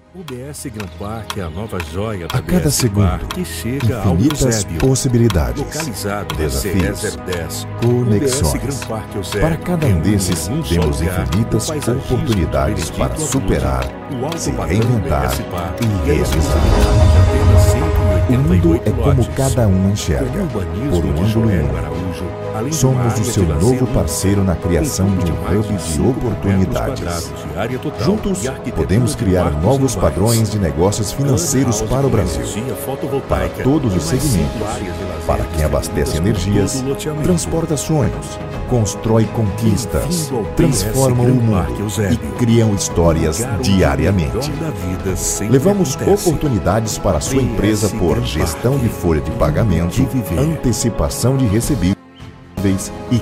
UBS Gran Park é a nova joia da A cada BS segundo, Park que chega ao infinitas Eusébio, possibilidades, localizado na desafios, CE 010. conexões. UBS Gran Park Eusébio Para cada um reúne desses, em um só temos lugar infinitas o paisagismo oportunidades do para Benedito superar, Abruzzo, o alto se padrão reinventar BS Park e a realizar. exclusividade de apenas O mundo 188 é como lotes. cada um Com enxerga, o urbanismo por um de ângulo Joélio único. Araújo, além de uma Somos área o seu de lazer novo única, parceiro na criação com de um mais hub de 5 metros oportunidades. quadrados de área total Juntos, e arquitetura podemos de criar marcos novos iguais. padrões de negócios financeiros Clubhouse para o com Brasil. energia Para fotovoltaica todos os e mais 5 segmentos. áreas de lazer Para quem abastece distribuídas por energias, todo o loteamento. transporta sonhos, constrói conquistas, Bem-vindo ao transforma o BS Gran Park mundo Eusébio. e criam histórias Lugar onde diariamente. o melhor da vida sempre Levamos acontece. oportunidades para a sua BS empresa por Gran gestão Park. de folha de pagamento, De viver. antecipação de recebíveis e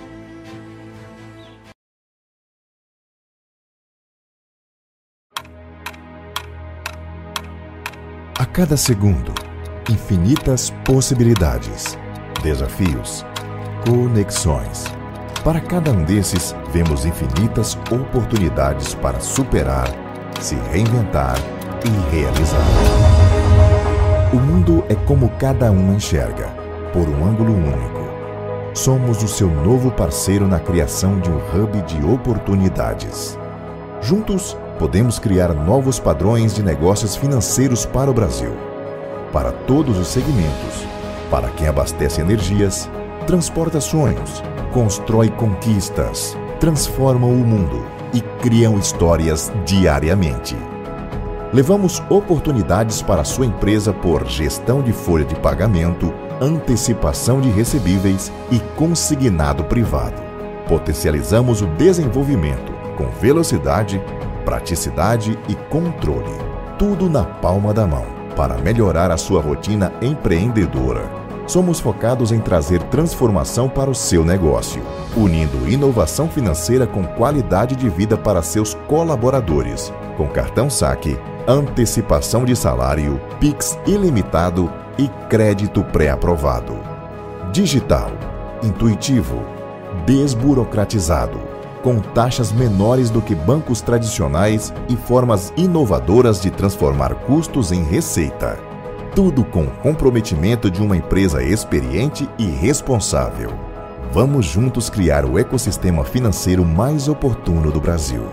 a cada segundo, infinitas possibilidades, desafios, conexões. Para cada um desses, vemos infinitas oportunidades para superar, se reinventar e realizar. O mundo é como cada um enxerga, por um ângulo único. Somos o seu novo parceiro na criação de um hub de oportunidades. Juntos, podemos criar novos padrões de negócios financeiros para o Brasil. Para todos os segmentos. Para quem abastece energias, transporta sonhos, constrói conquistas, transforma o mundo e criam histórias diariamente. Levamos oportunidades para a sua empresa por gestão de folha de pagamento, antecipação de recebíveis e consignado privado. Potencializamos o desenvolvimento com velocidade, praticidade e controle. Tudo na palma da mão para melhorar a sua rotina empreendedora. Somos focados em trazer transformação para o seu negócio, unindo inovação financeira com qualidade de vida para seus colaboradores, com cartão saque, antecipação de salário, Pix ilimitado e crédito pré-aprovado. Digital, intuitivo, desburocratizado, com taxas menores do que bancos tradicionais e formas inovadoras de transformar custos em receita. Tudo com o comprometimento de uma empresa experiente e responsável. Vamos juntos criar o ecossistema financeiro mais oportuno do Brasil.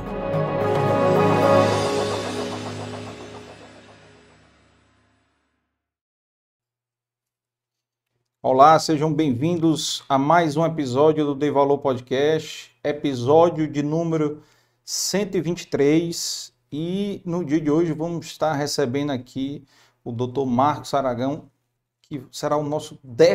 Olá, sejam bem-vindos a mais um episódio do Dei Valor Podcast, episódio de número 123, e no dia de hoje vamos estar recebendo aqui o Dr. Marcos Aragão, que será o nosso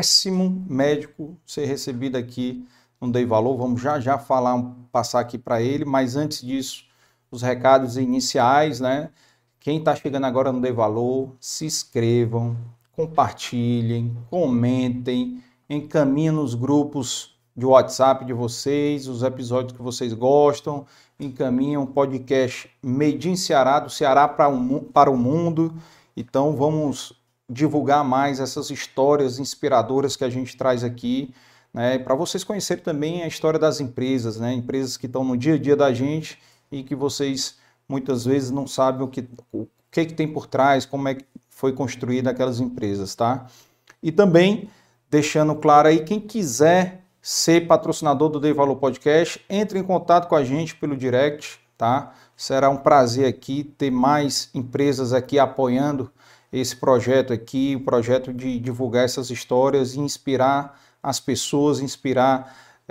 10º médico a ser recebido aqui no Dei Valor. Vamos já passar aqui para ele, mas antes disso, os recados iniciais, né? Quem está chegando agora no Dei Valor, se inscrevam, compartilhem, comentem, encaminhem nos grupos de WhatsApp de vocês, os episódios que vocês gostam, encaminhem o podcast Made in Ceará, do Ceará para o mundo. Então vamos divulgar mais essas histórias inspiradoras que a gente traz aqui, né, para vocês conhecerem também a história das empresas, né, empresas que estão no dia a dia da gente e que vocês muitas vezes não sabem o que tem por trás, como é que foi construída aquelas empresas, tá? E também, deixando claro aí, quem quiser ser patrocinador do Dei Valor Podcast, entre em contato com a gente pelo direct, tá? Será um prazer aqui ter mais empresas aqui apoiando esse projeto aqui, o projeto de divulgar essas histórias e inspirar as pessoas, inspirar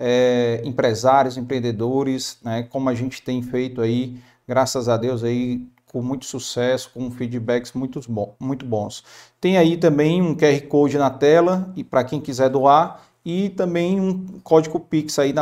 empresários, empreendedores, né? Como a gente tem feito aí, graças a Deus aí, com muito sucesso, com feedbacks muito bons. Tem aí também um QR Code na tela e para quem quiser doar, e também um código Pix aí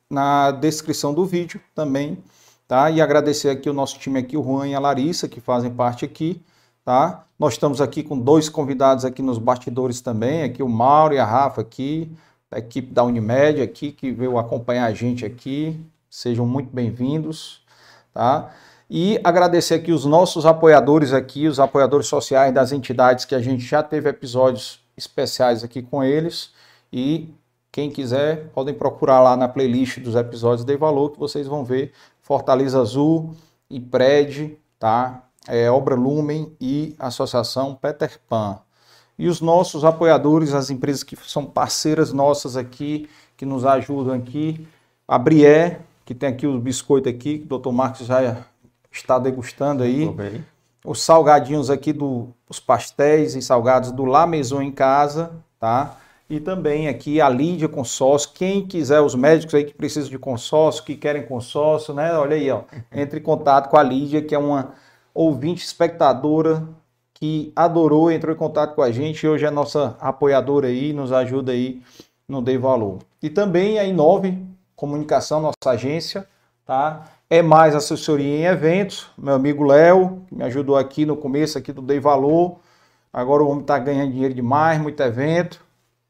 na descrição do vídeo também, tá? E agradecer aqui o nosso time aqui, o Juan e a Larissa, que fazem parte aqui, tá? Nós estamos aqui com 2 convidados aqui nos bastidores também, aqui o Mauro e a Rafa aqui, da equipe da Unimed aqui, que veio acompanhar a gente aqui. Sejam muito bem-vindos, tá? E agradecer aqui os nossos apoiadores aqui, os apoiadores sociais das entidades que a gente já teve episódios especiais aqui com eles. E quem quiser, podem procurar lá na playlist dos episódios Dei Valor, que vocês vão ver Fortaleza Azul, IPRED, tá? Obra Lumen e Associação Peter Pan. E os nossos apoiadores, as empresas que são parceiras nossas aqui, que nos ajudam aqui, a Brié, que tem aqui os biscoitos aqui, que o Dr. Marcos já está degustando aí. Os salgadinhos aqui, os pastéis e salgados do La Maison em Casa, tá? E também aqui a Lídia Consórcio. Quem quiser, os médicos aí que precisam de consórcio, que querem consórcio, né? Olha aí, ó. Entre em contato com a Lídia, que é uma ouvinte espectadora que adorou, entrou em contato com a gente e hoje é nossa apoiadora aí, nos ajuda aí no Dei Valor. E também a Inove Comunicação, nossa agência, tá? É mais assessoria em eventos, meu amigo Léo, que me ajudou aqui no começo aqui do Dei Valor. Agora o homem está ganhando dinheiro demais, muito evento.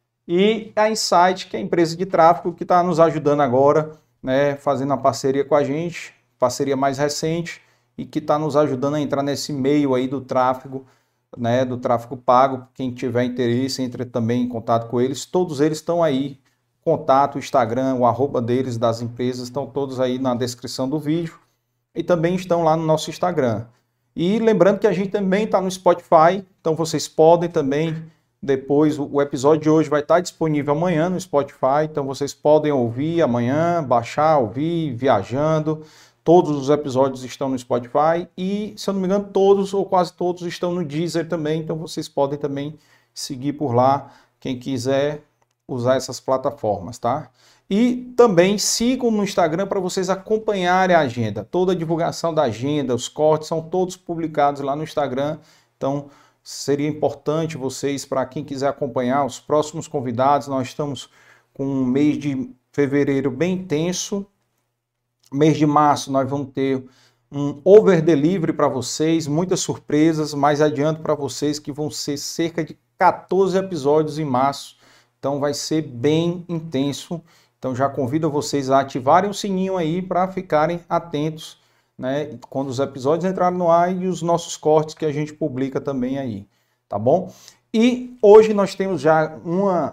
E a Insight, que é a empresa de tráfego que está nos ajudando agora, né, fazendo a parceria com a gente, parceria mais recente, e que está nos ajudando a entrar nesse meio aí do tráfego, né, do tráfego pago. Quem tiver interesse, entre também em contato com eles. Todos eles estão aí, contato, o Instagram, o arroba deles, das empresas, estão todos aí na descrição do vídeo. E também estão lá no nosso Instagram. E lembrando que a gente também está no Spotify, então vocês podem também... Depois, o episódio de hoje vai estar disponível amanhã no Spotify, então vocês podem ouvir amanhã, baixar, ouvir, viajando. Todos os episódios estão no Spotify e, se eu não me engano, todos ou quase todos estão no Deezer também, então vocês podem também seguir por lá, quem quiser usar essas plataformas, tá? E também sigam no Instagram para vocês acompanharem a agenda. Toda a divulgação da agenda, os cortes são todos publicados lá no Instagram, então... Seria importante vocês, para quem quiser acompanhar os próximos convidados, nós estamos com um mês de fevereiro bem intenso. Mês de março nós vamos ter um over delivery para vocês, muitas surpresas, mas adianto para vocês que vão ser cerca de 14 episódios em março. Então vai ser bem intenso. Então já convido vocês a ativarem o sininho aí para ficarem atentos, né, quando os episódios entrarem no ar e os nossos cortes que a gente publica também aí, tá bom? E hoje nós temos já uma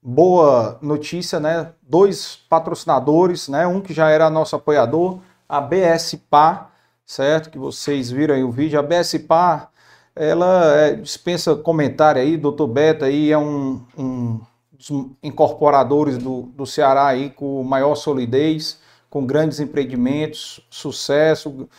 boa notícia, né? 2 patrocinadores, né? Um que já era nosso apoiador, a BSPA, certo? Que vocês viram aí o vídeo. A BSPA, ela dispensa comentário aí, Dr. Beto aí é um dos incorporadores do Ceará aí com maior solidez, com grandes empreendimentos, sucesso,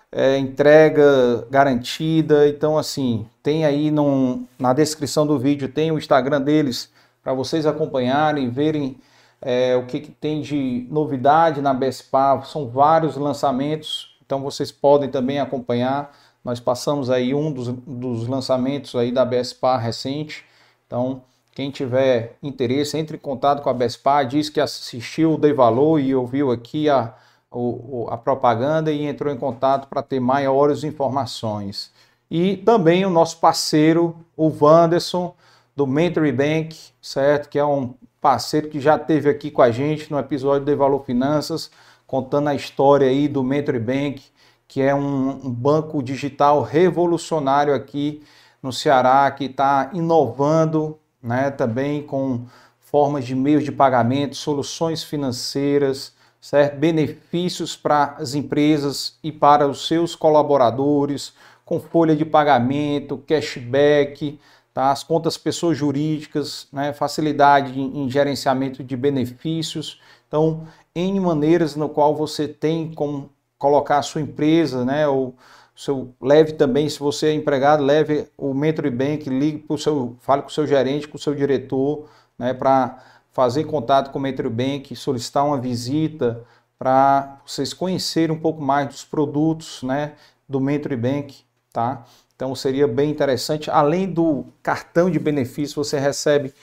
entrega garantida. Então, assim, tem aí na descrição do vídeo, tem o Instagram deles para vocês acompanharem, verem o que tem de novidade na BSPA. São vários lançamentos, então vocês podem também acompanhar. Nós passamos aí um dos lançamentos aí da BSPA recente, então... Quem tiver interesse, entre em contato com a BSPA, diz que assistiu o Dei Valor e ouviu aqui a propaganda e entrou em contato para ter maiores informações. E também o nosso parceiro, o Wanderson, do Mentory Bank, certo? Que é um parceiro que já esteve aqui com a gente no episódio do Dei Valor Finanças, contando a história aí do Mentory Bank, que é um banco digital revolucionário aqui no Ceará, que está inovando, né, também com formas de meios de pagamento, soluções financeiras, certo? Benefícios para as empresas e para os seus colaboradores, com folha de pagamento, cashback, tá? As contas pessoas jurídicas, né? Facilidade em gerenciamento de benefícios. Então, N maneiras no qual você tem como colocar a sua empresa, né? Leve também, se você é empregado, leve o Mentory Bank, ligue fale com o seu gerente, com o seu diretor, né, para fazer contato com o Mentory Bank, solicitar uma visita, para vocês conhecerem um pouco mais dos produtos, né, do Mentory Bank, tá? Então seria bem interessante. Além do cartão de benefício, você recebe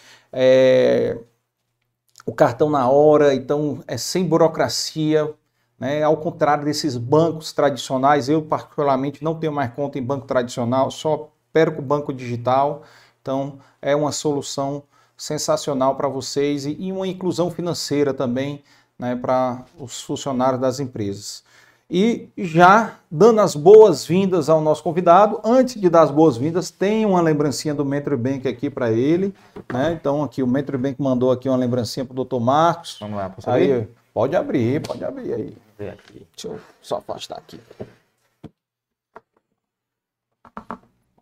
o cartão na hora, então é sem burocracia. Né? Ao contrário desses bancos tradicionais, eu particularmente não tenho mais conta em banco tradicional, só perco o banco digital. Então é uma solução sensacional para vocês e uma inclusão financeira também, né, para os funcionários das empresas. E já dando as boas-vindas ao nosso convidado, antes de dar as boas-vindas, tem uma lembrancinha do Mentory Bank aqui para ele. Né? Então aqui o Mentory Bank mandou aqui uma lembrancinha para o Dr. Marcos. Vamos lá, posso abrir? Aí, pode abrir aí. Deixa eu aqui. só afastar aqui.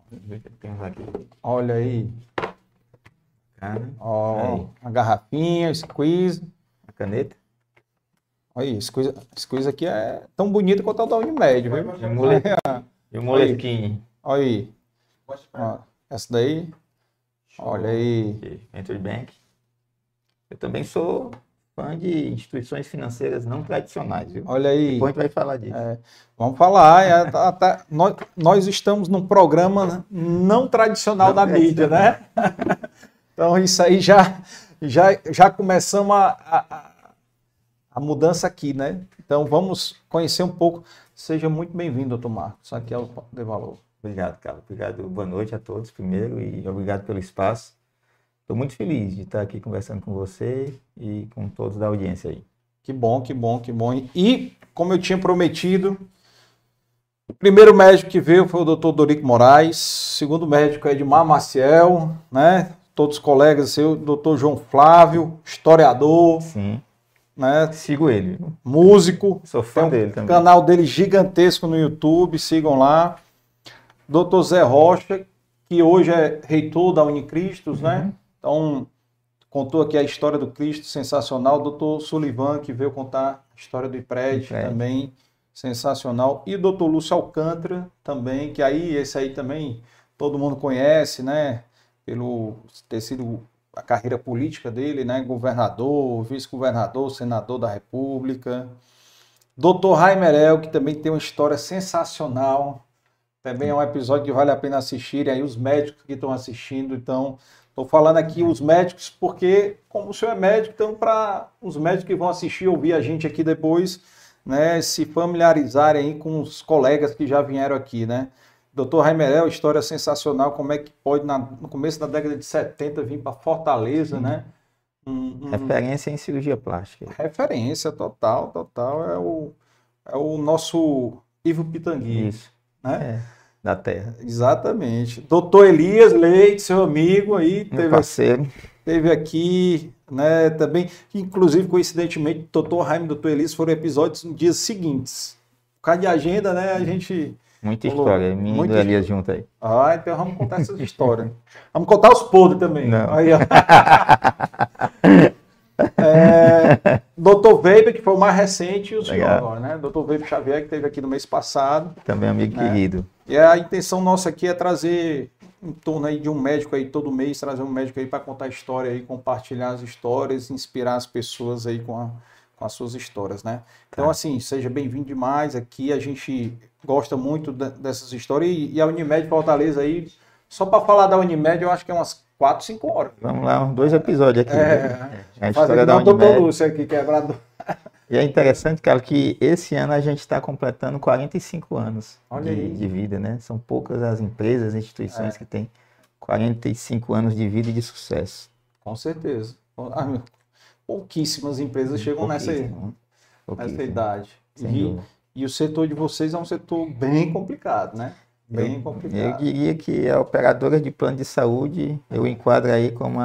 Temos aqui. Olha aí. Cara, Ó, aí. a garrafinha, squeeze. A caneta. Olha aí, squeeze aqui é tão bonito quanto a da Unimed, viu? E o Moleskine. Olha aí. Ó, essa daí. Olha aí. Venture Bank. Eu também sou fã de instituições financeiras não tradicionais, viu? Olha aí. Depois a gente vai falar disso. Vamos falar. Nós estamos num programa não tradicional da mídia, né? Então isso aí já começamos a mudança aqui, né? Então vamos conhecer um pouco. Seja muito bem-vindo, doutor Marcos. Aqui é o Papo de Valor. Obrigado, Carlos. Obrigado. Boa noite a todos primeiro e obrigado pelo espaço. Estou muito feliz de estar aqui conversando com você e com todos da audiência aí. Que bom, que bom, que bom. E, como eu tinha prometido, o primeiro médico que veio foi o doutor Dorico Moraes, o segundo médico é Edmar Maciel, né? Todos os colegas seus, doutor João Flávio, historiador, Sim. né? Sigo ele. Músico. Sou fã dele O também. canal dele gigantesco no YouTube, sigam lá. Doutor Zé Rocha, que hoje é reitor da Unicristos, né? Então, contou aqui a história do Cristo, sensacional. Doutor Sullivan, que veio contar a história do IPRED, também sensacional. E o doutor Lúcio Alcântara, também, que aí, esse aí também todo mundo conhece, né? Pelo ter sido a carreira política dele, né? Governador, vice-governador, senador da República. Doutor Raimerel, que também tem uma história sensacional. Também é um episódio que vale a pena assistir. E aí os médicos que estão assistindo, então... Estou falando aqui os médicos porque, como o senhor é médico, então para os médicos que vão assistir, ouvir a gente aqui depois, né, se familiarizarem aí com os colegas que já vieram aqui, né? Doutor Raimerel, história sensacional, como é que pode, no começo da década de 70, vir para Fortaleza, né? Referência em cirurgia plástica. Referência, total, é o nosso Ivo Pitangui. Isso. Né? Da terra. Exatamente. Doutor Elias Leite, seu amigo aí, Meu parceiro. Teve aqui, né, também, inclusive, coincidentemente, doutor Raime e doutor Elias foram episódios nos dias seguintes. Por causa de agenda, né, a gente... Muita história, minha e do Elias junto aí. Ah, então vamos contar essas histórias. Vamos contar os podres também. Não. Aí, ó. Doutor Weber, que foi o mais recente, e o senhor agora, né? Doutor Weber Xavier, que esteve aqui no mês passado. Também amigo querido. E a intenção nossa aqui é trazer em torno aí de um médico aí todo mês, trazer um médico aí para contar a história aí, compartilhar as histórias, inspirar as pessoas aí com as suas histórias, né? Então, assim, seja bem-vindo demais aqui, a gente gosta muito dessas histórias e a Unimed Fortaleza aí, só para falar da Unimed, eu acho que é umas 4, 5 horas. Vamos lá, 2 episódios aqui. A história da Unimed. Doutor Lúcio aqui, quebrador. E é interessante, cara, que esse ano a gente está completando 45 anos de vida, né? São poucas as empresas, as instituições que têm 45 anos de vida e de sucesso. Com certeza. Pouquíssimas empresas chegam nessa idade. E o setor de vocês é um setor bem complicado, né? Bem complicado. Eu diria que a operadora de plano de saúde, eu enquadro aí como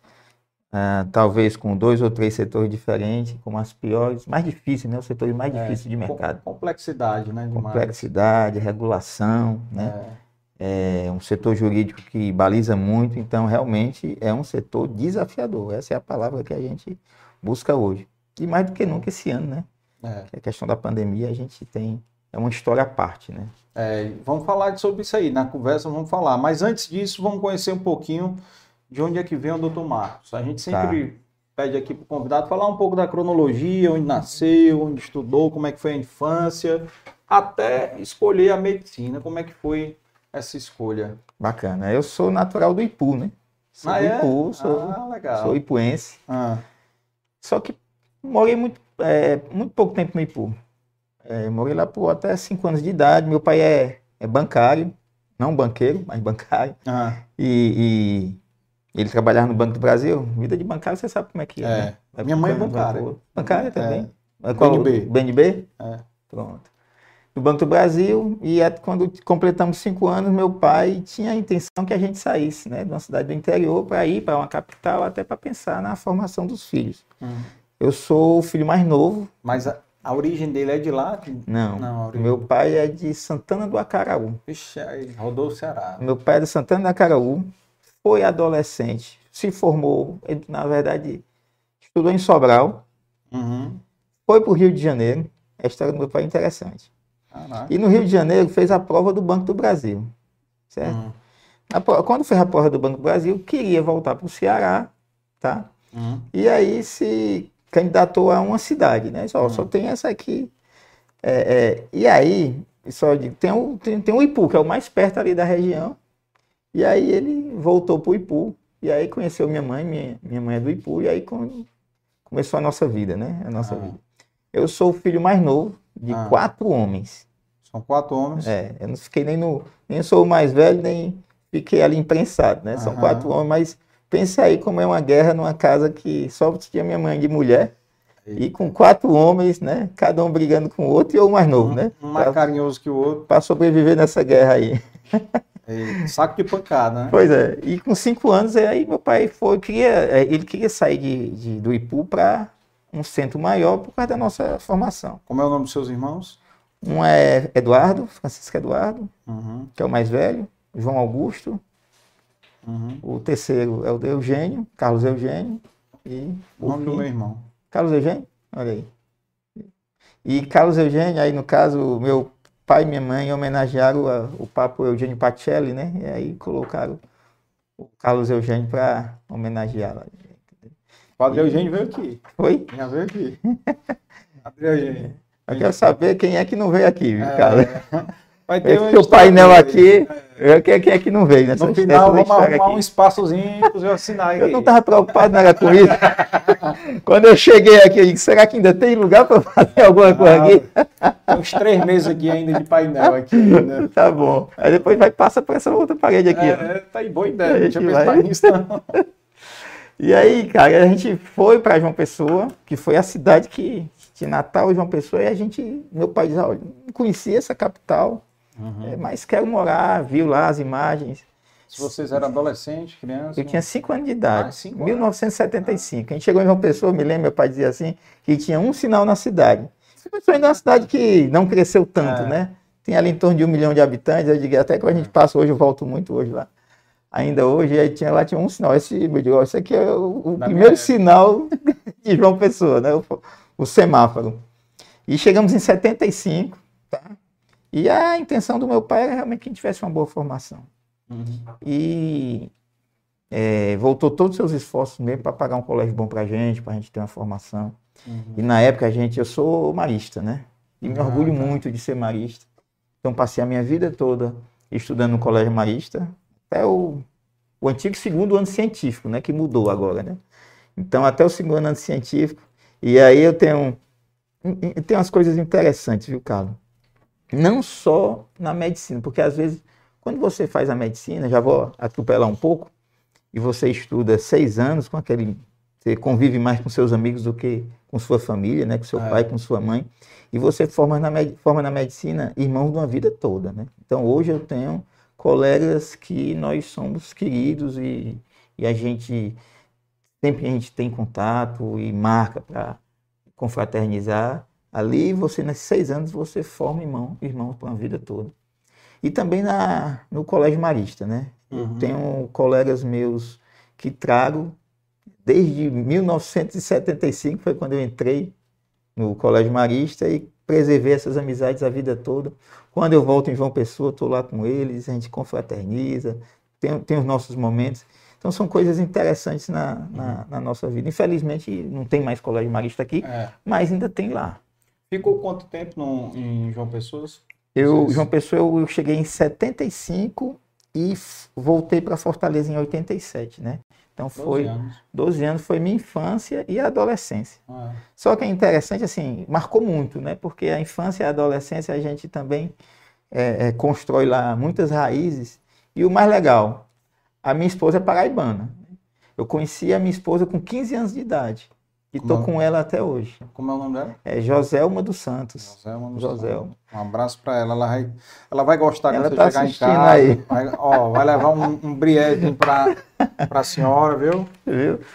talvez com 2 ou 3 setores diferentes, como as piores, mais difíceis, né? Os setores mais difíceis de mercado. Complexidade, né? Complexidade, regulação, né? É um setor jurídico que baliza muito, então realmente é um setor desafiador. Essa é a palavra que a gente busca hoje. E mais do que nunca esse ano, né? Que a questão da pandemia a gente tem, é uma história à parte, né? Vamos falar sobre isso aí, na conversa vamos falar. Mas antes disso, vamos conhecer um pouquinho de onde é que vem o Dr. Marcos. A gente sempre pede aqui para o convidado falar um pouco da cronologia, onde nasceu, onde estudou, como é que foi a infância, até escolher a medicina, como é que foi essa escolha. Bacana. Eu sou natural do Ipu, né? Sou do Ipu, sou ipuense. Só que morei muito pouco tempo no Ipu. Morei lá por até 5 anos de idade. Meu pai é bancário, não banqueiro, mas bancário. E ele trabalhava no Banco do Brasil. Vida de bancário, você sabe como é que é. Né? Minha mãe é bancária. Bancária também? BNB. BNB? Pronto. No Banco do Brasil, e quando completamos 5 anos, meu pai tinha a intenção que a gente saísse, né, de uma cidade do interior para ir para uma capital, até para pensar na formação dos filhos. Eu sou o filho mais novo. Mas A origem dele é de lá? Não, meu pai é de Santana do Acaraú. Vixe, aí rodou o Ceará. Meu pai é de Santana do Acaraú, foi adolescente, se formou, ele, na verdade, estudou em Sobral, foi para o Rio de Janeiro, a história do meu pai é interessante. Caraca. E no Rio de Janeiro fez a prova do Banco do Brasil, certo? Quando fez a prova do Banco do Brasil, queria voltar para o Ceará, tá? E aí se candidatou a uma cidade, né? Só tem essa aqui. E aí, só digo, tem o Ipu, que é o mais perto ali da região. E aí ele voltou para o Ipu. E aí conheceu minha mãe, minha mãe é do Ipu. E aí começou a nossa vida, né? A nossa vida. Eu sou o filho mais novo de 4 homens. São 4 homens? Eu não fiquei nem sou o mais velho, nem fiquei ali imprensado, né? São 4 homens, mas pensa aí como é uma guerra numa casa que só tinha minha mãe de mulher. E com 4 homens, né? Cada um brigando com o outro e eu o mais novo, né? Um mais carinhoso que o outro. Para sobreviver nessa guerra aí. Saco de pancada, né? Pois é. E com 5 anos, aí meu pai ele queria sair do Ipu para um centro maior por causa da nossa formação. Como é o nome dos seus irmãos? Um é Eduardo, Francisco Eduardo, que é o mais velho. João Augusto. O terceiro é o Eugênio, Carlos Eugênio. E o nome do meu irmão. Carlos Eugênio? Olha aí. E Carlos Eugênio, aí no caso, meu pai e minha mãe homenagearam o Papa Eugênio Pacelli, né? E aí colocaram o Carlos Eugênio para homenagear. O Padre Eugênio veio aqui. Foi? Já veio aqui. Padre Eugênio. Eu quero saber quem é que não veio aqui, viu, cara? Vai ter o painel aqui, quem é que não veio nessa No final, vamos arrumar um espaçozinho para eu assinar aqui. Eu não estava preocupado nada com isso. Quando eu cheguei aqui, eu disse, será que ainda tem lugar para fazer alguma coisa aqui? Tem uns 3 meses aqui ainda de painel aqui. Né? Tá bom. Aí depois passa para essa outra parede aqui. Tá aí, boa ideia. Deixa eu pensar nisso. E aí, cara, a gente foi para João Pessoa, que foi a cidade de Natal, João Pessoa, e meu pai dizia, olha, não conhecia essa capital. Mas quero morar, viu lá as imagens. Se vocês eram adolescentes, crianças? Eu tinha 5 anos de idade, 1975. A gente chegou em João Pessoa, me lembro, meu pai dizia assim, que tinha um sinal na cidade. João Pessoa ainda é uma cidade que não cresceu tanto, né? Tem ali em torno de 1 milhão de habitantes, eu digo, até que a gente passa hoje, eu volto muito hoje lá. Ainda hoje, aí lá tinha um sinal. Esse aqui é o primeiro sinal de João Pessoa, né? O semáforo. E chegamos em 75, tá? E a intenção do meu pai era realmente que a gente tivesse uma boa formação. E voltou todos os seus esforços mesmo para pagar um colégio bom para a gente ter uma formação. E na época, eu sou marista, né? E me orgulho muito de ser marista. Então, passei a minha vida toda estudando no colégio marista, até o antigo 2º ano científico, né? Que mudou agora, né? Então, até o 2º ano científico. E aí eu tenho umas coisas interessantes, viu, Carlos? Não só na medicina, porque às vezes, quando você faz a medicina, já vou atropelar um pouco, e você estuda 6 anos, você convive mais com seus amigos do que com sua família, né? Com seu pai, com sua mãe, e você forma na medicina irmãos de uma vida toda, né? Então hoje eu tenho colegas que nós somos queridos e sempre a gente tem contato e marca para confraternizar. Ali, nesses 6 anos, você forma irmãos para uma vida toda. E também no Colégio Marista, né? Eu tenho colegas meus que trago desde 1975, foi quando eu entrei no Colégio Marista e preservei essas amizades a vida toda. Quando eu volto em João Pessoa, estou lá com eles, a gente confraterniza, tem os nossos momentos. Então, são coisas interessantes na nossa vida. Infelizmente, não tem mais Colégio Marista aqui, mas ainda tem lá. Ficou quanto tempo em João Pessoa? João Pessoa, eu cheguei em 75 e voltei para Fortaleza em 87, né? Então foi 12 anos foi minha infância e a adolescência. Só que é interessante, assim, marcou muito, né? Porque a infância e a adolescência a gente também constrói lá muitas raízes. E o mais legal, a minha esposa é paraibana. Eu conheci a minha esposa com 15 anos de idade. E estou com ela até hoje. Como é o nome dela? É Joselma dos Santos. Joselma. Um abraço para ela. Ela vai gostar quando você tá chegar em casa. Aí. Vai levar um briedinho para a senhora, viu?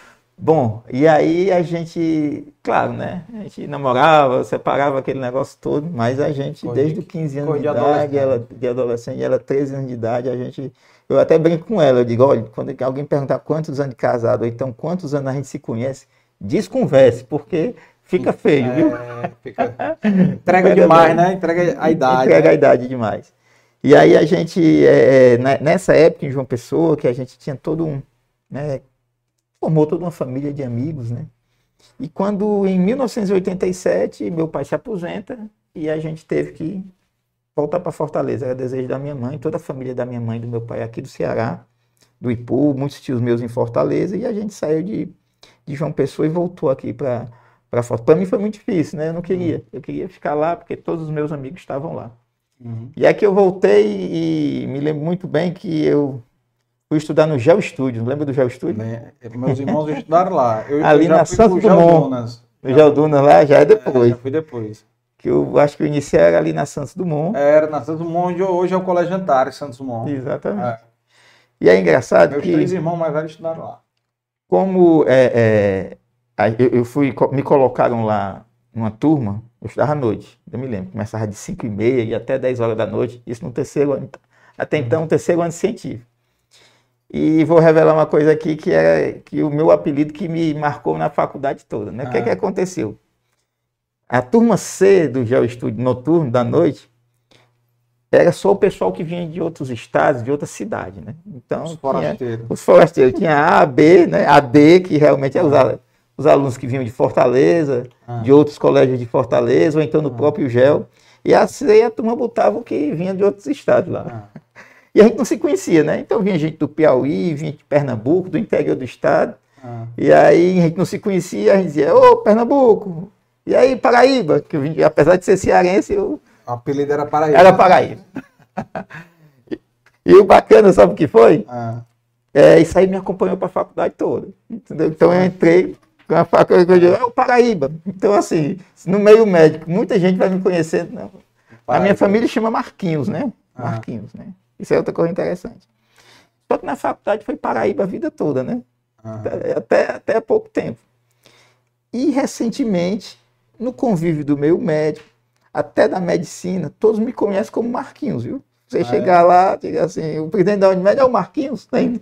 Bom, e aí a gente, claro, né? A gente namorava, separava aquele negócio todo, mas a gente, desde os 15 anos de idade, ela de adolescente, ela 13 anos de idade, eu até brinco com ela, eu digo, olha, quando alguém perguntar quantos anos de casado, ou então quantos anos a gente se conhece, desconverse, porque fica feio, viu? Entrega demais, né? Entrega a idade. Entrega a idade demais. E aí a gente, nessa época em João Pessoa, que a gente tinha todo um, né? Formou toda uma família de amigos, né? E quando, em 1987, meu pai se aposenta e a gente teve que voltar para Fortaleza. Era desejo da minha mãe, toda a família da minha mãe e do meu pai aqui do Ceará, do Ipu, muitos tios meus em Fortaleza, e a gente saiu de João Pessoa e voltou aqui para Fortaleza. Para mim foi muito difícil, né? Eu queria ficar lá porque todos os meus amigos estavam lá. E aqui eu voltei e me lembro muito bem que eu fui estudar no Geo Studio. Lembra do Geo Studio? Meus irmãos estudaram lá. Ali na Santos Dumont. No Geo Dunas lá já é depois. Já fui depois. Que eu acho que o inicial era ali na Santos Dumont. Era na Santos Dumont, onde hoje é o Colégio Antares, Santos Dumont. Exatamente. E é engraçado Meus 3 irmãos mais velhos estudaram lá. Como me colocaram lá numa turma, eu estudava à noite, eu me lembro. Começava de 5h30 e até 10 horas da noite, isso no terceiro ano. Até então, terceiro ano científico. E vou revelar uma coisa aqui, que o meu apelido que me marcou na faculdade toda, né? O que aconteceu? A turma C do Geoestudo noturno da noite era só o pessoal que vinha de outros estados, de outra cidade, né? Então, os forasteiros. Tinha A, B, né? A D, que realmente é os alunos que vinham de Fortaleza, de outros colégios de Fortaleza, ou então no próprio GEO. E a C, a turma botava o que vinha de outros estados lá. E a gente não se conhecia, né? Então vinha gente do Piauí, vinha de Pernambuco, do interior do estado. E aí a gente não se conhecia, a gente dizia, ô, Pernambuco, e aí Paraíba, que eu vim, apesar de ser cearense, o apelido era Paraíba. Era Paraíba. E o bacana, sabe o que foi? Isso aí me acompanhou para a faculdade toda. Entendeu? Então eu entrei com a faculdade, é o Paraíba. Então assim, no meio médico, muita gente vai me conhecer. Não. A minha família chama Marquinhos, né? Marquinhos, né? Isso é outra coisa interessante. Só que na faculdade foi Paraíba a vida toda, né? Até há pouco tempo. E recentemente, no convívio do meio médico, até da medicina, todos me conhecem como Marquinhos, viu? Você chegar lá, diga assim, o presidente da Unimed é o Marquinhos, né?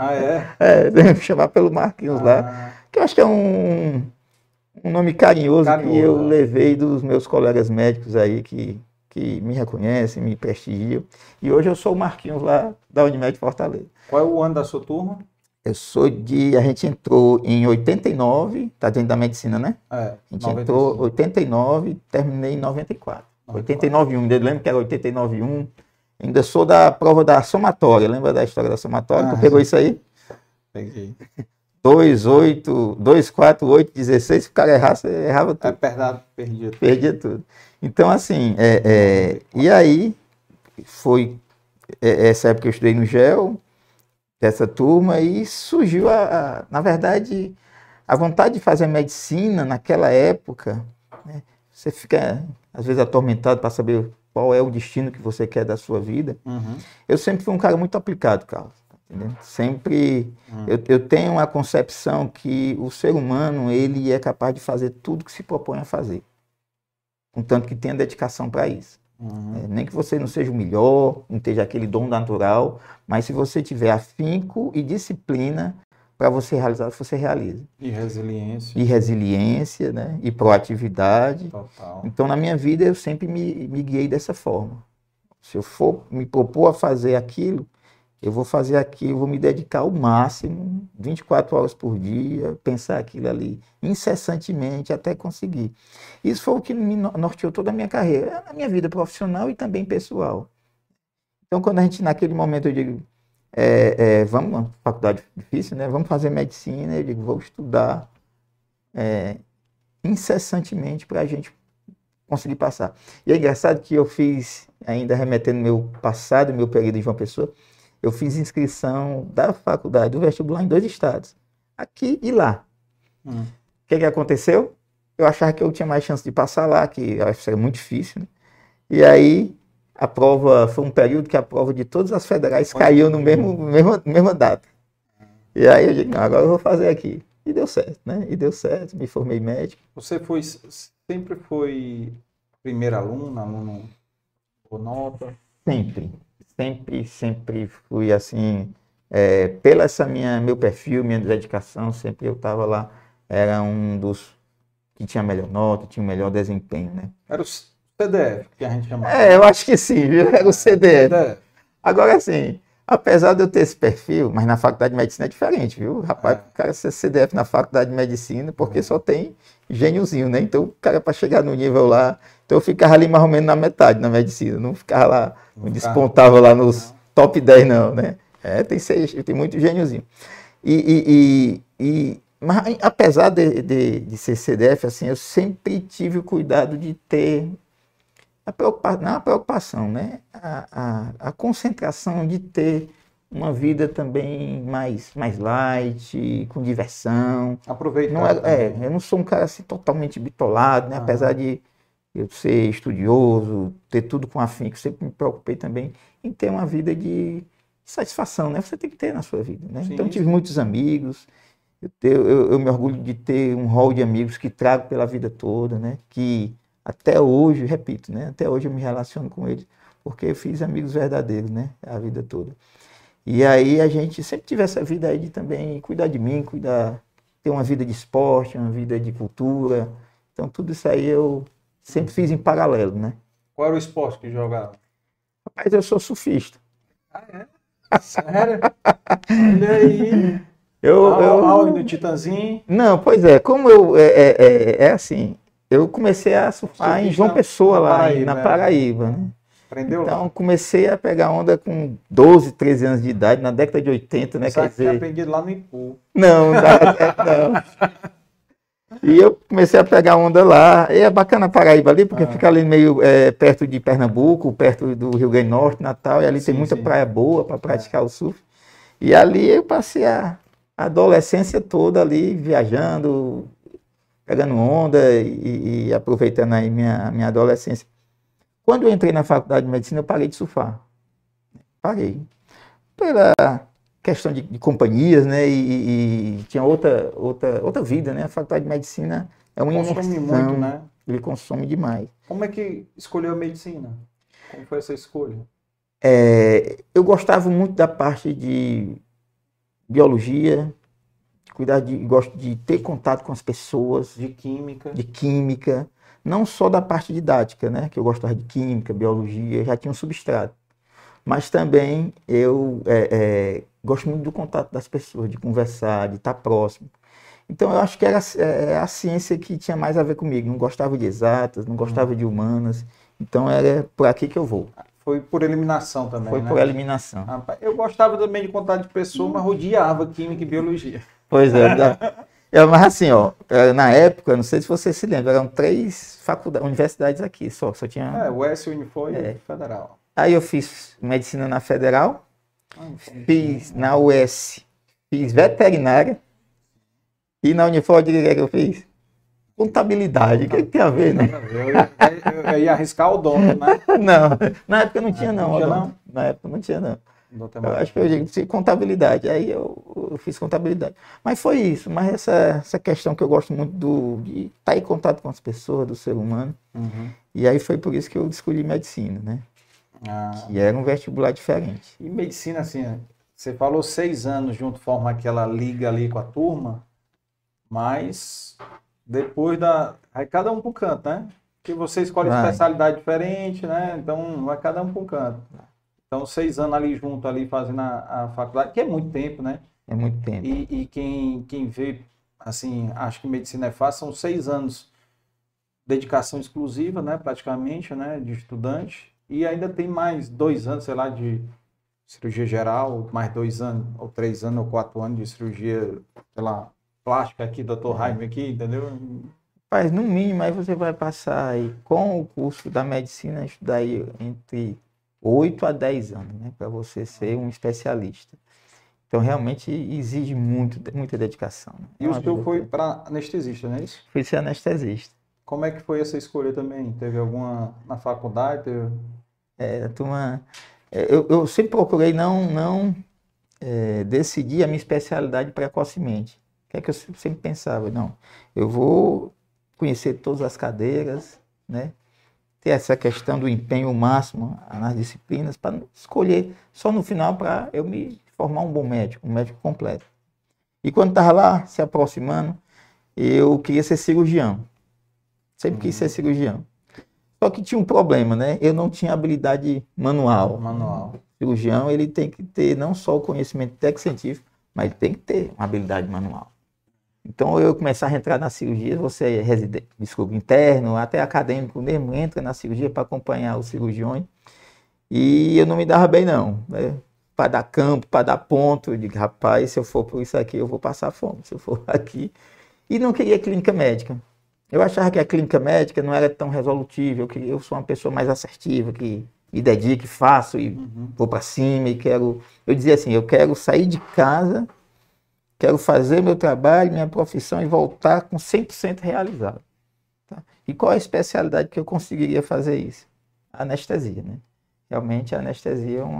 Me chamar pelo Marquinhos lá. Que eu acho que é um nome carinhoso que eu levei dos meus colegas médicos aí, que me reconhecem, me prestigiam. E hoje eu sou o Marquinhos lá da Unimed Fortaleza. Qual é o ano da sua turma? A gente entrou em 89, tá dentro da medicina, né? A gente entrou em 89, terminei em 94. 89-1, eu lembro que era 89-1. Ainda sou da prova da somatória, lembra da história da somatória? Tu pegou isso aí? Peguei. 2, 8, 2, 4, 8, 16, se o cara errasse, você errava tudo. Perdia tudo. Perdia tudo. Então, assim, e aí, foi essa época que eu estudei no GEO, dessa turma, e surgiu, na verdade, a vontade de fazer medicina naquela época, né? Você fica, às vezes, atormentado para saber qual é o destino que você quer da sua vida. Eu sempre fui um cara muito aplicado, Carlos. Entendeu? Sempre eu tenho uma concepção que o ser humano ele é capaz de fazer tudo que se propõe a fazer, contanto que tenha dedicação para isso. Nem que você não seja o melhor, não esteja aquele dom natural, mas se você tiver afinco e disciplina para você realizar, você realiza. E resiliência. E resiliência, né? E proatividade. Total. Então, na minha vida, eu sempre me guiei dessa forma. Se eu for me propor a fazer aquilo, eu vou fazer aquilo, vou me dedicar ao máximo, 24 horas por dia, pensar aquilo ali incessantemente até conseguir. Isso foi o que me norteou toda a minha carreira, na minha vida profissional e também pessoal. Então, quando a gente, naquele momento, eu digo, vamos, uma faculdade difícil, né? Vamos fazer medicina, eu digo, vou estudar incessantemente para a gente conseguir passar. E é engraçado que eu fiz, ainda remetendo meu passado, meu período em João Pessoa, eu fiz inscrição da faculdade, do vestibular, em 2 estados. Aqui e lá. O que aconteceu? Eu achava que eu tinha mais chance de passar lá, que era muito difícil, né? E aí, a prova, foi um período que a prova de todas as federais caiu no mesma data. E aí eu digo, não, agora eu vou fazer aqui. E deu certo, né? E deu certo, me formei médico. Você sempre foi primeiro aluno por nota? Sempre fui assim, pela meu perfil, minha dedicação, sempre eu estava lá, era um dos que tinha melhor nota, tinha o melhor desempenho, né? Era o CDF que a gente chamava. Eu acho que sim, viu? Era o CDF. Agora, assim, apesar de eu ter esse perfil, mas na faculdade de medicina é diferente, viu? Rapaz, o cara ser CDF na faculdade de medicina, porque só tem gêniozinho, né? Então, o cara para chegar no nível lá, então eu ficava ali mais ou menos na metade na medicina, não ficava lá, não despontava lá nos top 10 não, né? Tem muito gêniozinho. Mas apesar de ser CDF, assim, eu sempre tive o cuidado de ter não a preocupação, né? A concentração de ter uma vida também mais light, com diversão. Aproveitar. Eu não sou um cara assim totalmente bitolado, né? Apesar de eu ser estudioso, ter tudo com afinco, sempre me preocupei também em ter uma vida de satisfação, né? Você tem que ter na sua vida, né? Sim, então tive muitos amigos, eu me orgulho de ter um rol de amigos que trago pela vida toda, né? Que até hoje, repito, né? Até hoje eu me relaciono com eles, porque eu fiz amigos verdadeiros, né? A vida toda. E aí a gente sempre tive essa vida aí de também cuidar de mim, ter uma vida de esporte, uma vida de cultura. Então tudo isso aí eu sempre fiz em paralelo, né? Qual era o esporte que jogava? Rapaz, eu sou surfista. Sério? Olha aí. No Titanzinho? Não, pois é, como assim, eu comecei a surfar em João Pessoa, lá na Paraíba, né? Aprendeu então, comecei a pegar onda com 12, 13 anos de idade, na década de 80, né? Quer dizer... aprendi lá no Ipu. Não. E eu comecei a pegar onda lá. E é bacana a Paraíba ali, porque fica ali meio perto de Pernambuco, perto do Rio Grande do Norte, Natal, e ali tem muita praia boa para praticar o surf. E ali eu passei a adolescência toda ali, viajando, pegando onda e aproveitando aí minha adolescência. Quando eu entrei na faculdade de medicina, eu parei de surfar. Parei. Pela questão de companhias, né? E tinha outra vida, né? A faculdade de medicina é uma imersão. Consome muito, né? Ele consome demais. Como é que escolheu a medicina? Como foi essa escolha? Eu gostava muito da parte de biologia, gosto de ter contato com as pessoas. De química. De química. Não só da parte didática, né? Que eu gostava de química, biologia, já tinha um substrato. Mas também eu gosto muito do contato das pessoas, de conversar, de estar próximo. Então eu acho que era a ciência que tinha mais a ver comigo. Não gostava de exatas, não gostava de humanas. Então era por aqui que eu vou. Foi por eliminação também, Foi, né? Por eliminação. Rapaz, eu gostava também de contato de pessoas, mas odiava química e biologia. Pois é. Mas assim, ó, na época, não sei se você se lembra, eram 3 universidades aqui, só tinha... o S, o Unifor e o Federal. Aí eu fiz medicina na Federal, fiz na US, fiz veterinária, e na Unifor, o que eu fiz? Contabilidade, o que tem a ver, né? Eu ia arriscar o dono, né? Não, na época não tinha não. Na época não tinha não. Eu acho que eu fiz contabilidade, aí eu fiz contabilidade. Mas foi isso, mas essa questão que eu gosto muito de estar em contato com as pessoas, do ser humano. E aí foi por isso que eu escolhi medicina, né? Que era um vestibular diferente. E medicina, assim, você falou 6 anos junto, forma aquela liga ali com a turma, mas depois aí cada um para um canto, né? Porque você escolhe especialidade diferente, né? Então vai cada um para um canto. Então, 6 anos ali junto, ali fazendo a faculdade, que é muito tempo, né? É muito tempo. E quem vê, assim, acho que medicina é fácil, são 6 anos dedicação exclusiva, né? Praticamente, né? De estudante. E ainda tem mais 2 anos, sei lá, de cirurgia geral, mais 2 anos, ou 3 anos, ou 4 anos de cirurgia, sei lá, plástica aqui, Dr. Jaime aqui, entendeu? Mas no mínimo aí você vai passar aí, com o curso da medicina, estudar aí entre 8 a 10 anos, né, para você ser um especialista. Então, realmente exige muita dedicação. Né? E o senhor foi para anestesista, não é isso? Fui ser anestesista. Como é que foi essa escolha também? Teve alguma na faculdade? Eu sempre procurei não decidir a minha especialidade precocemente. que é que eu sempre pensava? Não, eu vou conhecer todas as cadeiras, né? Ter essa questão do empenho máximo nas disciplinas, para escolher só no final para eu me formar um bom médico, um médico completo. E quando estava lá, se aproximando, eu queria ser cirurgião. Sempre quis ser cirurgião. Só que tinha um problema, né? Eu não tinha habilidade manual. O cirurgião, ele tem que ter não só o conhecimento técnico-científico, mas ele tem que ter uma habilidade manual. Então, eu começava a entrar na cirurgia, você é residente, interno, até acadêmico mesmo, entra na cirurgia para acompanhar os cirurgiões. E eu não me dava bem, não. Né? Para dar campo, para dar ponto. Eu digo, rapaz, se eu for por isso aqui, eu vou passar fome. Se eu for aqui. E não queria clínica médica. Eu achava que a clínica médica não era tão resolutiva. Eu sou uma pessoa mais assertiva, que me dedico, faço e vou para cima e quero... Eu dizia assim, eu quero sair de casa, quero fazer meu trabalho, minha profissão e voltar com 100% realizado. Tá? E qual a especialidade que eu conseguiria fazer isso? A anestesia, né? Realmente a anestesia é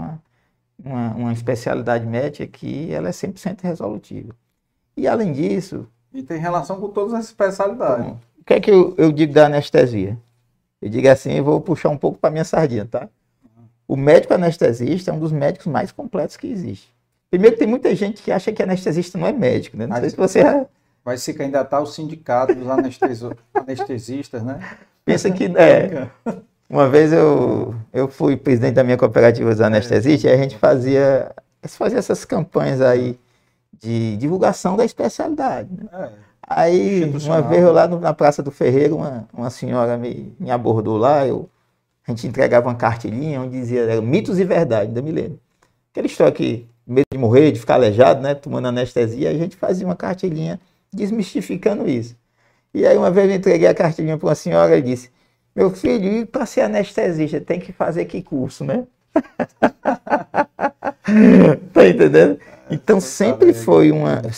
uma especialidade médica que ela é 100% resolutiva. E além disso... E tem relação com todas as especialidades. Então, o que é que eu digo da anestesia? Eu digo assim, eu vou puxar um pouco para minha sardinha, tá? O médico anestesista é um dos médicos mais completos que existe. Primeiro, tem muita gente que acha que anestesista não é médico, né? Não sei se você... Mas se candidatar ao sindicato dos anestesistas, né? Pensa que... Uma vez eu fui presidente da minha cooperativa dos anestesistas e a gente fazia essas campanhas aí de divulgação da especialidade. Né? Aí, uma vez eu lá na Praça do Ferreiro, uma senhora me abordou lá, a gente entregava uma cartilhinha onde dizia mitos e verdade, ainda me lembro. Aquela história que medo de morrer, de ficar aleijado, né, tomando anestesia, a gente fazia uma cartilhinha desmistificando isso. E aí uma vez eu entreguei a cartilhinha para uma senhora e disse, meu filho, para ser anestesista tem que fazer que curso, né? Tá entendendo? Então sempre foi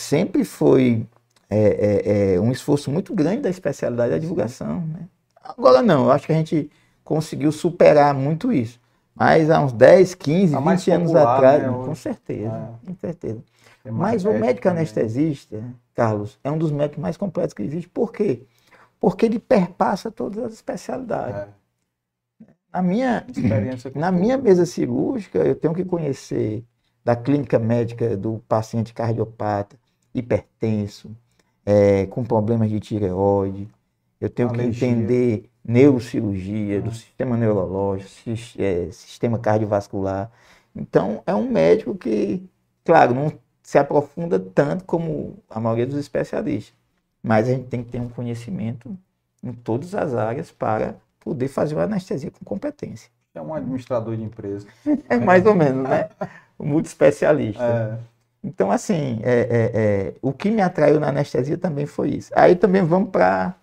um esforço muito grande da especialidade da divulgação. Né? Agora não, eu acho que a gente conseguiu superar muito isso. Mas há uns 10, 15, 20 anos atrás, né? Com certeza, com certeza. Mas o médico anestesista, Carlos, é um dos médicos mais completos que existe. Por quê? Porque ele perpassa todas as especialidades. Na minha mesa cirúrgica, eu tenho que conhecer da clínica médica do paciente cardiopata, hipertenso, com problemas de tireoide. Eu tenho que entender neurocirurgia, do sistema neurológico, sistema cardiovascular. Então, é um médico que, claro, não se aprofunda tanto como a maioria dos especialistas. Mas a gente tem que ter um conhecimento em todas as áreas para poder fazer uma anestesia com competência. É um administrador de empresa. É mais ou menos, né? Um multiespecialista. Então, assim, o que me atraiu na anestesia também foi isso. Aí também vamos para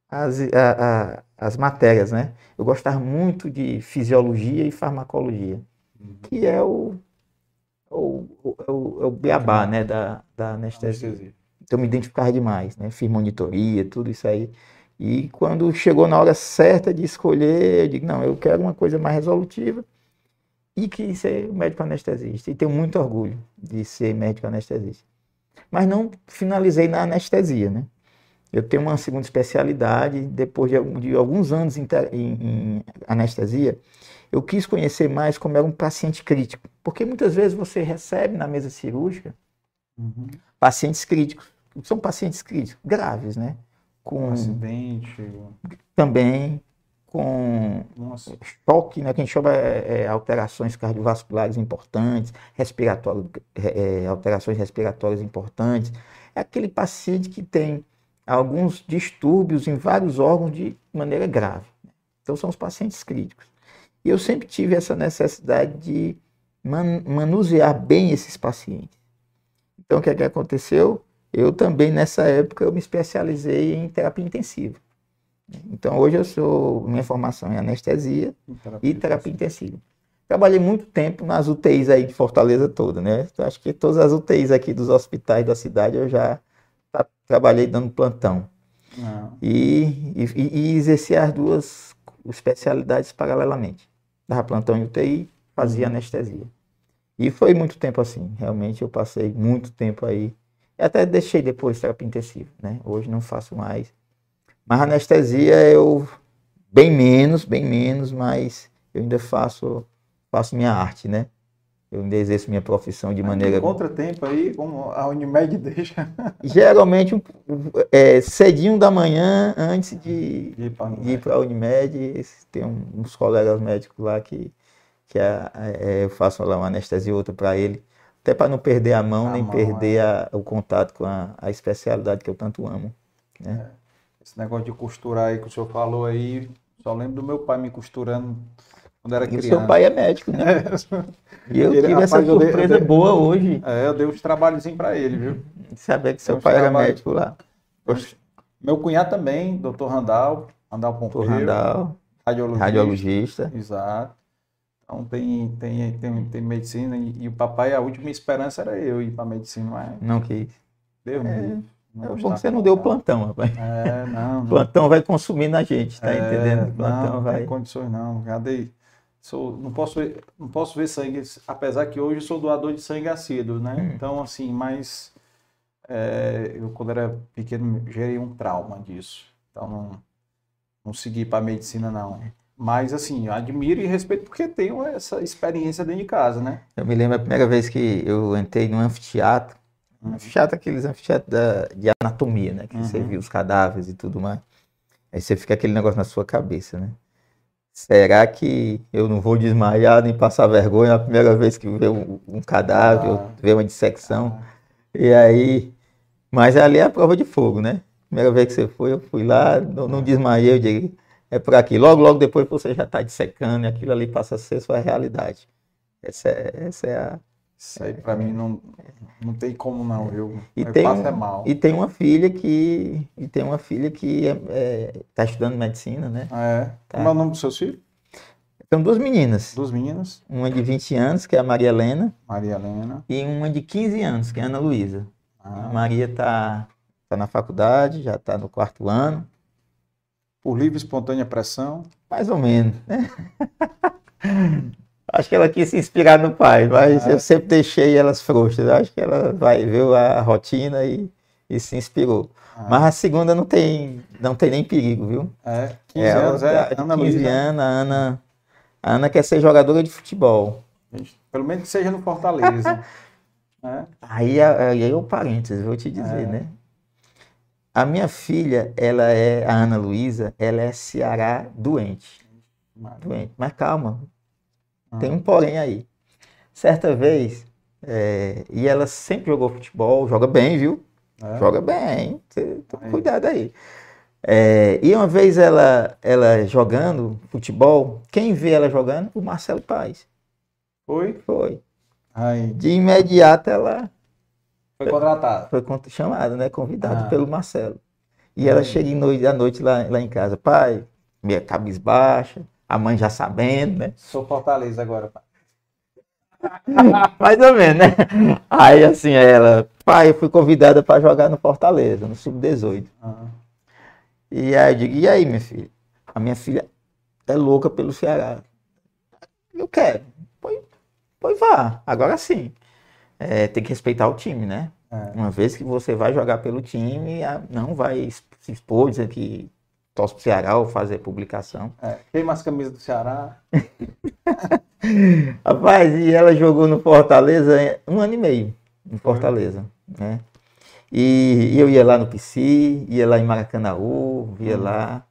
as matérias, né? Eu gostava muito de fisiologia e farmacologia, que é o beabá, né, da anestesia. Então, eu me identificava demais, né? Fiz monitoria, tudo isso aí. E quando chegou na hora certa de escolher, eu digo, não, eu quero uma coisa mais resolutiva e quis ser médico anestesista. E tenho muito orgulho de ser médico anestesista. Mas não finalizei na anestesia, né? Eu tenho uma segunda especialidade, depois de alguns anos em anestesia, eu quis conhecer mais como era um paciente crítico. Porque muitas vezes você recebe na mesa cirúrgica pacientes críticos. São pacientes críticos, graves, né? Com acidente. Também com choque, né? Que a gente chama alterações cardiovasculares importantes, alterações respiratórias importantes. É aquele paciente que tem alguns distúrbios em vários órgãos de maneira grave. Então, são os pacientes críticos. E eu sempre tive essa necessidade de manusear bem esses pacientes. Então, o que é que aconteceu? Eu também, nessa época, eu me especializei em terapia intensiva. Então, hoje minha formação é anestesia e terapia intensiva. Trabalhei muito tempo nas UTIs aí de Fortaleza toda, né? Então, acho que todas as UTIs aqui dos hospitais da cidade eu já trabalhei dando plantão. E exerci as duas especialidades paralelamente. Dava plantão em UTI, fazia anestesia. E foi muito tempo assim. Realmente eu passei muito tempo aí Eu até deixei depois terapia intensiva, né? Hoje não faço mais. Mas anestesia eu bem menos, mas eu ainda faço minha arte, né? Eu ainda exerço minha profissão de maneira... Encontra tempo aí, como a Unimed deixa? Geralmente, cedinho da manhã, antes de ir para a Unimed, tem uns colegas médicos lá que eu faço lá uma anestesia outra para ele, até para não perder a mão, nem perder o contato com a especialidade que eu tanto amo, né? Esse negócio de costurar aí que o senhor falou aí, só lembro do meu pai me costurando quando era criança. O seu pai é médico, né? E eu tive essa surpresa boa hoje. Eu dei uns trabalhozinhos para ele, viu? Saber que seu pai era médico lá. Meu cunhado também, doutor Randal Pompeiro. Radiologista. Exato. Então tem medicina e o papai, a última esperança era eu ir para medicina, mas... Não quis. Deus me livre. Você não deu plantão, rapaz. Não. Plantão vai consumir na gente, tá entendendo? Plantão não vai... tem condições não. Cadê? Não posso ver sangue, apesar que hoje eu sou doador de sangue assíduo, né? Então, assim, mas eu quando era pequeno gerei um trauma disso. Então, não segui para medicina, não. Mas, assim, eu admiro e respeito porque tenho essa experiência dentro de casa, né? Eu me lembro a primeira vez que eu entrei num anfiteatro. Anfiteatro, aqueles anfiteatros de anatomia, né? Que você viu os cadáveres e tudo mais. Aí você fica aquele negócio na sua cabeça, né? Será que eu não vou desmaiar nem passar vergonha a primeira vez que ver um cadáver, ver uma dissecção? E aí... Mas ali é a prova de fogo, né? Primeira vez que você foi, eu fui lá, não desmaiei, eu digo, é por aqui. Logo depois você já está dissecando e aquilo ali passa a ser sua realidade. Essa é a... Isso aí pra mim não tem como não, viu? Mal. E tem uma filha que está estudando medicina, né? Tá. Como é o nome dos seus filhos? São duas meninas. Duas meninas. Uma de 20 anos, que é a Maria Helena. E uma de 15 anos, que é a Ana Luísa. A Maria tá na faculdade, já está no 4º ano. Por livre e espontânea pressão? Mais ou menos, né? Acho que ela quis se inspirar no pai, mas eu sempre deixei elas frouxas. Acho que ela viu a rotina e se inspirou. Mas a segunda não tem nem perigo, viu? 15 anos, Ana 15 anos, a Ana quer ser jogadora de futebol. Pelo menos que seja no Fortaleza. Aí é o parênteses, vou te dizer, né? A minha filha, a Ana Luísa, ela é Ceará doente. Mas calma. Tem um porém aí. Certa vez, e ela sempre jogou futebol, joga bem, viu? Joga bem, cuidado aí. E uma vez ela jogando futebol, quem vê ela jogando? O Marcelo Paes. Foi. De imediato ela... Foi contratada. Foi chamada, né? Convidada pelo Marcelo. E ela chega à noite lá em casa. Pai, minha cabisbaixa. A mãe já sabendo, né? Sou Fortaleza agora, pai. Mais ou menos, né? Aí assim, pai, eu fui convidada para jogar no Fortaleza, no Sub-18. E aí eu digo, e aí, minha filha? A minha filha é louca pelo Ceará. Eu quero. Pois vá, agora sim. Tem que respeitar o time, né? Uma vez que você vai jogar pelo time, não vai se expor, dizer que torce pro Ceará ou fazer publicação. Queima as camisas do Ceará. Rapaz, e ela jogou no Fortaleza 1 ano e meio, no Fortaleza, né? E eu ia lá no PC, ia lá em Maracanaú, via lá,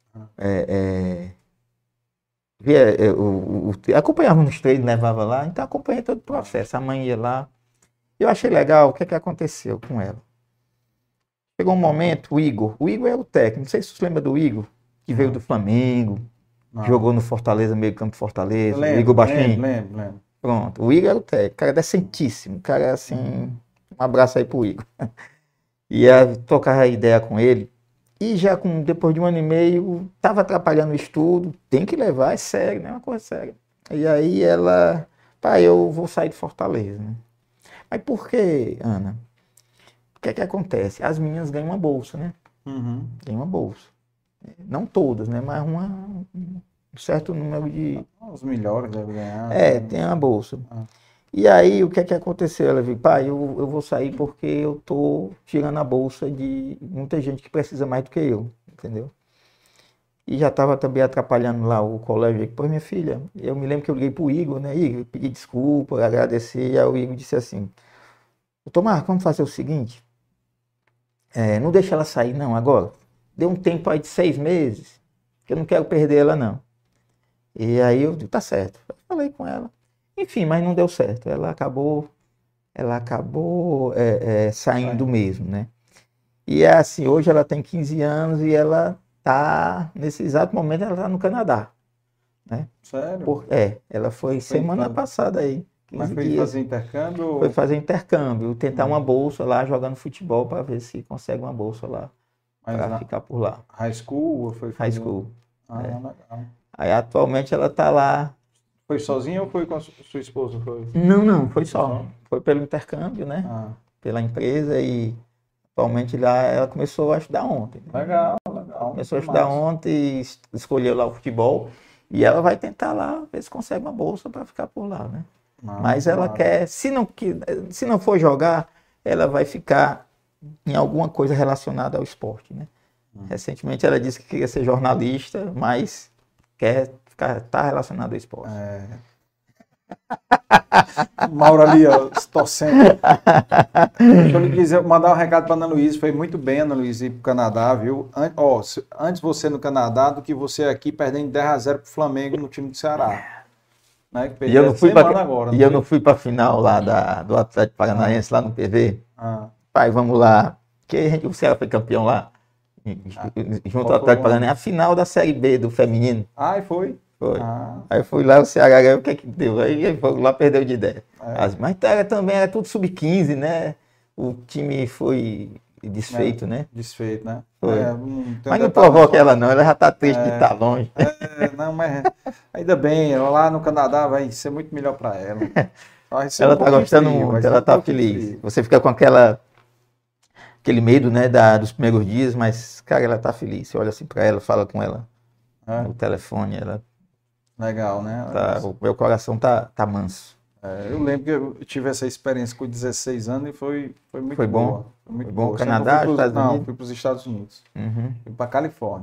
acompanhava nos treinos, levava lá, então acompanhei todo o processo. A mãe ia lá. Eu achei legal, o que aconteceu com ela? Chegou um momento, o Igor era o técnico, não sei se você lembra do Igor, que veio do Flamengo, jogou no Fortaleza, meio campo Fortaleza, o Igor Baixinho. Lembro. Pronto, o Igor era o técnico, cara decentíssimo, cara assim, um abraço aí pro Igor. Ia tocar a ideia com ele, e já depois de 1 ano e meio, tava atrapalhando o estudo, tem que levar, é sério, né, uma coisa séria. E aí ela, pai, eu vou sair de Fortaleza, né? Mas por que, Ana? O que acontece? As meninas ganham uma bolsa, né? Ganham uma bolsa. Não todas, né? Mas um certo número de... Os melhores devem ganhar. Tem uma bolsa. E aí, o que é que aconteceu? Ela viu, pai, eu vou sair porque eu tô tirando a bolsa de muita gente que precisa mais do que eu, entendeu? E já estava também atrapalhando lá o colégio. Depois, minha filha, eu me lembro que eu liguei pro Igor, né? Igor, pedi desculpa, agradecer. E aí o Igor disse assim, Tomás, vamos fazer o seguinte, não deixa ela sair não agora. Dê um tempo aí de 6 meses, que eu não quero perder ela não. E aí eu digo, tá certo. Eu falei com ela. Enfim, mas não deu certo. Ela acabou saindo mesmo, né? E é assim, hoje ela tem 15 anos e ela tá, nesse exato momento, ela tá no Canadá. Né? Sério? Ela foi semana passada aí. Mas foi fazer intercâmbio? Foi fazer intercâmbio, tentar uma bolsa lá, jogando futebol, para ver se consegue uma bolsa lá, para ficar por lá. High school ou foi High school. Legal. Aí atualmente ela tá lá. Foi sozinha ou foi com a sua esposa? Não, foi só. Foi pelo intercâmbio, né? Pela empresa e atualmente lá ela começou a estudar ontem. Né? Legal. Começou a estudar ontem, escolheu lá o futebol e ela vai tentar lá ver se consegue uma bolsa para ficar por lá, né? Mas ela quer, se não for jogar, ela vai ficar em alguma coisa relacionada ao esporte, né? Recentemente ela disse que queria ser jornalista, mas quer estar relacionado ao esporte. Mauro ali, ó, torcendo. Deixa eu lhe dizer, mandar um recado para Ana Luísa. Foi muito bem, Ana Luísa, ir para o Canadá, viu? Antes você no Canadá do que você aqui perdendo 10-0 para o Flamengo no time do Ceará. Né? E eu não fui para a final lá do Atlético Paranaense, lá no PV. Pai, vamos lá. O Ceará foi campeão lá, junto ao Atlético Paranaense. A final da Série B do feminino. E foi? Foi. Aí fui lá, o Ceará ganhou, o que deu? Aí foi lá, perdeu de 10. Mas também era tudo sub-15, né? O time foi desfeito, né? Desfeito, né? Mas não provoca ela não, ela já tá triste de estar longe. Não, mas ainda bem, lá no Canadá vai ser muito melhor para ela. Ela tá gostando muito, ela tá feliz. Você fica com aquele medo, né, dos primeiros dias, mas, cara, ela tá feliz. Você olha assim para ela, fala com ela no telefone, ela... Legal, né? O meu coração tá manso. Eu lembro que eu tive essa experiência com 16 anos e foi muito foi boa. Bom? Foi muito bom. Canadá, Estados Unidos? Não, fui para os Estados Unidos. Fui para Califórnia.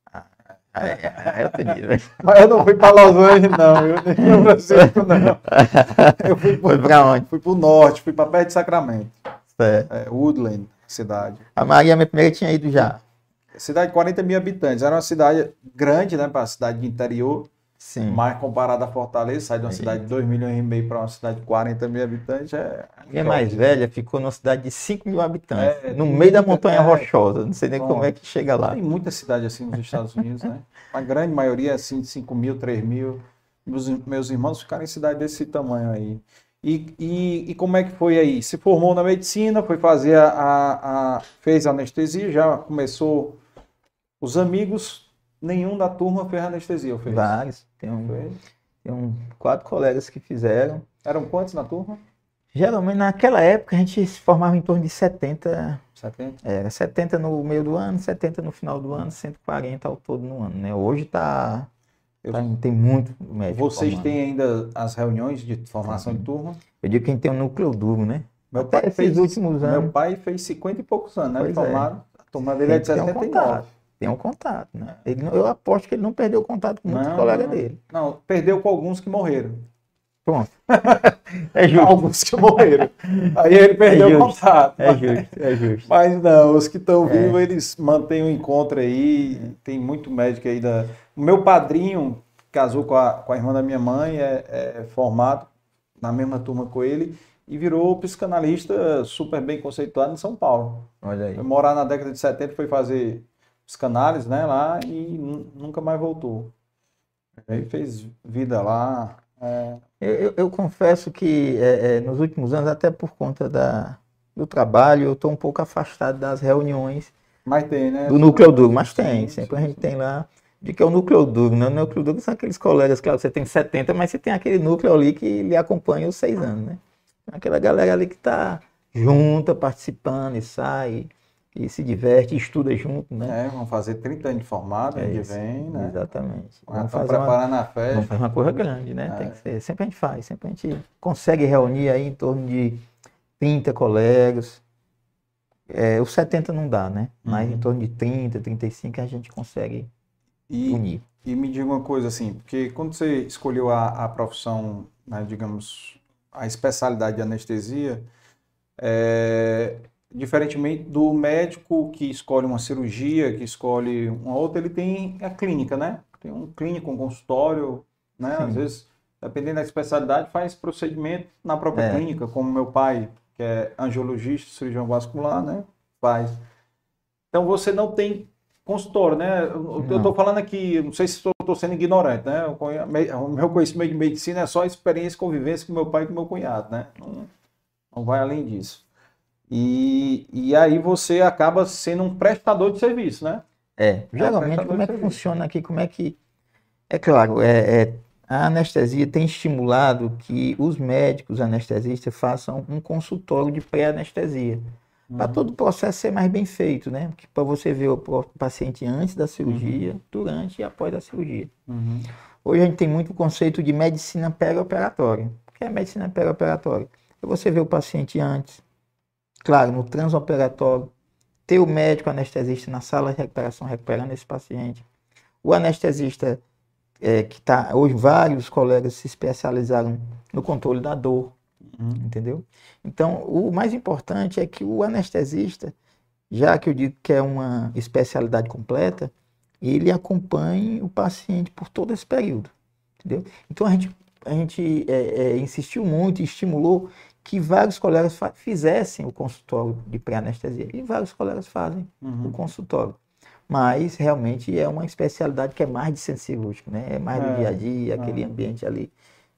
Mas eu não fui para Los Angeles, não. Eu nem fui para Francisco, não. Foi para onde? Fui para o norte, fui para perto de Sacramento. Woodland, cidade. A Maria, minha primeira, tinha ido já. Cidade de 40 mil habitantes. Era uma cidade grande, né? Para a cidade de interior. Sim. Mas comparado à Fortaleza, sai de uma cidade de 2,5 milhões para uma cidade de 40 mil habitantes. A minha mais velha ficou numa cidade de 5 mil habitantes, no meio da montanha rochosa. Não sei nem como é que chega lá. Tem muita cidade assim nos Estados Unidos, né? A grande maioria assim de 5 mil, 3 mil. Meus irmãos ficaram em cidade desse tamanho aí. E como é que foi aí? Se formou na medicina, foi fazer fez anestesia, já começou os amigos. Nenhum da turma fez anestesia, fez? Vários. Tem 4 colegas que fizeram. Eram quantos na turma? Geralmente, naquela época, a gente se formava em torno de 70. 70? Era 70 no meio do ano, 70 no final do ano, 140 ao todo no ano, né? Hoje tem muito médico. Vocês têm ainda as reuniões de formação de turma? Eu digo que a gente tem um núcleo duro, né? Meu pai fez últimos anos. Meu pai fez 50 e poucos anos, né? Formado. A turma dele é de 79. Tem um contato, né? Eu aposto que ele não perdeu o contato com muitos colegas dele. Não, perdeu com alguns que morreram. Pronto. É justo. Alguns que morreram. Aí ele perdeu o contato. É justo. Mas não, os que estão vivos, eles mantêm o encontro aí. Tem muito médico aí. O meu padrinho casou com a irmã da minha mãe, é formado na mesma turma com ele e virou psicanalista super bem conceituado em São Paulo. Olha aí. Foi morar na década de 70, foi fazer psicanálise, né, lá e nunca mais voltou. Aí fez vida lá. Eu confesso que nos últimos anos, até por conta do trabalho, eu estou um pouco afastado das reuniões. Mas tem, né? Do núcleo duro, mas tem. Sempre a gente tem lá. De que é o núcleo duro, né? O núcleo duro são aqueles colegas, claro, você tem 70, mas você tem aquele núcleo ali que lhe acompanha os 6 anos, né? Aquela galera ali que está junta, participando e sai. e se diverte, estuda junto, né? Vamos fazer 30 anos de formado, ano que vem, né? Exatamente. Vamos preparar na festa. Vamos fazer uma coisa grande, né? Tem que ser. Sempre a gente faz, sempre a gente consegue reunir aí em torno de 30 colegas. Os 70 não dá, né? Mas em torno de 30, 35 a gente consegue unir. E me diga uma coisa assim, porque quando você escolheu a profissão, né, digamos, a especialidade de anestesia, diferentemente do médico que escolhe uma cirurgia, que escolhe uma outra, ele tem a clínica, né? Tem um clínico, um consultório, né? Sim. Às vezes, dependendo da especialidade, faz procedimento na própria clínica, como meu pai, que é angiologista, cirurgião vascular, né? Faz. Então, você não tem consultório, né? Eu estou falando aqui, não sei se estou sendo ignorante, né? O meu conhecimento de medicina é só experiência e convivência com meu pai e com meu cunhado, né? Não vai além disso. E aí você acaba sendo um prestador de serviço, né? Geralmente, como é que funciona aqui? Como é que... É claro, a anestesia tem estimulado que os médicos anestesistas façam um consultório de pré-anestesia. Para todo o processo ser mais bem feito, né? Para você ver o paciente antes da cirurgia, durante e após a cirurgia. Hoje a gente tem muito o conceito de medicina perioperatória. O que é medicina perioperatória? É você ver o paciente antes, claro, no transoperatório, ter o médico anestesista na sala de recuperação recuperando esse paciente. O anestesista, que está... Hoje vários colegas se especializaram no controle da dor. Entendeu? Então, o mais importante é que o anestesista, já que eu digo que é uma especialidade completa, ele acompanhe o paciente por todo esse período. Entendeu? Então, a gente insistiu muito e estimulou que vários colegas fizessem o consultório de pré-anestesia. E vários colegas fazem o consultório. Mas, realmente, é uma especialidade que é mais de centro cirúrgico, né? É mais do dia a dia, aquele ambiente ali.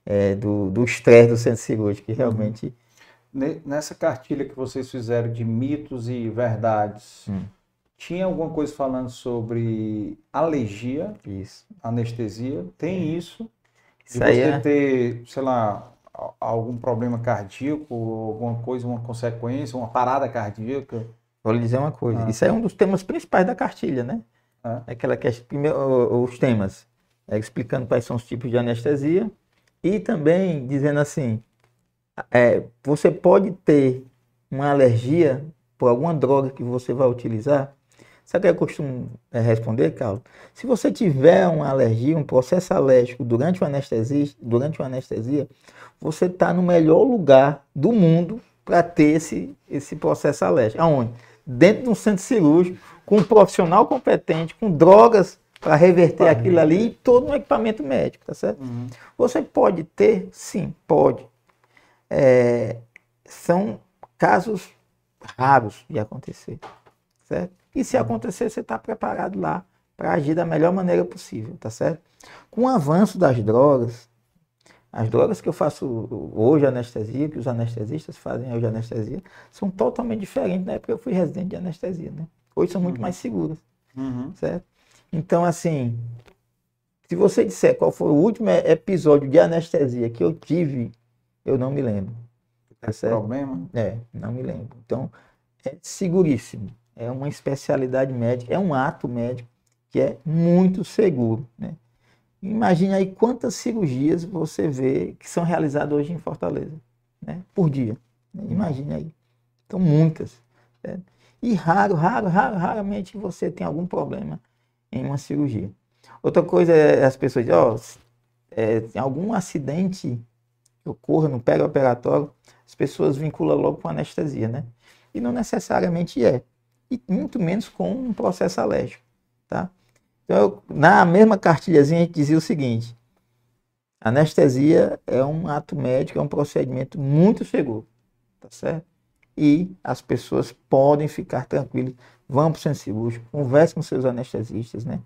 Do estresse do centro cirúrgico, que realmente... Nessa cartilha que vocês fizeram de mitos e verdades, tinha alguma coisa falando sobre alergia, anestesia? Tem isso? De você ter, sei lá, algum problema cardíaco, alguma coisa, uma consequência, uma parada cardíaca? Vou lhe dizer uma coisa, isso é um dos temas principais da cartilha, né? Aquela questão, primeiro, os temas, explicando quais são os tipos de anestesia, e também dizendo assim, você pode ter uma alergia por alguma droga que você vai utilizar. Sabe o que eu costumo responder, Carlos? Se você tiver uma alergia, um processo alérgico durante uma anestesia, você está no melhor lugar do mundo para ter esse processo alérgico. Aonde? Dentro de um centro cirúrgico, com um profissional competente, com drogas para reverter aquilo ali e todo um equipamento médico, tá certo? Você pode ter? Sim, pode. São casos raros de acontecer, certo? E se acontecer, você está preparado lá para agir da melhor maneira possível, tá certo? Com o avanço das drogas, as drogas que eu faço hoje anestesia, que os anestesistas fazem hoje anestesia, são totalmente diferentes da época que eu fui residente de anestesia, né? Hoje são muito mais seguras, certo? Então, assim, se você disser qual foi o último episódio de anestesia que eu tive, eu não me lembro. Tá certo? Problema? Não me lembro. Então, é seguríssimo. É uma especialidade médica, é um ato médico que é muito seguro, né? Imagine aí quantas cirurgias você vê que são realizadas hoje em Fortaleza, né? Por dia. Imagine aí. Então, muitas. Certo? E raramente você tem algum problema em uma cirurgia. Outra coisa é as pessoas dizem, algum acidente que ocorra no perioperatório, as pessoas vinculam logo com anestesia, né? E não necessariamente é. E muito menos com um processo alérgico, tá? Então, na mesma cartilhazinha a gente dizia o seguinte: anestesia é um ato médico, é um procedimento muito seguro, tá certo? E as pessoas podem ficar tranquilas, vão para o centro cirúrgico, conversem com seus anestesistas, né?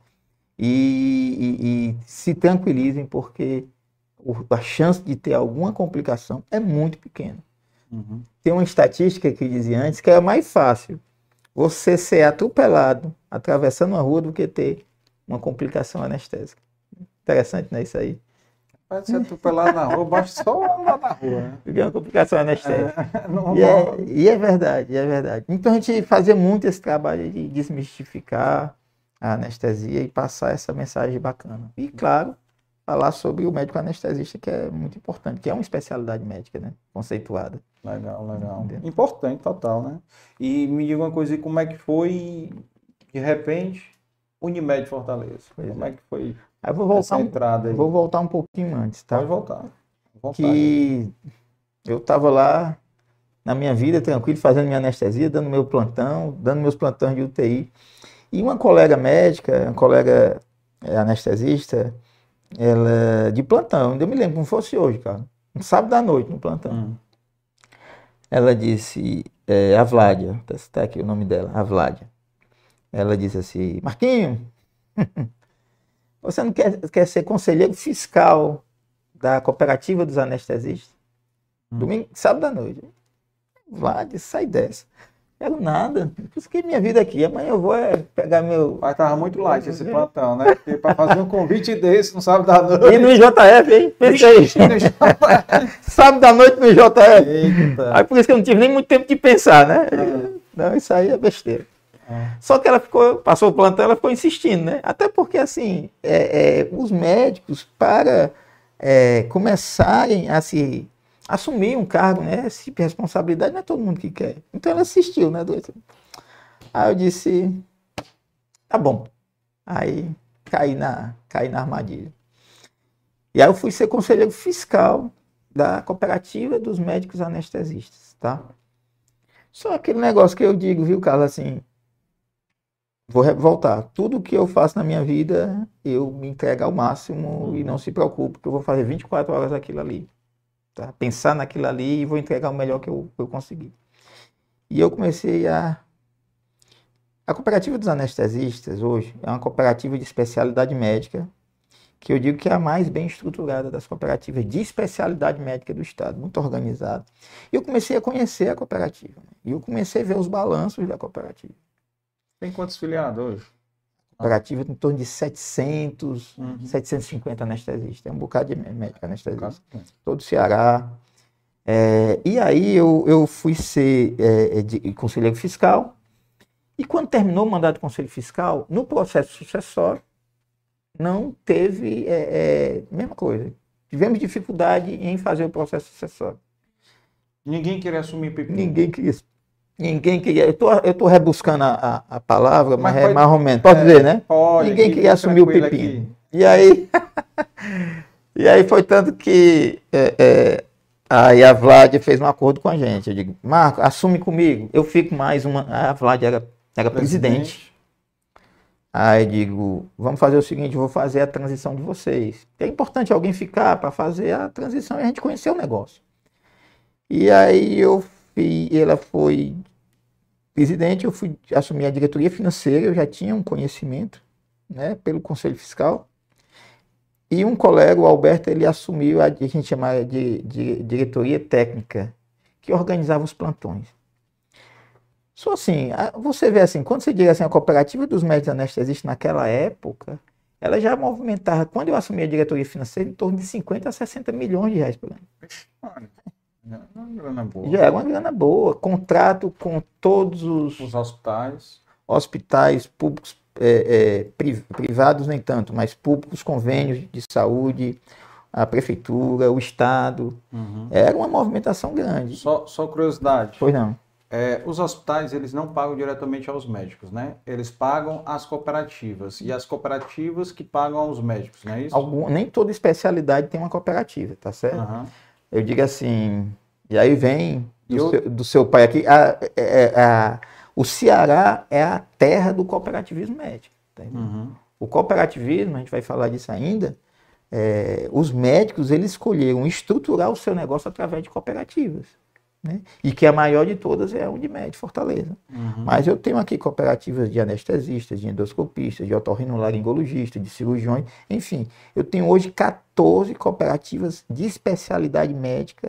E se tranquilizem, porque a chance de ter alguma complicação é muito pequena. Tem uma estatística que dizia antes que era mais fácil você ser atropelado atravessando uma rua do que ter uma complicação anestésica. Interessante, né, isso aí? Pode ser atropelado na rua, basta só andar na rua. Né? Porque é uma complicação anestésica. E é verdade, é verdade. Então a gente fazia muito esse trabalho de desmistificar a anestesia e passar essa mensagem bacana. E, claro, falar sobre o médico anestesista, que é muito importante, que é uma especialidade médica, né? Conceituada. Legal, legal. Entendeu? Importante, total, né? E me diga uma coisa, como é que foi, de repente, Unimed Fortaleza? Como é que foi essa entrada aí? Vou voltar um pouquinho antes, tá? Pode voltar. Que eu estava lá, na minha vida, tranquilo, fazendo minha anestesia, dando meu plantão, dando meus plantões de UTI. E uma colega médica, uma colega anestesista, ela de plantão, ainda me lembro como fosse hoje, cara. Um sábado à noite, no plantão. Ela disse, a Vládia, tá aqui o nome dela, a Vládia. Ela disse assim, Marquinho, você não quer ser conselheiro fiscal da cooperativa dos anestesistas? Domingo, sábado à noite. Vládia, sai dessa. Quero nada, busquei minha vida aqui, amanhã eu vou pegar meu... Mas tava muito light esse plantão, né? Porque para fazer um convite desse no sábado à noite... E no IJF, hein? Pensa aí. Sábado à noite no IJF. Eita. Aí por isso que eu não tive nem muito tempo de pensar, né? Não, isso aí é besteira. Só que ela passou o plantão, ela ficou insistindo, né? Até porque, assim, os médicos, para começarem a se... assumir um cargo, né? Esse tipo de responsabilidade não é todo mundo que quer. Então ela assistiu, né? Aí eu disse, tá bom. Aí caí na armadilha. E aí eu fui ser conselheiro fiscal da cooperativa dos médicos anestesistas, tá? Só aquele negócio que eu digo, viu, Carlos, assim, vou voltar. Tudo que eu faço na minha vida, eu me entrego ao máximo e não se preocupe, que eu vou fazer 24 horas aquilo ali. Tá? Pensar naquilo ali e vou entregar o melhor que eu conseguir. E eu comecei a cooperativa dos anestesistas hoje é uma cooperativa de especialidade médica, que eu digo que é a mais bem estruturada das cooperativas de especialidade médica do estado, muito organizada. E eu comecei a conhecer a cooperativa, né? E eu comecei a ver os balanços da cooperativa. Tem quantos filiados hoje? Cooperativa em torno de 700, 750 anestesistas. É um bocado de médico anestesista. Todo o Ceará. E aí eu fui ser conselheiro fiscal. E quando terminou o mandato de conselho fiscal, no processo sucessório, não teve mesma coisa. Tivemos dificuldade em fazer o processo sucessório. Ninguém queria assumir pepino. Ninguém queria. Eu tô rebuscando a palavra, mas é mais ou menos. Pode dizer, né? Pode. Ninguém queria assumir o pepino. E aí foi tanto que aí a Vládia fez um acordo com a gente. Eu digo, Marco, assume comigo. Eu fico mais uma. A Vládia era presidente. Aí eu digo, vamos fazer o seguinte, eu vou fazer a transição de vocês. É importante alguém ficar para fazer a transição e a gente conhecer o negócio. E aí ela foi presidente, eu fui assumir a diretoria financeira, eu já tinha um conhecimento, né, pelo Conselho Fiscal. E um colega, o Alberto, ele assumiu a gente chama de diretoria técnica, que organizava os plantões. Só assim, você vê assim, quando você diz assim, a cooperativa dos médicos anestesistas naquela época, ela já movimentava, quando eu assumi a diretoria financeira, em torno de 50 a 60 milhões de reais por ano. Já era uma grana boa. Já era uma grana boa. Contrato com todos os hospitais públicos, privados nem tanto, mas públicos, convênios de saúde, a prefeitura, o estado. Era uma movimentação grande. Só curiosidade. Pois não. Os hospitais, eles não pagam diretamente aos médicos, né? Eles pagam às cooperativas. E as cooperativas que pagam aos médicos, não é isso? Nem toda especialidade tem uma cooperativa, tá certo? Eu digo assim, e aí vem do seu pai aqui, o Ceará é a terra do cooperativismo médico. Tá? O cooperativismo, a gente vai falar disso ainda, os médicos, eles escolheram estruturar o seu negócio através de cooperativas. Né? E que a maior de todas é a Unimed Fortaleza. Mas eu tenho aqui cooperativas de anestesistas, de endoscopistas, de otorrinolaringologistas, de cirurgiões, enfim, eu tenho hoje 14 cooperativas de especialidade médica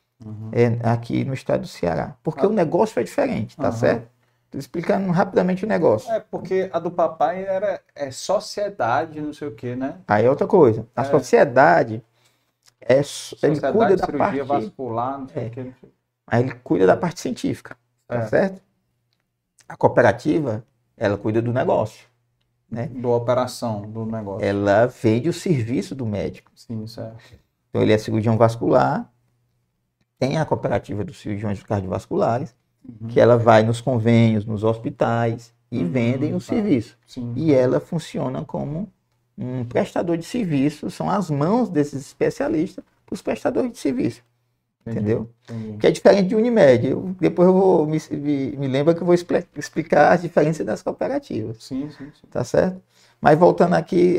aqui no estado do Ceará, porque o negócio é diferente, tá certo? Estou explicando rapidamente o negócio. Porque a do papai era sociedade, não sei o quê, né? Aí é outra coisa. A sociedade, Ele cuida da parte vascular, não sei o que. Aí ele cuida da parte científica, tá certo? A cooperativa, ela cuida do negócio, né? Da operação do negócio. Ela vende o serviço do médico. Sim, certo. Então ele é cirurgião vascular, tem a cooperativa dos cirurgiões cardiovasculares, que ela vai nos convênios, nos hospitais e vendem o serviço. Sim. E ela funciona como um prestador de serviço, são as mãos desses especialistas para os prestadores de serviço. Entendeu? Que é diferente de Unimed. Depois eu vou me lembra que eu vou explicar as diferenças das cooperativas. Sim. Tá certo? Mas voltando aqui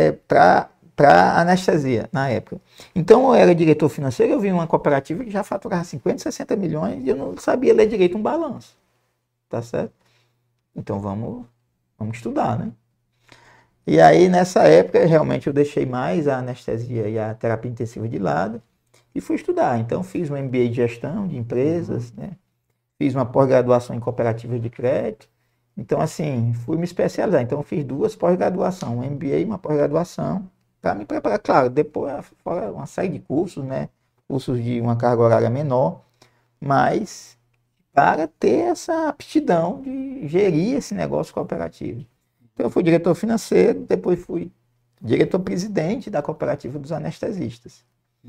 para anestesia, na época. Então eu era diretor financeiro, eu vi uma cooperativa que já faturava 50, 60 milhões e eu não sabia ler direito um balanço. Tá certo? Então vamos estudar, né? E aí nessa época realmente eu deixei mais a anestesia e a terapia intensiva de lado. E fui estudar. Então, fiz um MBA de gestão de empresas, né? Fiz uma pós-graduação em cooperativas de crédito. Então, assim, fui me especializar. Então, fiz 2 pós-graduações, um MBA e uma pós-graduação, para me preparar. Claro, depois, fora uma série de cursos, né? Cursos de uma carga horária menor, mas para ter essa aptidão de gerir esse negócio cooperativo. Então, eu fui diretor financeiro, depois fui diretor-presidente da cooperativa dos anestesistas.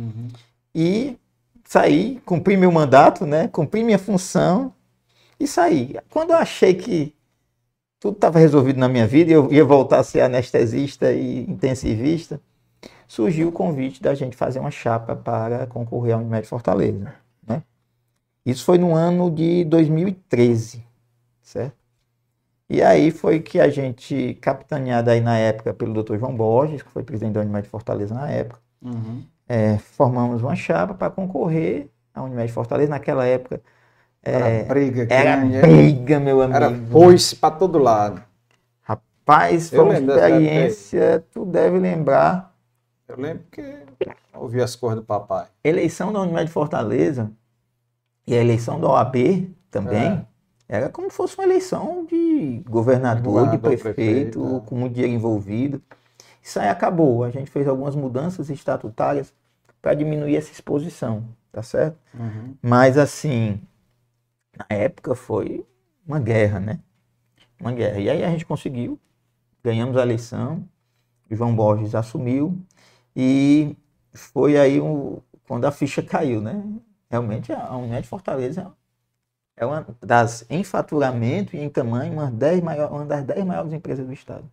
E saí, cumpri meu mandato, né? Cumpri minha função e saí. Quando eu achei que tudo estava resolvido na minha vida e eu ia voltar a ser anestesista e intensivista, surgiu o convite da gente fazer uma chapa para concorrer ao Unimed Fortaleza, né? Isso foi no ano de 2013, certo? E aí foi que a gente, capitaneado aí na época pelo Dr. João Borges, que foi presidente da Unimed Fortaleza na época, formamos uma chapa para concorrer à Unimed Fortaleza. Naquela época era briga, meu amigo. Era foice para todo lado. Rapaz, foi uma experiência, tu deve lembrar. Eu lembro que ouvi as cores do papai. Eleição da Unimed Fortaleza e a eleição da OAB também era como se fosse uma eleição de governador de prefeito, com muito dinheiro envolvido. Isso aí acabou. A gente fez algumas mudanças estatutárias para diminuir essa exposição, tá certo? Mas, assim, na época foi uma guerra, né? Uma guerra. E aí a gente conseguiu, ganhamos a eleição, o João Borges assumiu e foi aí quando a ficha caiu, né? Realmente a Unimed Fortaleza é uma das, em faturamento e em tamanho, uma das 10 maiores empresas do estado.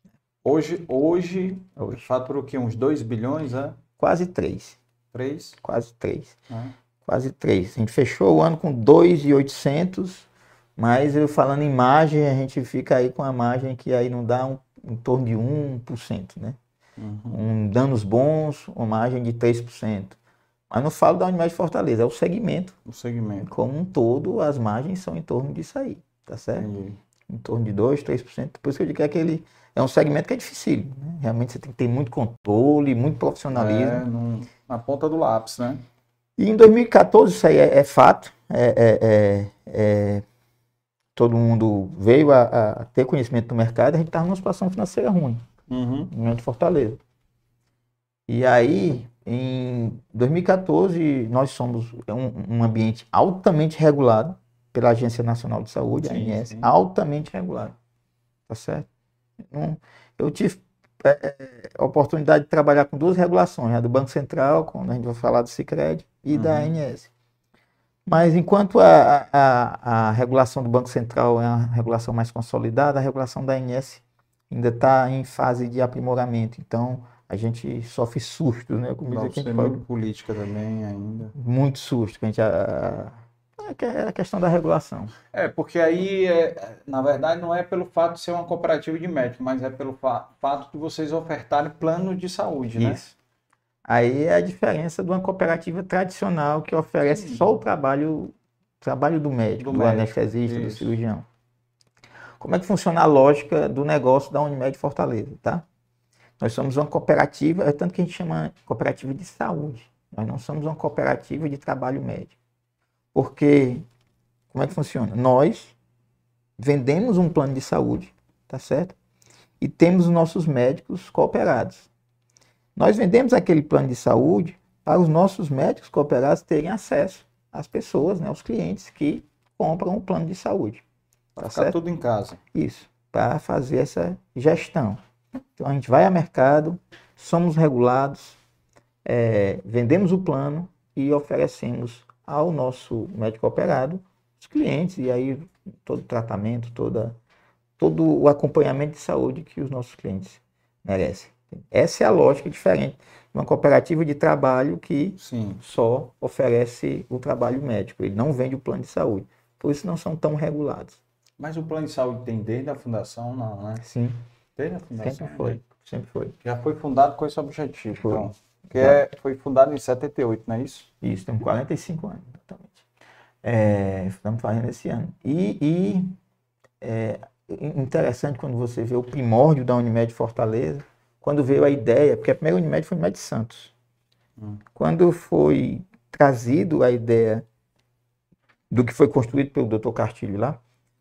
Hoje fatura o quê? Uns 2 bilhões, é? Quase 3. 3? Quase 3. Quase 3. A gente fechou o ano com 2.800, mas eu falando em margem, a gente fica aí com a margem que aí não dá em torno de 1%, né? Danos bons, uma margem de 3%. Mas não falo da Unimed Fortaleza, é o segmento. O segmento. Como um todo, as margens são em torno disso aí, tá certo? Em torno de 2%, 3%. Por isso que eu digo que aquele é um segmento que é difícil, né? Realmente você tem que ter muito controle, muito profissionalismo. Na ponta do lápis, né? E em 2014, isso aí é fato, todo mundo veio a ter conhecimento do mercado, a gente estava numa situação financeira ruim, de Fortaleza. E aí, em 2014, nós somos um ambiente altamente regulado pela Agência Nacional de Saúde, a ANS, altamente regulado, tá certo? Eu tive a oportunidade de trabalhar com 2 regulações, a do Banco Central, quando a gente vai falar do Sicredi, e da ANS. Mas enquanto a regulação do Banco Central é uma regulação mais consolidada, a regulação da ANS ainda está em fase de aprimoramento. Então, a gente sofre susto, né? Muito política também ainda. Muito susto. É a questão da regulação. Porque aí, na verdade, não é pelo fato de ser uma cooperativa de médicos, mas é pelo fato de vocês ofertarem plano de saúde, né? Isso. Aí é a diferença de uma cooperativa tradicional que oferece só o trabalho do médico, do anestesista, do cirurgião. Como é que funciona a lógica do negócio da Unimed Fortaleza, tá? Nós somos uma cooperativa, é tanto que a gente chama cooperativa de saúde. Nós não somos uma cooperativa de trabalho médico. Porque, como é que funciona? Nós vendemos um plano de saúde, tá certo? E temos os nossos médicos cooperados. Nós vendemos aquele plano de saúde para os nossos médicos cooperados terem acesso às pessoas, né, aos clientes que compram um plano de saúde. Para ficar tudo em casa. Isso, para fazer essa gestão. Então a gente vai ao mercado, somos regulados, vendemos o plano e oferecemos ao nosso médico cooperado os clientes, e aí todo o tratamento, todo o acompanhamento de saúde que os nossos clientes merecem. Essa é a lógica diferente de uma cooperativa de trabalho que só oferece o trabalho médico, ele não vende o plano de saúde, por isso não são tão regulados. Mas o plano de saúde tem desde a fundação, não, né? Sim. Desde a fundação? Sempre foi. Já foi fundado com esse objetivo, então. Foi fundado em 78, não é isso? Isso, temos 45 anos, exatamente. Estamos fazendo esse ano. Interessante quando você vê o primórdio da Unimed Fortaleza, quando veio a ideia, porque a primeira Unimed foi Unimed Santos. Quando foi trazido a ideia do que foi construído pelo Dr. Cartilho lá,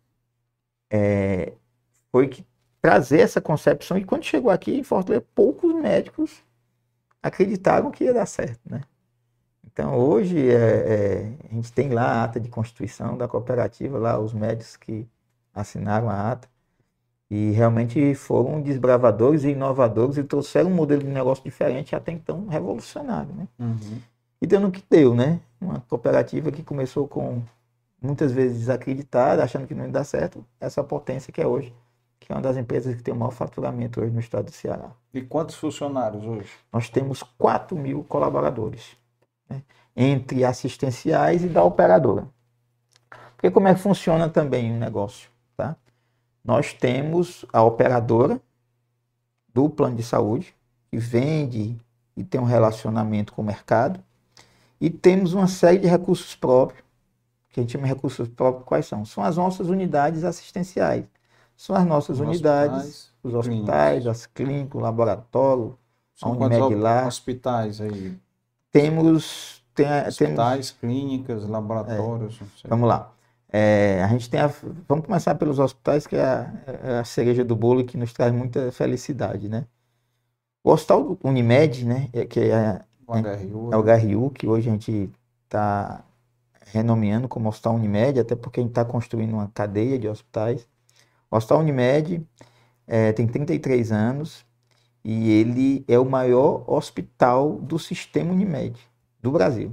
foi que trazer essa concepção, e quando chegou aqui em Fortaleza, poucos médicos acreditaram que ia dar certo, né? Então hoje a gente tem lá a ata de constituição da cooperativa, lá os médicos que assinaram a ata, e realmente foram desbravadores e inovadores e trouxeram um modelo de negócio diferente, até então revolucionário, né? E deu no que deu, né? Uma cooperativa que começou com muitas vezes desacreditada, achando que não ia dar certo, essa potência que é hoje, que é uma das empresas que tem o maior faturamento hoje no estado do Ceará. E quantos funcionários hoje? Nós temos 4.000 colaboradores, né? Entre assistenciais e da operadora. Porque como é que funciona também o negócio, tá? Nós temos a operadora do plano de saúde, que vende e tem um relacionamento com o mercado, e temos uma série de recursos próprios, que a gente chama de recursos próprios. Quais são? São as nossas unidades assistenciais. São as nossas unidades, os hospitais, as clínicas, o laboratório, a Unimed lá. Hospitais aí? Temos hospitais, clínicas, laboratórios. Vamos lá. A gente tem vamos começar pelos hospitais, que é a cereja do bolo que nos traz muita felicidade, né? O Hospital Unimed, né, que é o HRU, que hoje a gente está renomeando como Hospital Unimed, até porque a gente está construindo uma cadeia de hospitais. O Hospital Unimed tem 33 anos e ele é o maior hospital do sistema Unimed do Brasil.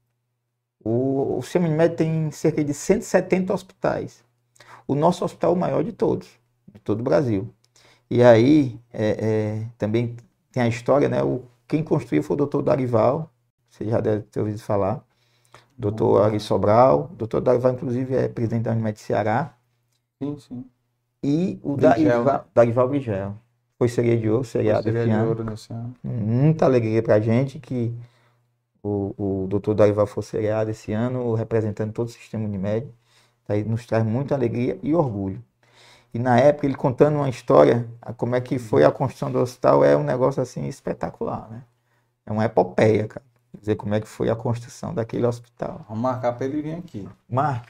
O sistema Unimed tem cerca de 170 hospitais. O nosso hospital é o maior de todos, de todo o Brasil. E aí também tem a história, né? Quem construiu foi o Dr. Darival, você já deve ter ouvido falar. Dr. Ari Sobral. O Dr. Darival, inclusive, é presidente da Unimed Ceará. Sim. E o Darival Brigel. Foi Sereia de Ouro, seriado esse ano. Muita alegria pra gente que o Dr. Darival foi seriado esse ano, representando todo o sistema Unimed. Aí nos traz muita alegria e orgulho. E na época, ele contando uma história, como é que foi a construção do hospital, é um negócio assim espetacular, né? É uma epopeia, cara. Dizer como é que foi a construção daquele hospital. Vamos marcar para ele vir aqui. Marca.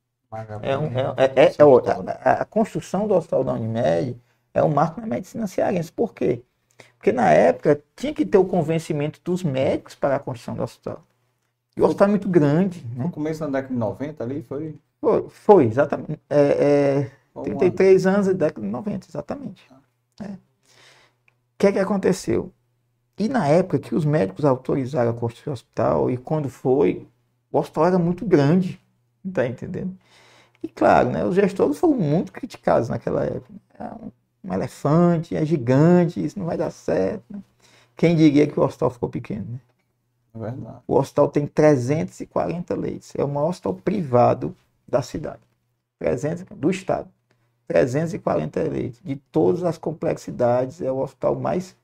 A construção do hospital da Unimed é um marco na medicina cearense. Por quê? Porque na época tinha que ter o convencimento dos médicos para a construção do hospital. E o hospital é muito grande, né? No começo da década de 90 ali foi? Foi, exatamente. 33 anos da década de 90, exatamente. O que é que aconteceu? E na época que os médicos autorizaram a construir o hospital, e quando foi, o hospital era muito grande, tá entendendo? E claro, né, os gestores foram muito criticados naquela época. Um elefante, é gigante, isso não vai dar certo, né? Quem diria que o hospital ficou pequeno, né? É verdade. O hospital tem 340 leitos, é o maior hospital privado da cidade, do estado. 340 leitos, de todas as complexidades, é o hospital mais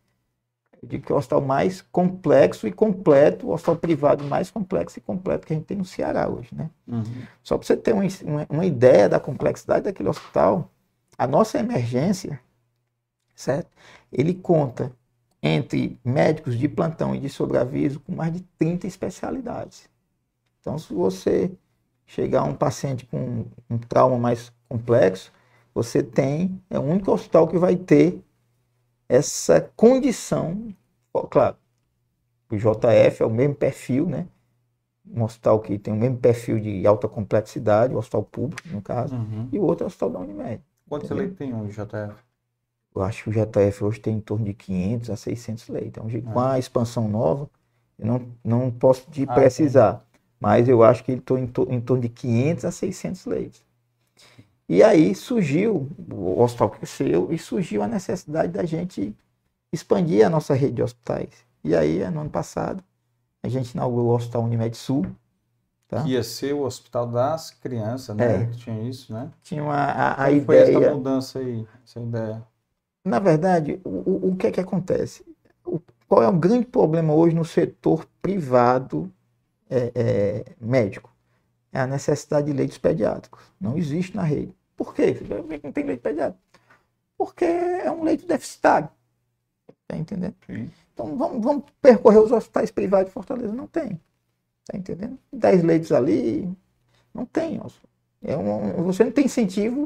complexo e completo, o hospital privado mais complexo e completo que a gente tem no Ceará hoje, né? Só para você ter uma ideia da complexidade daquele hospital, a nossa emergência, certo? Ele conta entre médicos de plantão e de sobreaviso com mais de 30 especialidades. Então, se você chegar a um paciente com um trauma mais complexo, você é o único hospital que vai ter essa condição, claro, O JF é o mesmo perfil, né? Um hospital que tem o mesmo perfil de alta complexidade, o hospital público, no caso, e o outro é o hospital da Unimed. Quantos leitos tem hoje, JF? Eu acho que o JF hoje tem em torno de 500 a 600 leitos. Então, com a expansão nova, eu não posso te precisar, mas eu acho que ele está em torno de 500 a 600 leitos. E aí surgiu, o hospital cresceu e surgiu a necessidade da gente expandir a nossa rede de hospitais. E aí, no ano passado, a gente inaugurou o Hospital Unimed Sul. Tá? Que ia ser o Hospital das Crianças, né? Tinha isso, né? Tinha a ideia... foi essa mudança aí, essa ideia? Na verdade, o que é que acontece? Qual é o grande problema hoje no setor privado médico? É a necessidade de leitos pediátricos. Não existe na rede. Por quê? Não tem leito pediátrico? Porque é um leito deficitário. Tá entendendo? Sim. Então vamos percorrer os hospitais privados de Fortaleza. Não tem. Tá entendendo? 10 leitos ali, não tem. Você não tem incentivo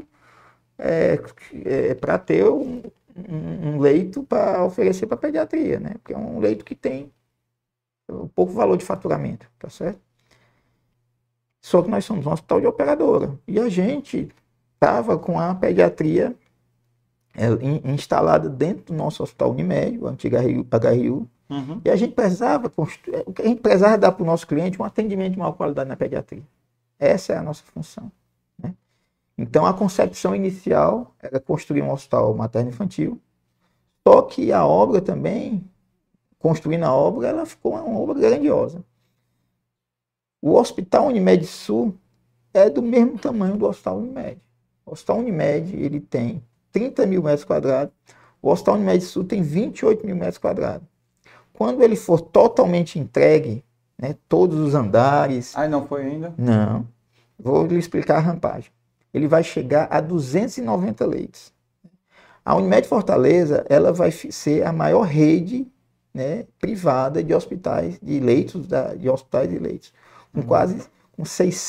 para ter um leito para oferecer para pediatria, né? Porque é um leito que tem pouco valor de faturamento, tá certo? Só que nós somos um hospital de operadora e a gente estava com a pediatria instalada dentro do nosso hospital Unimed, o antigo HRU, e a gente precisava dar para o nosso cliente um atendimento de maior qualidade na pediatria. Essa é a nossa função, né? Então, a concepção inicial era construir um hospital materno-infantil, só que a obra também, construindo a obra, ela ficou uma obra grandiosa. O Hospital Unimed Sul é do mesmo tamanho do Hospital Unimed. O Hospital Unimed, ele tem 30 mil metros quadrados, o Hospital Unimed Sul tem 28 mil metros quadrados. Quando ele for totalmente entregue, né, todos os andares... não foi ainda? Não. Vou lhe explicar a rampagem. Ele vai chegar a 290 leitos. A Unimed Fortaleza, ela vai ser a maior rede, né, privada de hospitais, de leitos, de hospitais e leitos. Com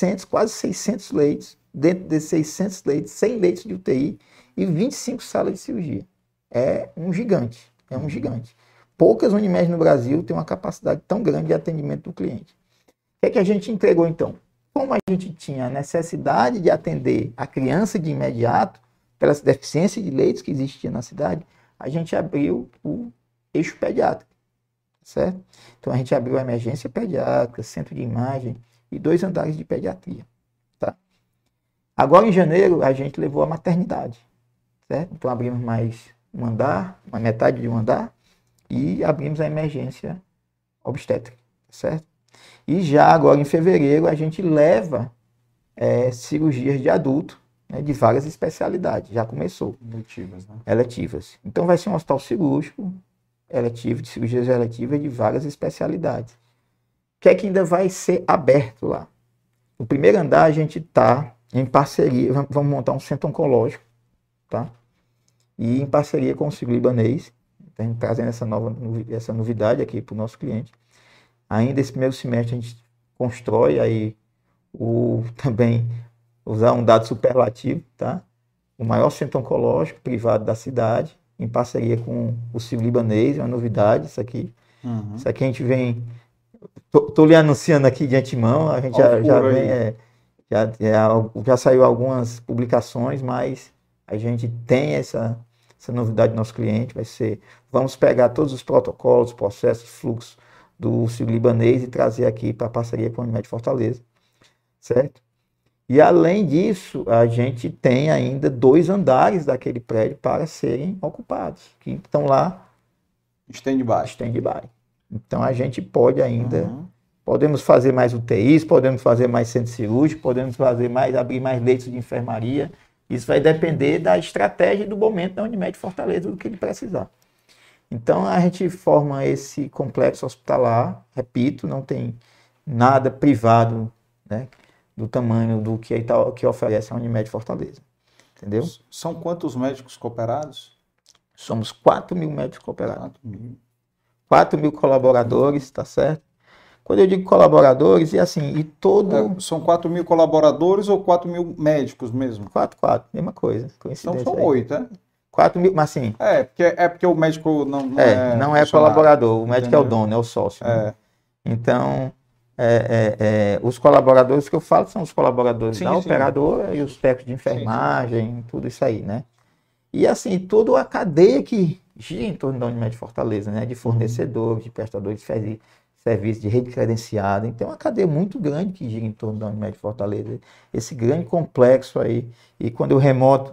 600 leitos, dentro desses 600 leitos, 100 leitos de UTI e 25 salas de cirurgia. É um gigante, Poucas Unimed no Brasil têm uma capacidade tão grande de atendimento do cliente. O que a gente entregou então? Como a gente tinha a necessidade de atender a criança de imediato, pelas deficiências de leitos que existiam na cidade, a gente abriu o eixo pediátrico, certo? Então a gente abriu a emergência pediátrica, centro de imagem e 2 andares de pediatria, tá? Agora em janeiro a gente levou a maternidade, certo? Então abrimos mais um andar, uma metade de um andar e abrimos a emergência obstétrica, certo? E já agora em fevereiro a gente leva cirurgias de adulto, né, de várias especialidades. Já começou. Eletivas, né? Eletivas. Então vai ser um hospital cirúrgico, eletivo, de cirurgias eletivas de várias especialidades. O que é que ainda vai ser aberto lá? No primeiro andar a gente está em parceria, vamos montar um centro oncológico, tá? E em parceria com o Sírio-Libanês, a gente trazendo essa novidade aqui para o nosso cliente. Ainda esse primeiro semestre a gente constrói aí também usar um dado superlativo, tá? O maior centro oncológico privado da cidade, em parceria com o Sírio-Libanês, é uma novidade isso aqui. Isso aqui a gente vem... Estou lhe anunciando aqui de antemão, a gente já saiu algumas publicações, mas a gente tem essa novidade do nosso cliente, vamos pegar todos os protocolos, processos, fluxos do Sírio-Libanês e trazer aqui para a parceria com a Unimed Fortaleza, certo? E além disso, a gente tem ainda 2 andares daquele prédio para serem ocupados, que estão lá stand-by. Então a gente pode ainda, podemos fazer mais UTIs, podemos fazer mais centro cirúrgico, podemos abrir mais leitos de enfermaria. Isso vai depender da estratégia e do momento da Unimed Fortaleza, do que ele precisar. Então a gente forma esse complexo hospitalar, repito, não tem nada privado, né, do tamanho do que oferece a Unimed Fortaleza. Entendeu? São quantos médicos cooperados? Somos 4 mil médicos cooperados. 4 mil. 4 mil colaboradores, tá certo? Quando eu digo colaboradores, São 4 mil colaboradores ou 4 mil médicos mesmo? 4, mesma coisa. Então são 8, né? 4 mil, mas assim... porque o médico não é colaborador, o médico é o dono, é o sócio. Né? Então, os colaboradores que eu falo são os colaboradores da operadora e os técnicos de enfermagem, tudo isso aí, né? E assim, toda a cadeia que gira em torno da Unimed Fortaleza, né? De fornecedores, de prestadores de serviço, de rede credenciada. Então, é uma cadeia muito grande que gira em torno da Unimed Fortaleza. Esse grande complexo aí. E quando eu remonta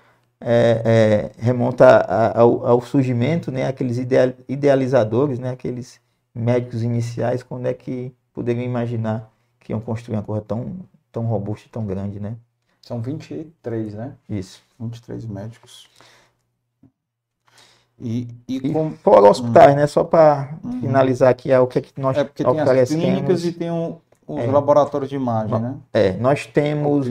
ao surgimento, né? Aqueles idealizadores, né? Aqueles médicos iniciais, quando é que poderiam imaginar que iam construir uma coisa tão robusta e tão grande, né? São 23, né? Isso. 23 médicos. E fora hospitais, né? Só para finalizar aqui, o que é que nós porque tem as clínicas e tem os laboratórios de imagem, né? Nós temos,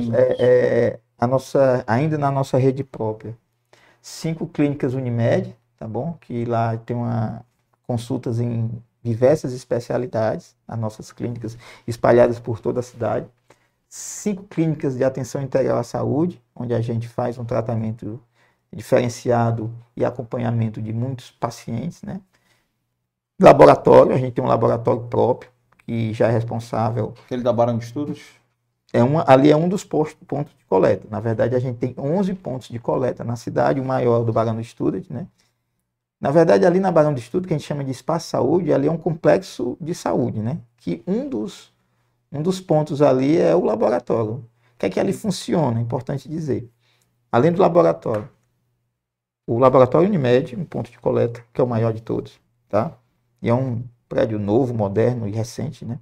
ainda na nossa rede própria, 5 clínicas Unimed, tá bom? Que lá tem consultas em diversas especialidades, as nossas clínicas espalhadas por toda a cidade. 5 clínicas de atenção integral à saúde, onde a gente faz um tratamento diferenciado e acompanhamento de muitos pacientes, né? Laboratório, a gente tem um laboratório próprio, que já é responsável... Aquele da Barão de Estudos? Ali é um dos pontos de coleta. Na verdade, a gente tem 11 pontos de coleta na cidade, o maior do Barão de Estudos, né? Na verdade, ali na Barão de Estudos, que a gente chama de Espaço Saúde, ali é um complexo de saúde, né? Que um dos pontos ali é o laboratório. O que é que ali funciona? É importante dizer. Além do laboratório, o laboratório Unimed, um ponto de coleta, que é o maior de todos, tá? E é um prédio novo, moderno e recente, né?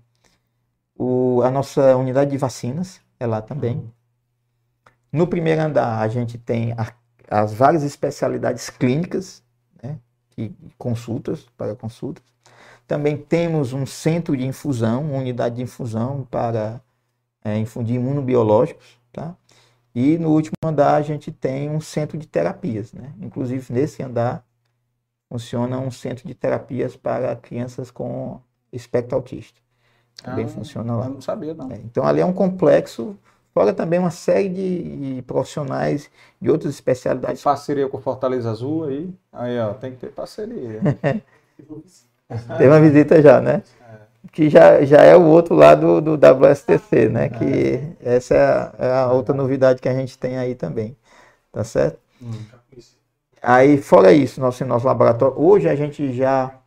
A nossa unidade de vacinas é lá também. No primeiro andar, a gente tem as várias especialidades clínicas, né? E para consultas. Também temos um centro de infusão, uma unidade de infusão para infundir imunobiológicos, tá? E no último andar a gente tem um centro de terapias, né? Inclusive nesse andar funciona um centro de terapias para crianças com espectro autista. Também funciona lá. Eu não sabia, não. Então ali é um complexo, fora também uma série de profissionais de outras especialidades. Parceria com o Fortaleza Azul aí. Aí, ó, tem que ter parceria. Tem uma visita já, né? Que já é o outro lado do WSTC, né? Que essa é a outra novidade que a gente tem aí também. Tá certo? Aí, fora isso, nosso laboratório, hoje a gente já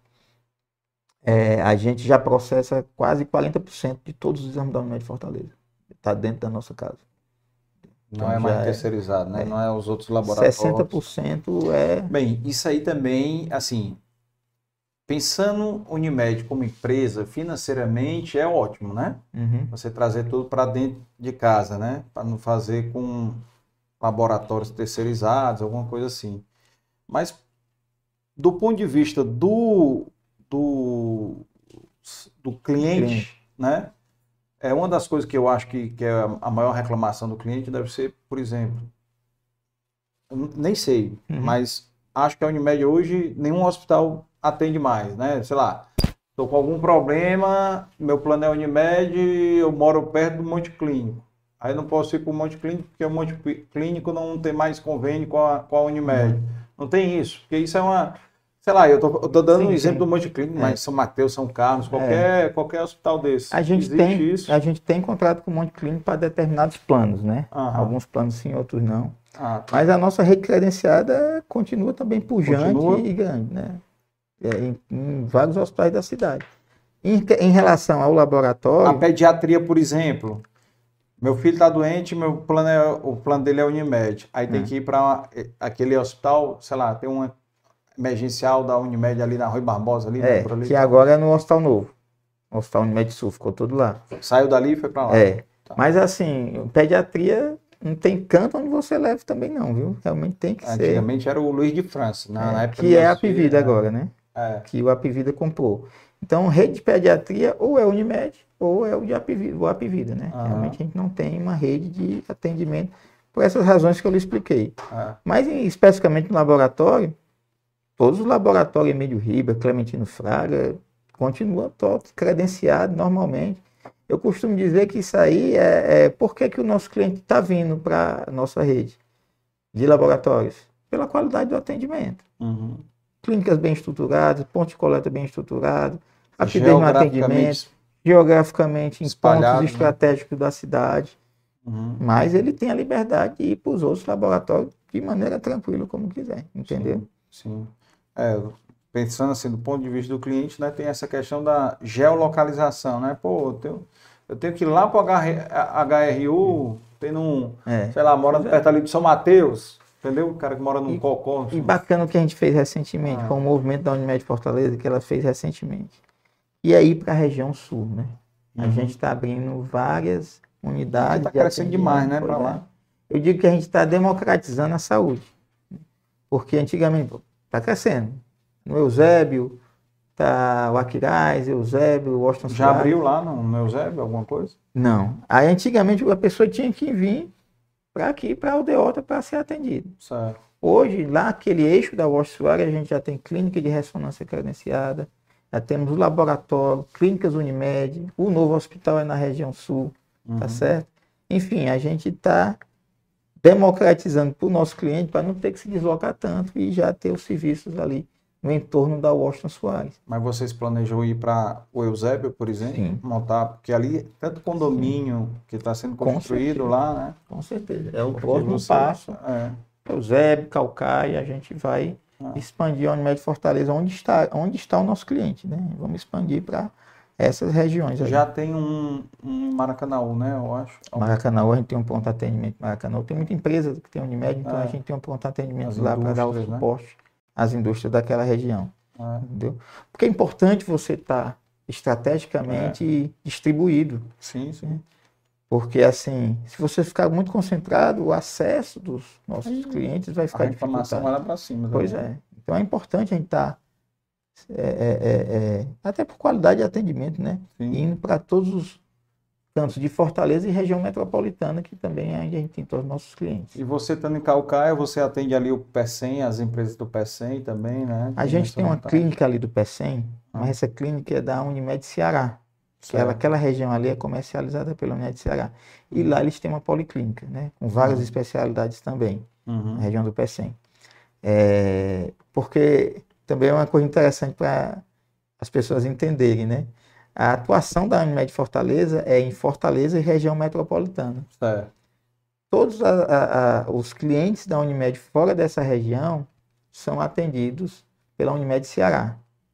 processa quase 40% de todos os exames da Unimed Fortaleza. Está dentro da nossa casa. Não então, é mais terceirizado, né? Não é os outros laboratórios. 60% é... Bem, isso aí também, assim... Pensando Unimed como empresa, financeiramente é ótimo, né? Uhum. Você trazer tudo para dentro de casa, né? Para não fazer com laboratórios terceirizados, alguma coisa assim. Mas, do ponto de vista do cliente, né? É uma das coisas que eu acho que é a maior reclamação do cliente deve ser, por exemplo, nem sei, mas acho que a Unimed hoje, nenhum hospital atende mais, né? Sei lá, estou com algum problema, meu plano é Unimed, eu moro perto do Monte Clínico. Aí não posso ir para o Monte Clínico porque o Monte Clínico não tem mais convênio com a Unimed. Não tem isso, porque isso é uma... Sei lá, eu tô dando um exemplo do Monte Clínico, mas São Mateus, São Carlos, qualquer hospital desse. A gente tem contrato com o Monte Clínico para determinados planos, né? Alguns planos sim, outros não. Tá. Mas a nossa rede credenciada continua também pujante e grande, né? Em vários hospitais da cidade. Em relação ao laboratório... A pediatria, por exemplo, meu filho está doente, o plano dele é Unimed. Aí tem que ir para aquele hospital, sei lá, tem uma emergencial da Unimed ali na Rui Barbosa. Ali, por ali. Que agora é no Hospital Novo. O Hospital Unimed Sul, ficou tudo lá. Saiu dali e foi para lá. Tá. Mas assim, pediatria não tem canto onde você leve também não, viu? Realmente tem que ser. Antigamente era o Luiz de França. Na época que é a Apivida agora, né? Que o Apivida comprou. Então, rede de pediatria ou é Unimed ou é o Apivida, né? Realmente a gente não tem uma rede de atendimento por essas razões que eu lhe expliquei. Mas especificamente no laboratório, todos os laboratórios Emílio Riba, Clementino Fraga, continuam todos credenciados normalmente. Eu costumo dizer que isso aí por que o nosso cliente está vindo para a nossa rede de laboratórios? pela qualidade do atendimento. Clínicas bem estruturadas, ponto de coleta bem estruturado, rapidez no atendimento, geograficamente em pontos estratégicos da cidade. Mas ele tem a liberdade de ir para os outros laboratórios de maneira tranquila, como quiser, entendeu? Sim. Pensando assim, do ponto de vista do cliente, né, tem essa questão da geolocalização, né? Pô, eu tenho que ir lá para o HRU, sei lá, mora perto ali de São Mateus, entendeu? O cara que mora num cocô. E bacana o que a gente fez recentemente, com o movimento da Unimed Fortaleza, que ela fez recentemente. E aí para a região sul, né? A gente está abrindo várias unidades. Está crescendo demais, né, para lá. Eu digo que a gente está democratizando a saúde. Porque antigamente, está crescendo. No Eusébio, tá o Aquiraz, Eusébio, o Washington Já abriu lá no Eusébio alguma coisa? Não. Aí antigamente a pessoa tinha que vir para aqui, para a aldeota, para ser atendido. Certo. Hoje, lá aquele eixo da Washington Soares, a gente já tem clínica de ressonância credenciada, já temos o laboratório, clínicas Unimed, o novo hospital é na região sul, tá certo? Enfim, a gente está democratizando para o nosso cliente para não ter que se deslocar tanto e já ter os serviços ali no entorno da Washington Soares. Mas vocês planejam ir para o Eusébio, por exemplo? Sim. Montar, porque ali tanto condomínio que está sendo construído lá, né? Com certeza. É o próximo passo. Eusébio, Caucaia, a gente vai expandir a Unimed Fortaleza, onde está o nosso cliente, né? Vamos expandir para essas regiões. Já tem um Maracanaú, né? Eu acho. Maracanaú, a gente tem um ponto de atendimento. Maracanaú tem muita empresa que tem Unimed, então a gente tem um ponto de atendimento lá para dar o suporte às indústrias daquela região. Entendeu? Porque é importante você estar estrategicamente distribuído. Sim, sim. Porque, assim, se você ficar muito concentrado, o acesso dos nossos clientes vai ficar dificultado. A informação vai lá para cima. Pois é. Então é importante a gente estar, até por qualidade de atendimento, né? Sim. Indo para todos os cantos de Fortaleza e região metropolitana, que também é onde a gente tem todos os nossos clientes. E você estando em Caucaia, você atende ali o PECEM, as empresas do PECEM também, né? A gente tem uma clínica ali do PECEM, mas essa clínica é da Unimed Ceará. Aquela região ali é comercializada pela Unimed Ceará. E lá eles têm uma policlínica, né? Com várias especialidades também, na região do PECEM. Porque também é uma coisa interessante para as pessoas entenderem, né? A atuação da Unimed Fortaleza é em Fortaleza e região metropolitana. Certo. Todos os clientes da Unimed fora dessa região são atendidos pela Unimed Ceará.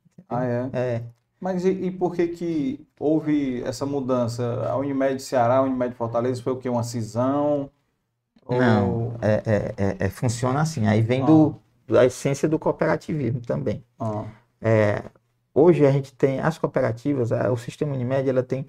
Mas e por que houve essa mudança? A Unimed Ceará, a Unimed Fortaleza, foi o quê? Uma cisão? Não, funciona assim. Aí vem da essência do cooperativismo também. Hoje a gente tem as cooperativas, o sistema Unimed, ela tem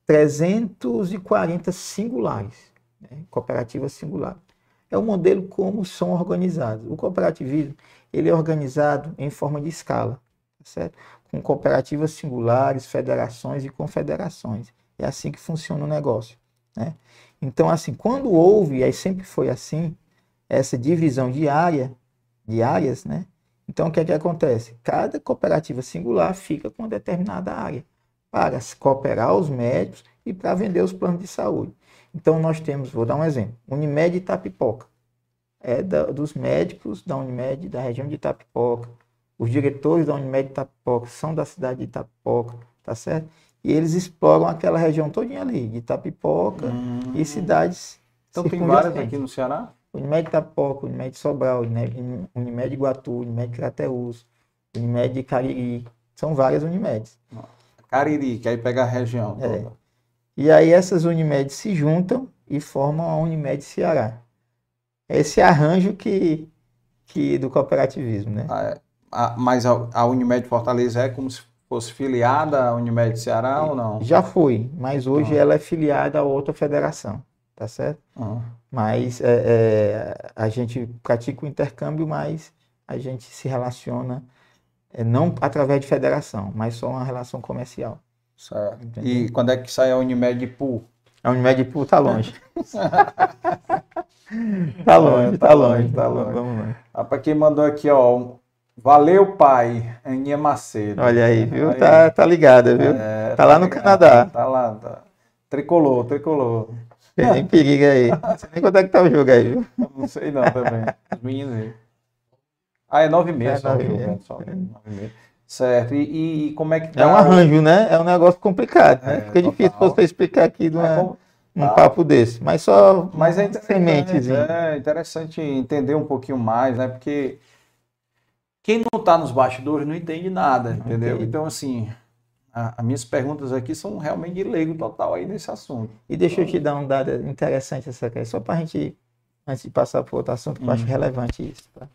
340 singulares, né? Cooperativas singulares. É o modelo como são organizados. O cooperativismo, ele é organizado em forma de escala, certo? Com cooperativas singulares, federações e confederações. É assim que funciona o negócio, né? Então, assim, quando houve, aí sempre foi assim, essa divisão de áreas, né? Então, o que é que acontece? Cada cooperativa singular fica com uma determinada área para cooperar os médicos e para vender os planos de saúde. Então, nós temos, vou dar um exemplo, Unimed Itapipoca. É dos médicos da Unimed da região de Itapipoca. Os diretores da Unimed Itapipoca são da cidade de Itapipoca, tá certo? E eles exploram aquela região todinha ali, de Itapipoca e cidades. Então, tem várias aqui no Ceará? Unimed Itapipoca, Unimed Sobral, Unimed Iguatu, Unimed Crateús, Unimed Cariri. São várias Unimedes. Cariri, que aí pega a região toda. E aí essas Unimedes se juntam e formam a Unimed Ceará. Esse arranjo do cooperativismo, né? Mas a Unimed Fortaleza é como se fosse filiada à Unimed Ceará ou não? Já foi, mas hoje ela é filiada a outra federação, tá certo? Mas a gente pratica o intercâmbio, mas a gente se relaciona não através de federação, mas só uma relação comercial. Certo. Entendeu? E quando é que sai a Unimed Pool? A Unimed Pool tá longe. Tá longe. Vamos lá. Para quem mandou aqui, ó, valeu, pai, Aninha Macedo. Olha aí, viu? Aí. Tá ligada, viu? Tá lá no Canadá. Tá lá, tá. Tricolor. Tem perigo aí. Não sei nem quanto é que tá o jogo aí, viu? Não sei não também. Os meninos aí. Ah, é 9,5 só, só 9,5. Certo. E como é que tá? É um arranjo, né? É um negócio complicado, né? Fica difícil você explicar aqui num papo desse. Mas só mas é sementezinha. É interessante entender um pouquinho mais, né? Porque quem não está nos bastidores não entende nada, entendeu? Entendi. Então, assim, as minhas perguntas aqui são realmente de leigo total aí nesse assunto. E deixa eu te dar um dado interessante essa questão, só para a gente, antes de passar para outro assunto, que eu acho relevante isso. Tá?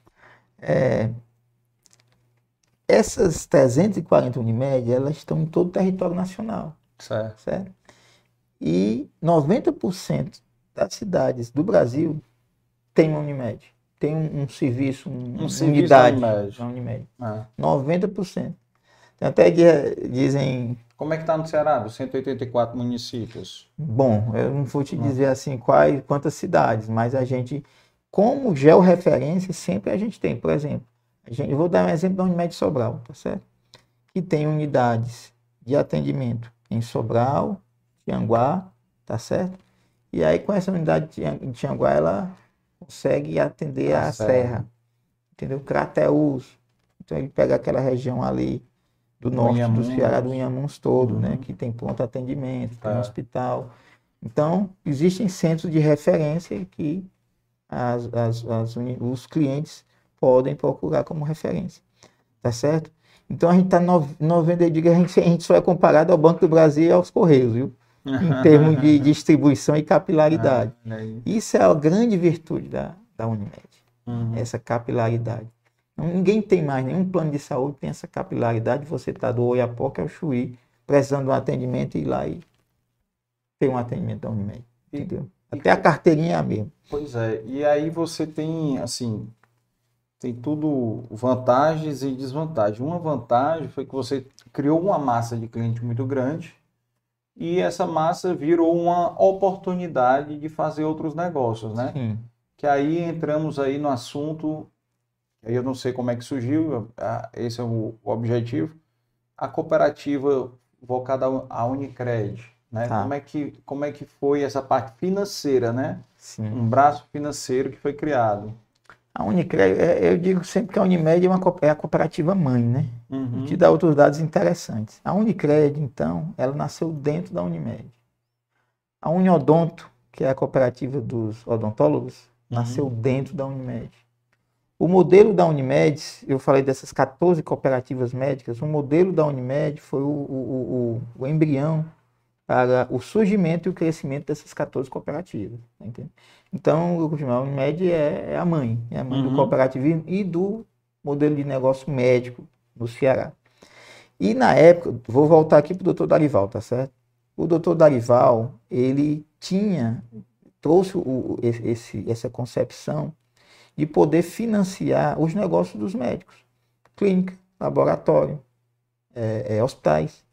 Essas 340 Unimed, elas estão em todo o território nacional. Certo? E 90% das cidades do Brasil tem uma Unimed. Tem um serviço, uma unidade da Unimed. 90%. Até dizem... Como é que está no Ceará, dos 184 municípios? Bom, eu não vou te dizer assim quantas cidades, mas a gente, como georreferência, sempre a gente tem. Por exemplo, eu vou dar um exemplo da Unimed Sobral, tá certo? Que tem unidades de atendimento em Sobral, Tianguá, tá certo? E aí com essa unidade de Tianguá, ela consegue atender a Serra, entendeu? Crateús. Então ele pega aquela região ali do norte do Ceará, do Inhamuns todo, né? Que tem pronto atendimento, tem hospital. Então, existem centros de referência que os clientes podem procurar como referência, tá certo? Então, a gente está 90, a gente só é comparado ao Banco do Brasil e aos Correios, viu? Em termos de distribuição e capilaridade. Isso é a grande virtude da Unimed, essa capilaridade. Ninguém tem mais, nenhum plano de saúde tem essa capilaridade. Você está do Oiapoque ao Chuí, precisando de um atendimento e ir lá e ter um atendimento da Unimed, entendeu? Até a carteirinha é a mesma. Pois é, e aí você tem, assim, tem tudo vantagens e desvantagens. Uma vantagem foi que você criou uma massa de cliente muito grande e essa massa virou uma oportunidade de fazer outros negócios, né? Sim. Que aí entramos aí no assunto... Aí eu não sei como é que surgiu, esse é o objetivo. A cooperativa voltada à Unicred, né? Tá. Como é que foi essa parte financeira, né? Sim. Um braço financeiro que foi criado. A Unicred, eu digo sempre que a Unimed é a cooperativa mãe, né? Vou te dar outros dados interessantes. A Unicred, então, ela nasceu dentro da Unimed. A Uniodonto, que é a cooperativa dos odontólogos, nasceu dentro da Unimed. O modelo da Unimed, eu falei dessas 14 cooperativas médicas, o modelo da Unimed foi o embrião para o surgimento e o crescimento dessas 14 cooperativas. Entende? Então, a Unimed é a mãe do cooperativismo e do modelo de negócio médico no Ceará. E na época, vou voltar aqui para o doutor Darival, tá certo? O doutor Darival, ele trouxe essa concepção de poder financiar os negócios dos médicos, clínica, laboratório, hospitais.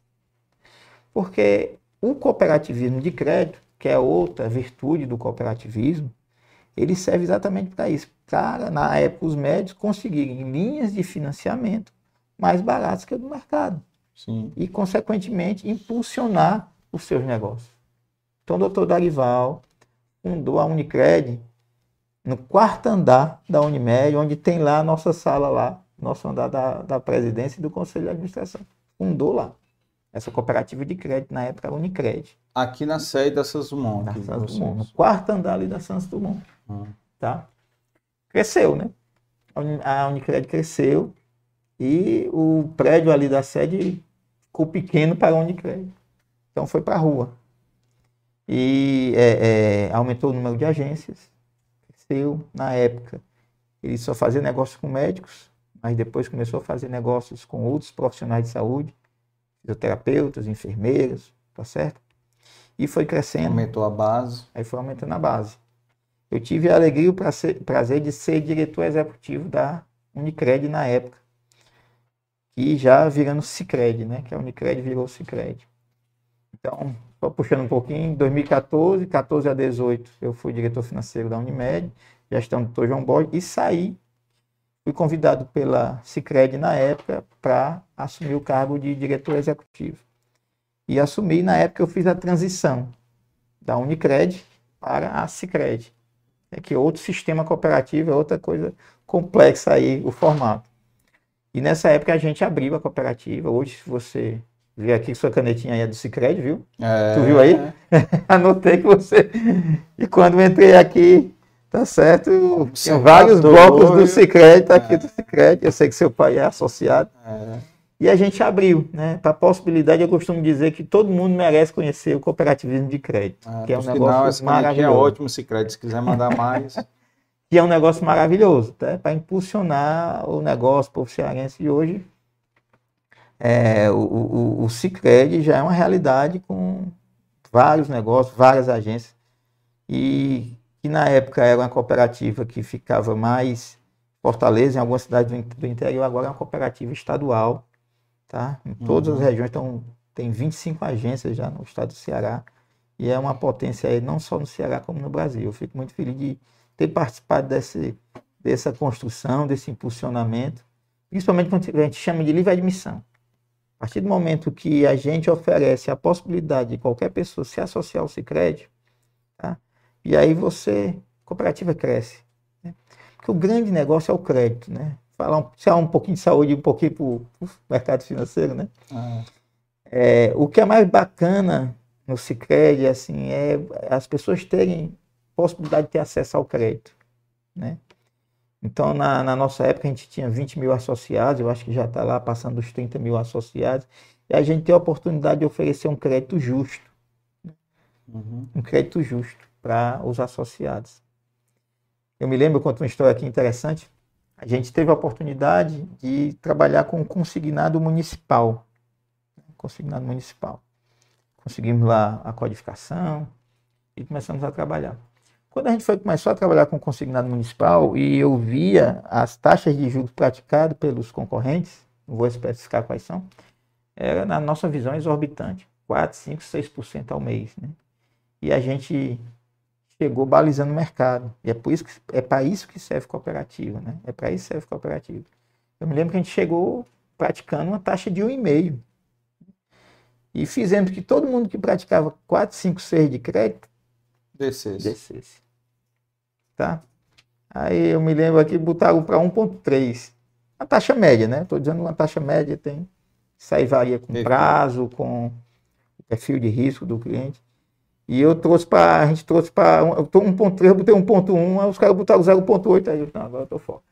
Porque o cooperativismo de crédito, que é outra virtude do cooperativismo, ele serve exatamente para isso. Para, na época, os médicos conseguirem linhas de financiamento mais baratas que a do mercado. Sim. E, consequentemente, impulsionar os seus negócios. Então, o doutor Darival fundou a Unicred no 4º andar da Unimed, onde tem lá a nossa sala lá, nosso andar da presidência e do conselho de administração. Fundou lá. Essa cooperativa de crédito, na época, era a Unicred. Aqui na sede da Santos Dumont. No 4º andar ali da Santos Dumont. Tá? Cresceu, né? A Unicred cresceu e o prédio ali da sede ficou pequeno para a Unicred. Então foi para a rua. E aumentou o número de agências. Na época, ele só fazia negócio com médicos, mas depois começou a fazer negócios com outros profissionais de saúde, fisioterapeutas, enfermeiros, tá certo? E foi crescendo. Aumentou a base. Aí foi aumentando a base. Eu tive a alegria e o prazer de ser diretor executivo da Unicred na época, e já virando Sicredi, né? Que a Unicred virou Sicredi. Então, só puxando um pouquinho, em 2014, 14 a 18, eu fui diretor financeiro da Unimed, gestão do Dr. João Borges, e fui convidado pela Sicredi na época para assumir o cargo de diretor executivo. E assumi, na época eu fiz a transição da Unicred para a Sicredi. É que outro sistema cooperativo é outra coisa complexa aí, o formato. E nessa época a gente abriu a cooperativa. Hoje, se você ver aqui, sua canetinha aí é do Sicredi, viu? Tu viu aí? Anotei que você... E quando entrei aqui, tá certo? Tinha vários blocos do Sicredi, tá aqui do Sicredi. Eu sei que seu pai é associado. E a gente abriu, né? Para a possibilidade, eu costumo dizer que todo mundo merece conhecer o cooperativismo de crédito, que é um negócio maravilhoso. É ótimo, Sicredi, se quiser mandar mais. Que é um negócio maravilhoso, tá? Para impulsionar o negócio povo cearense de hoje. O Sicredi já é uma realidade com vários negócios, várias agências. E que na época era uma cooperativa que ficava mais em Fortaleza, em algumas cidades do interior, agora é uma cooperativa estadual. Tá? Em todas as regiões, tem 25 agências já no estado do Ceará, e é uma potência aí, não só no Ceará como no Brasil. Eu fico muito feliz de ter participado dessa construção, desse impulsionamento, principalmente quando a gente chama de livre admissão. A partir do momento que a gente oferece a possibilidade de qualquer pessoa se associar ao Sicredi, tá? E aí a cooperativa cresce, né? Porque o grande negócio é o crédito, né? Falar um pouquinho de saúde, um pouquinho para o mercado financeiro, né? O que é mais bacana no Sicredi, assim, é as pessoas terem possibilidade de ter acesso ao crédito, né? Então, na nossa época, a gente tinha 20 mil associados, eu acho que já está lá passando dos 30 mil associados, e a gente tem a oportunidade de oferecer um crédito justo, um crédito justo para os associados. Eu me lembro, eu conto uma história aqui interessante. A gente teve a oportunidade de trabalhar com o consignado municipal. Conseguimos lá a codificação e começamos a trabalhar. Quando a gente começou a trabalhar com o consignado municipal e eu via as taxas de juros praticadas pelos concorrentes, não vou especificar quais são, era, na nossa visão, exorbitante. 4, 5, 6% ao mês, né? E a gente chegou balizando o mercado. E é para isso que serve cooperativa, né? É para isso que serve cooperativa. Eu me lembro que a gente chegou praticando uma taxa de 1,5. E fizemos que todo mundo que praticava 4, 5, 6 de crédito descesse. Tá? Aí eu me lembro aqui, botaram para 1,3. A taxa média, né? Estou dizendo uma taxa média, isso aí varia com prazo, com o perfil de risco do cliente. E a gente trouxe para 1,3, eu botei 1,1, aí os caras botaram 0,8, aí eu disse, não, agora eu estou fora.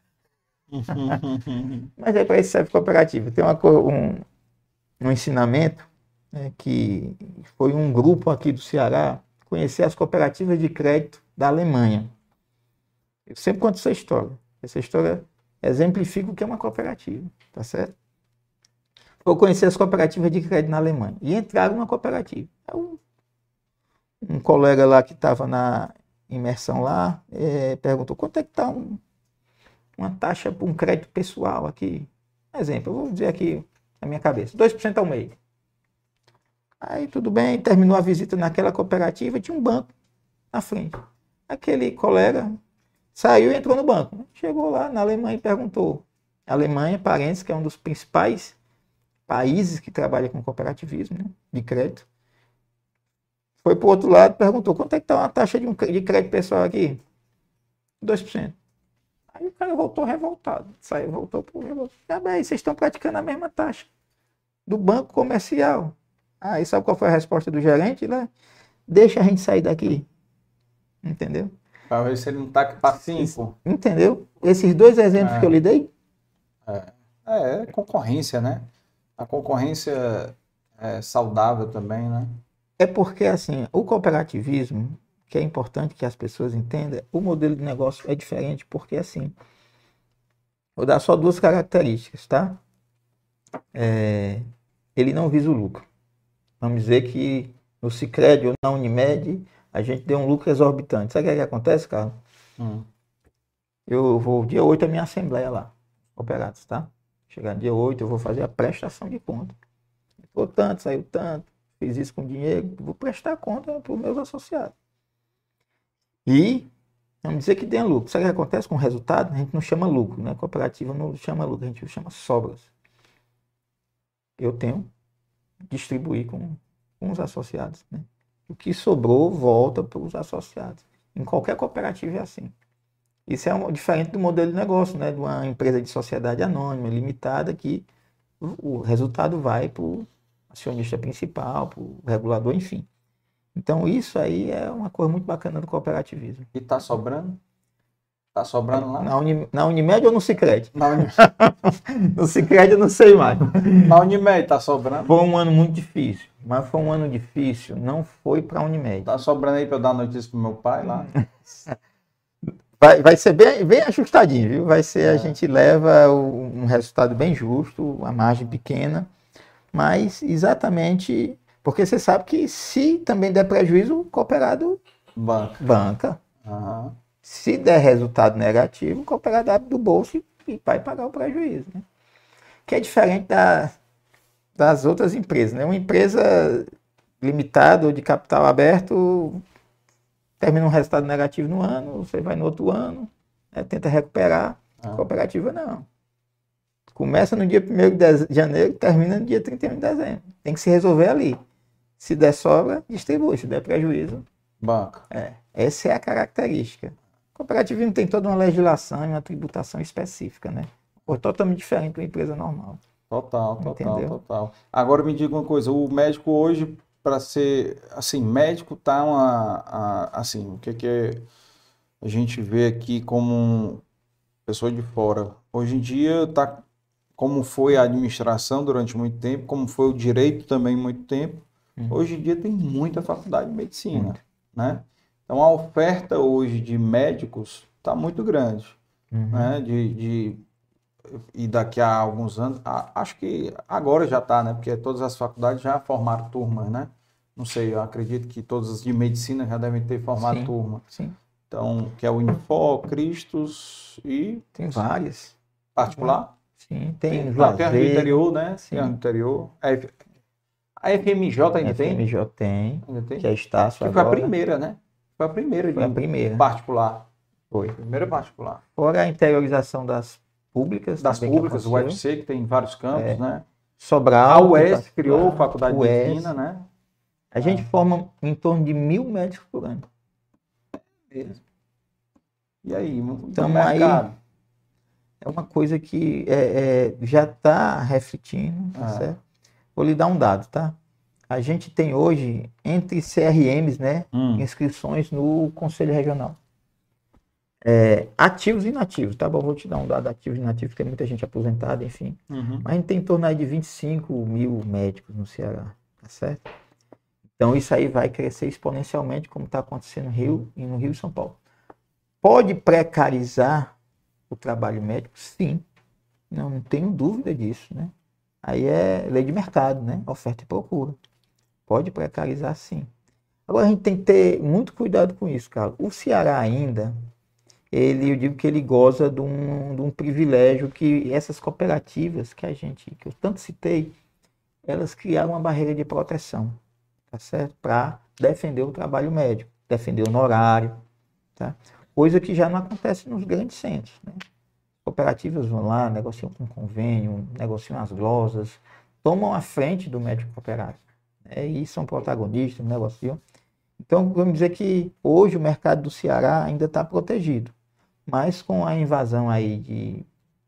Mas aí para isso serve cooperativa. Tem um ensinamento, né, que foi um grupo aqui do Ceará conhecer as cooperativas de crédito da Alemanha. Eu sempre conto essa história. Essa história exemplifica o que é uma cooperativa, tá certo? Foi conhecer as cooperativas de crédito na Alemanha. E entraram numa cooperativa. Um colega lá que estava na imersão lá perguntou quanto é que está uma taxa para um crédito pessoal aqui. Exemplo, eu vou dizer aqui na minha cabeça, 2% ao mês. Aí tudo bem, terminou a visita naquela cooperativa, tinha um banco na frente. Aquele colega saiu e entrou no banco. Chegou lá na Alemanha e perguntou. A Alemanha, parênteses, que é um dos principais países que trabalha com cooperativismo, né, de crédito. Foi para o outro lado e perguntou, quanto é que está uma taxa de crédito pessoal aqui? 2%. Aí o cara voltou revoltado. Saiu, voltou para o revoltado. Ah, bem, vocês estão praticando a mesma taxa do banco comercial. Aí sabe qual foi a resposta do gerente? Né? Deixa a gente sair daqui. Entendeu? Para ver se ele não está para 5. Entendeu? Esses dois exemplos que eu lhe dei. É concorrência, né? A concorrência é saudável também, né? É porque, assim, o cooperativismo, que é importante que as pessoas entendam, o modelo de negócio é diferente porque, assim, vou dar só 2 características, tá? Ele não visa o lucro. Vamos dizer que no Sicredi ou na Unimed, a gente deu um lucro exorbitante. Sabe o que acontece, Carlos? Eu vou, dia 8, a minha assembleia lá, operados, tá? Chegar dia 8, eu vou fazer a prestação de conta. Entrou tanto, saiu tanto, fiz isso com dinheiro, vou prestar conta para os meus associados. E vamos dizer que tem lucro. Sabe o que acontece com o resultado? A gente não chama lucro, né? A cooperativa não chama lucro, a gente chama sobras. Eu tenho que distribuir com os associados, né? O que sobrou volta para os associados. Em qualquer cooperativa é assim. Isso é diferente do modelo de negócio, né? De uma empresa de sociedade anônima, limitada, que o resultado vai para o acionista principal, para o regulador, enfim. Então, isso aí é uma coisa muito bacana do cooperativismo. E está sobrando? Está sobrando lá? Na Unimed ou no Sicredi? No Sicredi eu não sei mais. Na Unimed está sobrando? Foi um ano muito difícil. Mas foi um ano difícil, não foi para a Unimed. Está sobrando aí para eu dar notícia para o meu pai lá? Vai ser bem ajustadinho, viu? Vai ser, a gente leva um resultado bem justo, uma margem pequena, mas exatamente porque você sabe que se também der prejuízo, o cooperado banca. Uhum. Se der resultado negativo, o cooperado abre do bolso e vai pagar o prejuízo, né? Que é diferente das outras empresas, né? Uma empresa limitada ou de capital aberto termina um resultado negativo no ano, você vai no outro ano, né, tenta recuperar. Cooperativa não. Começa no dia 1º de janeiro, termina no dia 31 de dezembro. Tem que se resolver ali. Se der sobra, distribui. Se der prejuízo, banca. Essa é a característica. O cooperativismo tem toda uma legislação e uma tributação específica, né? Totalmente diferente de uma empresa normal. Total. Agora me diga uma coisa, o médico hoje, para ser, assim, médico tá assim, o que a gente vê aqui como pessoa de fora? Hoje em dia tá como foi a administração durante muito tempo, como foi o direito também muito tempo. Hoje em dia tem muita faculdade de medicina, né? Então a oferta hoje de médicos está muito grande, né? E daqui a alguns anos, acho que agora já está, né? Porque todas as faculdades já formaram turmas, né? Não sei, eu acredito que todas as de medicina já devem ter formado turma. Sim. Então, que é o Unifor, Cristos e... Tem várias. Particular? Sim, tem Tem a do interior, né? Sim. Tem a do interior. A FMJ ainda tem? A FMJ tem. Ainda tem? Que é Estácio agora. Foi a primeira, né? Foi a primeira. Particular. Foi. Primeira particular. Fora a interiorização das públicas. Das públicas, o UFC, que tem vários campos, né? Sobral. A UES criou a Faculdade de Medicina, né? A gente forma em torno de 1.000 médicos por ano. E aí? Então, aí é uma coisa que já está refletindo, tá certo? Vou lhe dar um dado, tá? A gente tem hoje, entre CRMs, né, inscrições no Conselho Regional. Ativos e inativos, tá bom? Vou te dar um dado ativos e inativos, tem muita gente aposentada, enfim. Mas a gente tem em torno aí de 25 mil médicos no Ceará, tá certo? Então isso aí vai crescer exponencialmente, como está acontecendo no Rio e São Paulo. Pode precarizar o trabalho médico? Sim. Não tenho dúvida disso, né? Aí é lei de mercado, né? Oferta e procura. Pode precarizar, sim. Agora a gente tem que ter muito cuidado com isso, cara. O Ceará ainda, eu digo que ele goza de um privilégio que essas cooperativas que eu tanto citei, elas criaram uma barreira de proteção, tá certo? Para defender o trabalho médico, defender o honorário, tá? Coisa que já não acontece nos grandes centros, né? Cooperativas vão lá, negociam com convênio, negociam as glosas, tomam a frente do médico cooperado, né? E são protagonistas, negociam. Então, vamos dizer que hoje o mercado do Ceará ainda está protegido, mas com a invasão aí de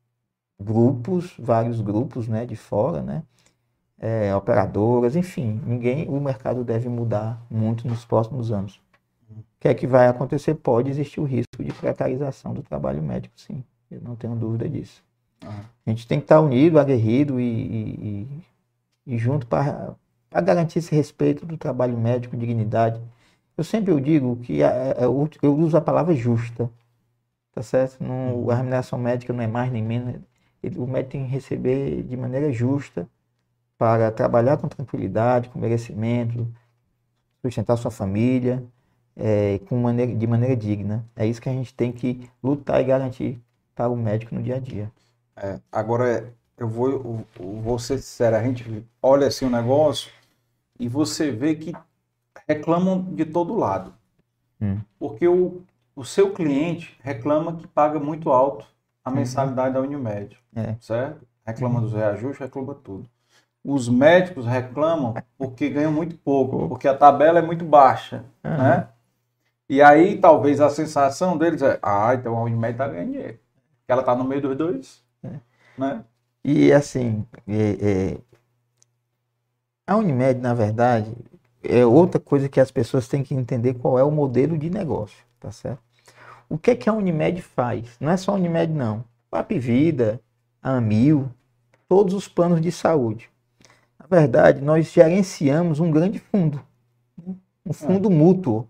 vários grupos, né, de fora, né, operadoras, enfim, o mercado deve mudar muito nos próximos anos. O que é que vai acontecer? Pode existir o risco de precarização do trabalho médico, sim. Eu não tenho dúvida disso. A gente tem que estar unido, aguerrido e junto para garantir esse respeito do trabalho médico, dignidade. Eu sempre digo que eu uso a palavra justa, tá certo? A remuneração médica não é mais nem menos. O médico tem que receber de maneira justa para trabalhar com tranquilidade, com merecimento, sustentar sua família, de maneira digna. É isso que a gente tem que lutar e garantir para o médico no dia a dia. Agora, eu vou ser sincero, a gente olha assim o negócio e você vê que reclamam de todo lado. Porque o seu cliente reclama que paga muito alto a mensalidade da Unimed, certo? Reclama dos reajustes, reclama tudo. Os médicos reclamam porque ganham muito pouco, porque a tabela é muito baixa, né? E aí, talvez a sensação deles é, então a Unimed tá ganhando dinheiro. Ela tá no meio dos dois, né? E assim, a Unimed, na verdade, é outra coisa que as pessoas têm que entender qual é o modelo de negócio, tá certo? O que a Unimed faz? Não é só a Unimed, não. A Apvida, a Amil, todos os planos de saúde. Na verdade, nós gerenciamos um grande fundo, um fundo mútuo,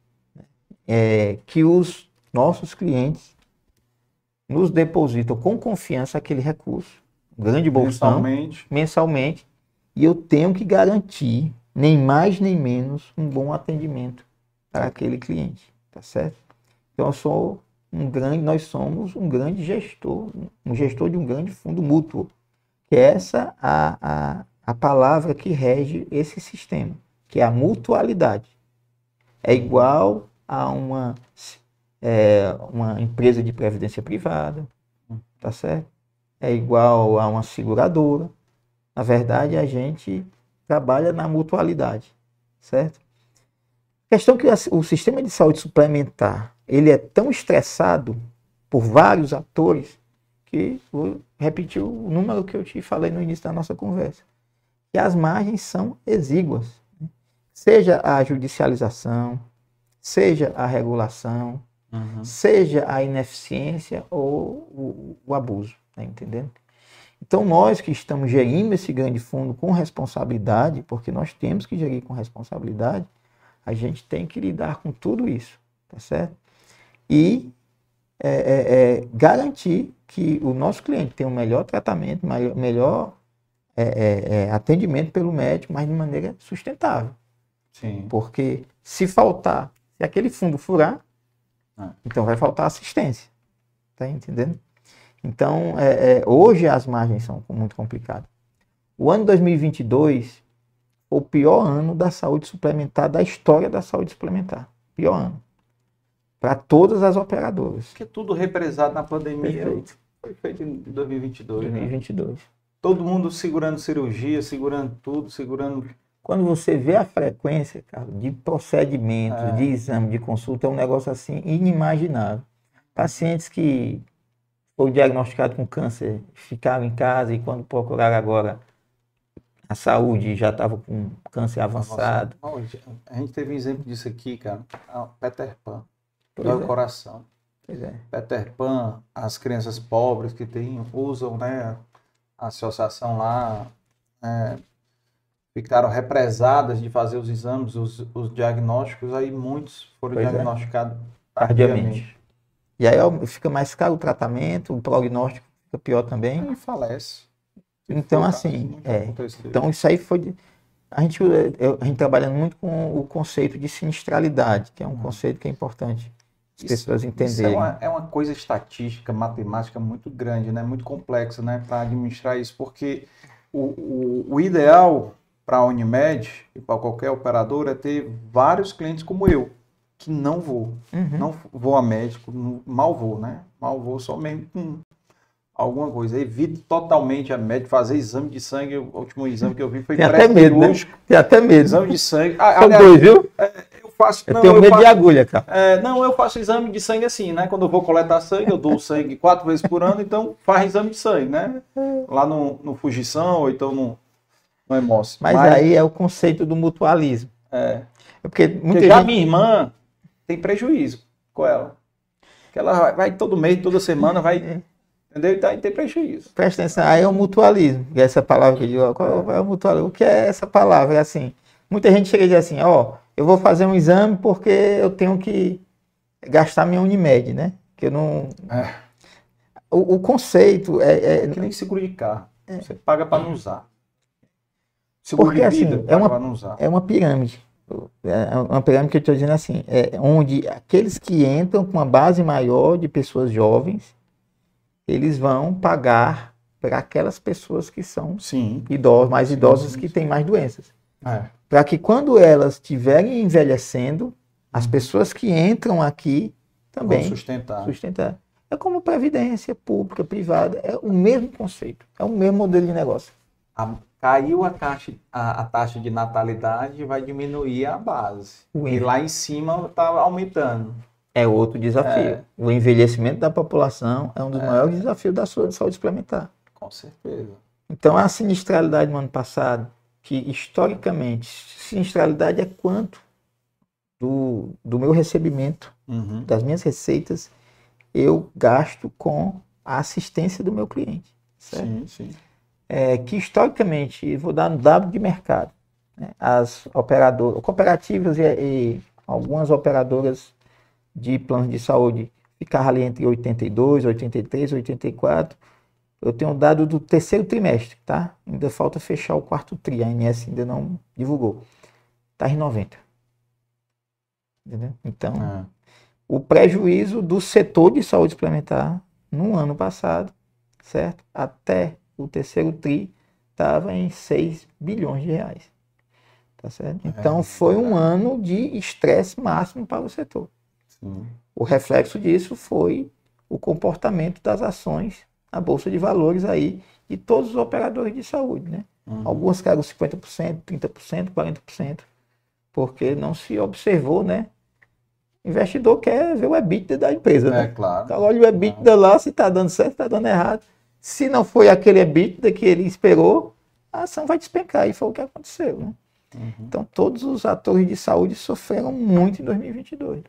que os nossos clientes nos depositam com confiança aquele recurso, um grande bolsão, mensalmente, e eu tenho que garantir, nem mais nem menos, um bom atendimento para aquele cliente, tá certo? Então nós somos um grande gestor, um gestor de um grande fundo mútuo, que é essa a palavra que rege esse sistema, que é a mutualidade. É igual a uma empresa de previdência privada, tá certo? É igual a uma seguradora. Na verdade, a gente trabalha na mutualidade, certo? A questão é que o sistema de saúde suplementar, ele é tão estressado por vários atores que, vou repetir o número que eu te falei no início da nossa conversa, que as margens são exíguas, né? Seja a judicialização, seja a regulação, seja a ineficiência ou o abuso, tá entendendo? Então nós que estamos gerindo esse grande fundo com responsabilidade, porque nós temos que gerir com responsabilidade, a gente tem que lidar com tudo isso, tá certo? E garantir que o nosso cliente tenha um melhor tratamento, melhor atendimento pelo médico, mas de maneira sustentável. Sim. Porque se aquele fundo furar, então vai faltar assistência, tá entendendo? Então, hoje as margens são muito complicadas. O ano 2022 foi o pior ano da saúde suplementar, da história da saúde suplementar. Pior ano. Para todas as operadoras. Porque tudo represado na pandemia. Perfeito. Foi feito em 2022. 2022. Né? Todo mundo segurando cirurgia, segurando tudo, segurando... Quando você vê a frequência, cara, de procedimentos, de exame, de consulta, é um negócio assim inimaginável. Pacientes que foram diagnosticados com câncer ficaram em casa e quando procuraram agora a saúde já estava com câncer avançado. A gente teve um exemplo disso aqui, cara. Peter Pan. Dói o coração. Pois é. Peter Pan, as crianças pobres que usam, né, a associação lá, ficaram represadas de fazer os exames, os diagnósticos, aí muitos foram diagnosticados tardiamente. E aí fica mais caro o tratamento, o prognóstico fica pior também. E falece. Então, assim, então isso aí foi... A gente trabalhando muito com o conceito de sinistralidade, que é um conceito que é importante as pessoas entenderem. Isso é uma coisa estatística, matemática muito grande, né? Muito complexa, né? Para administrar isso, porque o ideal para a Unimed e para qualquer operador é ter vários clientes como eu, que não vou. Não vou a médico, mal vou, né? Mal vou só mesmo com alguma coisa. Evito totalmente a médico, fazer exame de sangue. O último exame que eu vi foi pré-cirúrgico. Tem até medo. Exame de sangue. São dois, viu? Eu tenho medo de agulha, cara. Eu faço exame de sangue assim, né? Quando eu vou coletar sangue, eu dou sangue 4 vezes por ano, então faz exame de sangue, né? Lá no Fugição, ou então no Hemócio. Mas aí é o conceito do mutualismo. Porque minha irmã tem prejuízo com ela. Porque ela vai todo mês, toda semana, vai... Entendeu? Então aí tem prejuízo. Presta atenção, aí é o mutualismo. E essa palavra que eu digo, qual é o mutualismo? O que é essa palavra? É assim, muita gente chega e diz assim, eu vou fazer um exame porque eu tenho que gastar minha Unimed, né? Que eu não... O conceito é que nem seguro de carro. Você paga para não usar. Seguro porque de vida, assim, é uma pirâmide. É uma pirâmide que eu estou dizendo assim, onde aqueles que entram com uma base maior de pessoas jovens, eles vão pagar para aquelas pessoas que são mais idosas, que têm mais doenças. Para que quando elas estiverem envelhecendo, as pessoas que entram aqui também vão sustentar. É como previdência pública, privada, é o mesmo conceito, é o mesmo modelo de negócio. caiu a taxa de natalidade, vai diminuir a base. E lá em cima está aumentando. É outro desafio. O envelhecimento da população é um dos maiores desafios da saúde suplementar. Com certeza. Então, a sinistralidade no ano passado, que historicamente, sinistralidade é quanto do meu recebimento, das minhas receitas, eu gasto com a assistência do meu cliente. Certo? Sim, sim. Que historicamente, vou dar um dado de mercado, né? As operadoras, cooperativas e algumas operadoras de planos de saúde ficavam ali entre 82, 83, 84. Eu tenho um dado do terceiro trimestre, tá? Ainda falta fechar o quarto tri, a ANS ainda não divulgou. Está em 90. Entendeu? Então, o prejuízo do setor de saúde suplementar no ano passado, certo? Até o terceiro tri estava em 6 bilhões de reais. Tá certo? Então, foi um ano de estresse máximo para o setor. Sim. O reflexo disso foi o comportamento das ações na Bolsa de Valores aí de todos os operadores de saúde, né? Algumas caíram 50%, 30%, 40%, porque não se observou, né? O investidor quer ver o EBITDA da empresa, né? Claro. Então, olha o EBITDA lá, se está dando certo, se está dando errado. Se não foi aquele EBITDA que ele esperou, a ação vai despencar, e foi o que aconteceu, né? Então, todos os atores de saúde sofreram muito em 2022.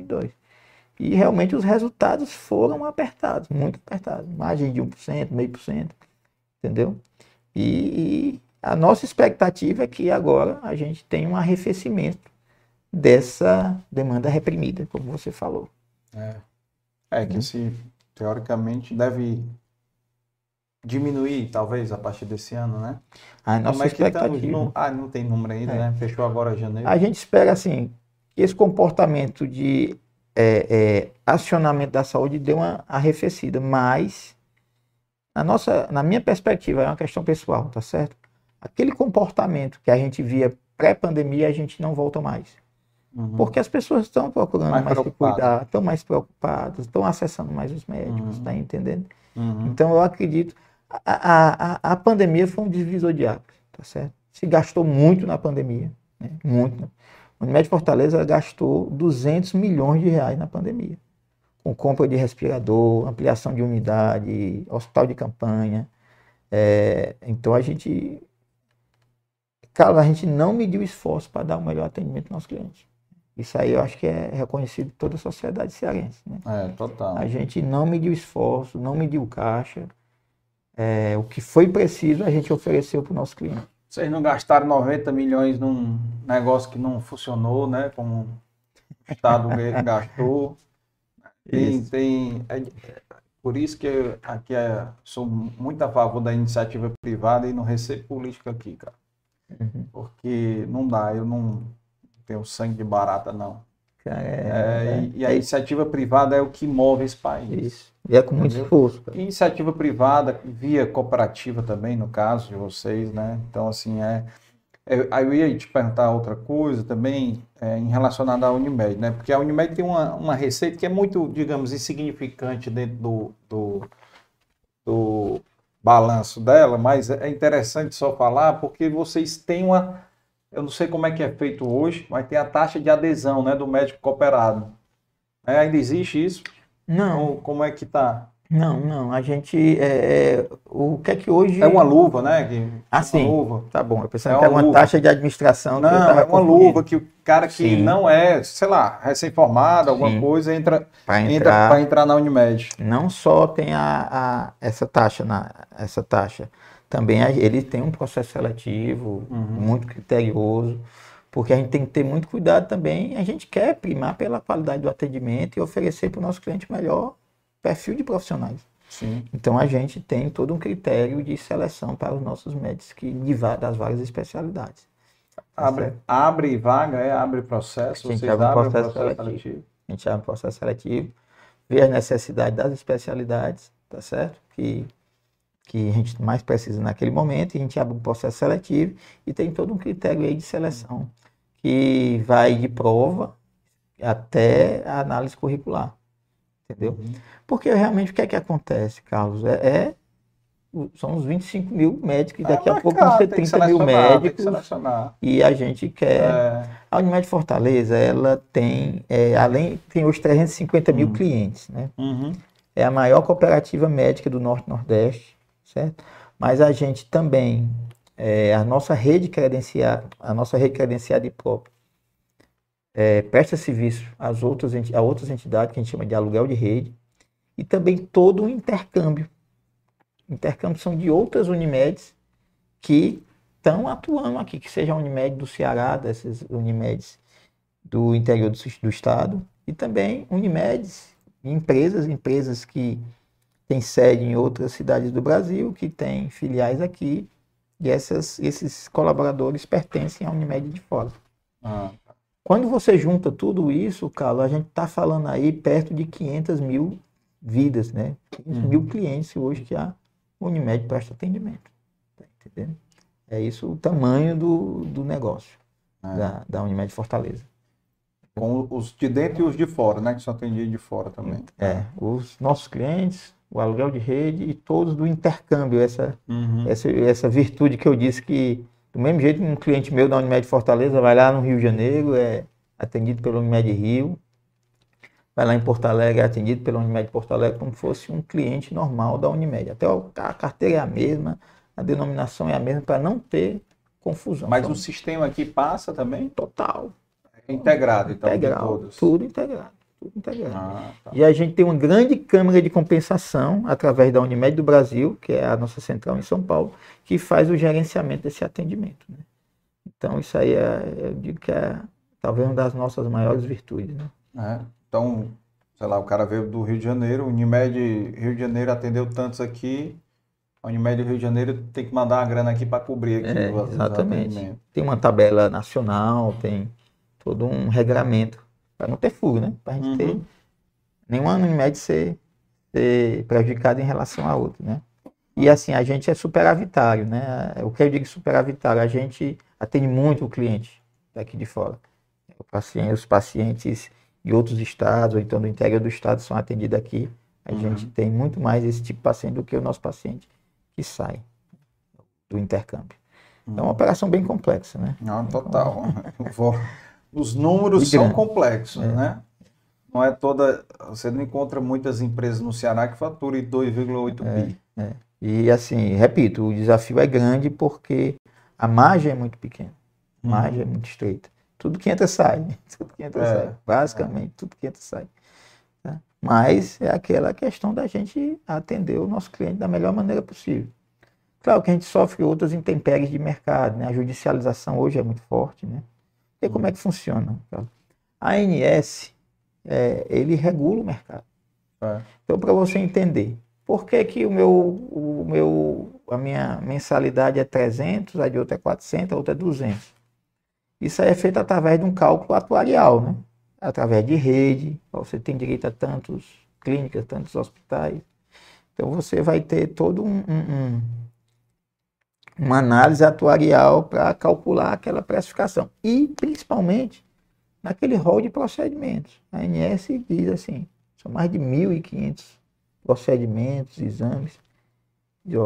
E realmente os resultados foram apertados, muito apertados. Margem de 1%, 0,5%, entendeu? E a nossa expectativa é que agora a gente tenha um arrefecimento dessa demanda reprimida, como você falou. Que teoricamente deve diminuir, talvez, a partir desse ano, né? A nossa expectativa... não tem número ainda, né? Fechou agora janeiro. A gente espera, assim, que esse comportamento de acionamento da saúde deu uma arrefecida, mas na minha perspectiva, é uma questão pessoal, tá certo? Aquele comportamento que a gente via pré-pandemia, a gente não volta mais. Porque as pessoas estão procurando mais se cuidar, estão mais preocupadas, estão acessando mais os médicos, tá entendendo? Então, eu acredito, a pandemia foi um divisor de águas, tá certo? Se gastou muito na pandemia, né? Muito, né? A Unimed Fortaleza gastou 200 milhões de reais na pandemia, com compra de respirador, ampliação de unidade, hospital de campanha. Então a gente não mediu esforço para dar o melhor atendimento aos nossos clientes. Isso aí eu acho que é reconhecido por toda a sociedade cearense, né? Total. A gente não mediu esforço, não mediu caixa. O que foi preciso a gente ofereceu para o nosso cliente. Vocês não gastaram 90 milhões num negócio que não funcionou, né? Como o Estado gastou. Por isso que aqui sou muito a favor da iniciativa privada e não recebo política aqui, cara. Porque não dá, eu não tenho sangue de barata, não. E a iniciativa privada é o que move esse país. Isso. E é com muito esforço. Iniciativa privada, via cooperativa também, no caso de vocês, né? Então, assim, eu ia te perguntar outra coisa também, em relacionada à Unimed, né? Porque a Unimed tem uma receita que é muito, digamos, insignificante dentro do balanço dela, mas é interessante só falar, porque vocês têm eu não sei como é que é feito hoje, mas tem a taxa de adesão, né, do médico cooperado. Ainda existe isso? Não. Ou como é que está? Não. A gente... o que é que hoje... É uma luva, né? Sim. Uma luva. Tá bom. Eu pensava que era uma taxa de administração. Não, é uma luva que o cara que não é, sei lá, recém-formado, alguma coisa, entra para entrar na Unimed. Não só tem essa taxa. Também ele tem um processo seletivo muito criterioso, porque a gente tem que ter muito cuidado também. A gente quer primar pela qualidade do atendimento e oferecer para o nosso cliente melhor perfil de profissionais. Sim. Então a gente tem todo um critério de seleção para os nossos médicos das várias especialidades. Abre vaga, abre processo? A gente abre um processo seletivo. A gente abre um processo seletivo, vê as necessidades das especialidades, tá certo? Que a gente mais precisa naquele momento, e a gente abre um processo seletivo e tem todo um critério aí de seleção, que vai de prova até a análise curricular, entendeu? Porque realmente o que é que acontece, Carlos? são uns 25 mil médicos, e daqui a pouco vão ser 30 mil médicos. E a gente quer... A Unimed Fortaleza, ela tem, tem hoje 350 mil clientes, né? É a maior cooperativa médica do Norte e Nordeste, certo? Mas a gente também, a nossa rede credenciada própria, presta serviço a outras entidades que a gente chama de aluguel de rede, e também todo o intercâmbio. Intercâmbio são de outras Unimedes que estão atuando aqui, que seja a Unimed do Ceará, dessas Unimedes do interior do estado, e também Unimedes, empresas que têm sede em outras cidades do Brasil, que têm filiais aqui, e esses colaboradores pertencem à Unimed de fora. Quando você junta tudo isso, Carlos, a gente está falando aí perto de 500 mil vidas, né? 500 mil clientes hoje que a Unimed presta atendimento. Tá entendendo? É isso o tamanho do negócio da Unimed Fortaleza. Com os de dentro e os de fora, né? Que só atendia de fora também. Os nossos clientes, o aluguel de rede e todos do intercâmbio, essa virtude que eu disse que, do mesmo jeito, um cliente meu da Unimed Fortaleza vai lá no Rio de Janeiro, é atendido pela Unimed Rio, vai lá em Porto Alegre, é atendido pela Unimed Porto Alegre como se fosse um cliente normal da Unimed. Até a carteira é a mesma, a denominação é a mesma, para não ter confusão. Mas o sistema aqui passa também? Total. É integrado, então, tudo integrado. E a gente tem uma grande câmara de compensação através da Unimed do Brasil, que é a nossa central em São Paulo, que faz o gerenciamento desse atendimento, né? Então isso aí eu digo que é talvez uma das nossas maiores virtudes, né? Então, sei lá, o cara veio do Rio de Janeiro, Unimed Rio de Janeiro atendeu tantos aqui, a Unimed Rio de Janeiro tem que mandar uma grana aqui para cobrir aqui. Exatamente. Tem uma tabela nacional, tem todo um regramento para não ter fuga, né? Para a gente ter nenhuma Unimed ser prejudicada em relação a outra, né? E assim, a gente é superavitário, né? O que eu digo superavitário, a gente atende muito o cliente daqui de fora. Os pacientes de outros estados, ou então do interior do estado, são atendidos aqui. A gente tem muito mais esse tipo de paciente do que o nosso paciente que sai do intercâmbio. É uma operação bem complexa, né? Não, total. Os números são complexos, né? Não é toda... Você não encontra muitas empresas no Ceará que faturem 2,8 bi. E assim, repito, o desafio é grande porque a margem é muito pequena. A margem é muito estreita. Tudo que entra sai. Tudo que entra sai. Basicamente, tudo que entra sai. Tá? Mas é aquela questão da gente atender o nosso cliente da melhor maneira possível. Claro que a gente sofre outras intempéries de mercado, né? A judicialização hoje é muito forte, né? E como é que funciona? A ANS, ele regula o mercado. Então, para você entender, por que que a minha mensalidade é 300, a de outra é 400, a outra é 200? Isso aí é feito através de um cálculo atuarial, né? Através de rede, você tem direito a tantas clínicas, tantos hospitais. Então, você vai ter todo uma análise atuarial para calcular aquela precificação. E, principalmente, naquele rol de procedimentos. A ANS diz assim, são mais de 1.500 procedimentos, exames. E,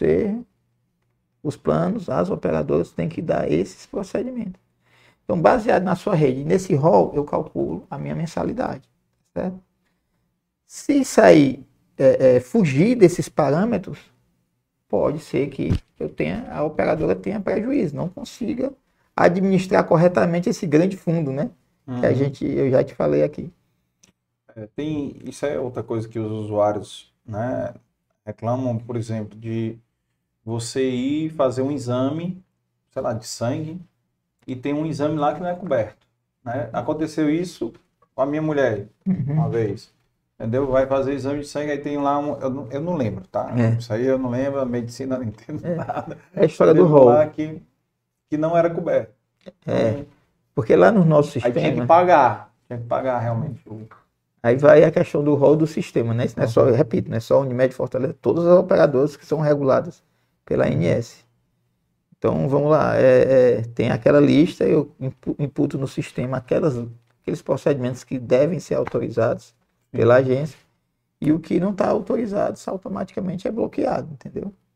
os planos, as operadoras têm que dar esses procedimentos. Então, baseado na sua rede, nesse rol, eu calculo a minha mensalidade. Certo? Se sair, fugir desses parâmetros, pode ser que a operadora tenha prejuízo, não consiga administrar corretamente esse grande fundo, né? Que eu já te falei aqui. Isso é outra coisa que os usuários, né, reclamam, por exemplo, de você ir fazer um exame, sei lá, de sangue, e tem um exame lá que não é coberto, né? Aconteceu isso com a minha mulher uma vez. Entendeu? Vai fazer exame de sangue, aí tem lá eu não lembro, tá? Isso aí eu não lembro, a medicina não entendo nada. É a história do rol. Lá que não era coberto. Porque lá no nosso sistema... Aí tinha que pagar realmente. Aí vai a questão do rol do sistema, né? Isso não é só, eu repito, não é só a Unimed Fortaleza, todas as operadoras que são reguladas pela ANS. Então, vamos lá, tem aquela lista, eu imputo no sistema aqueles procedimentos que devem ser autorizados pela agência, e o que não está autorizado automaticamente é bloqueado, entendeu?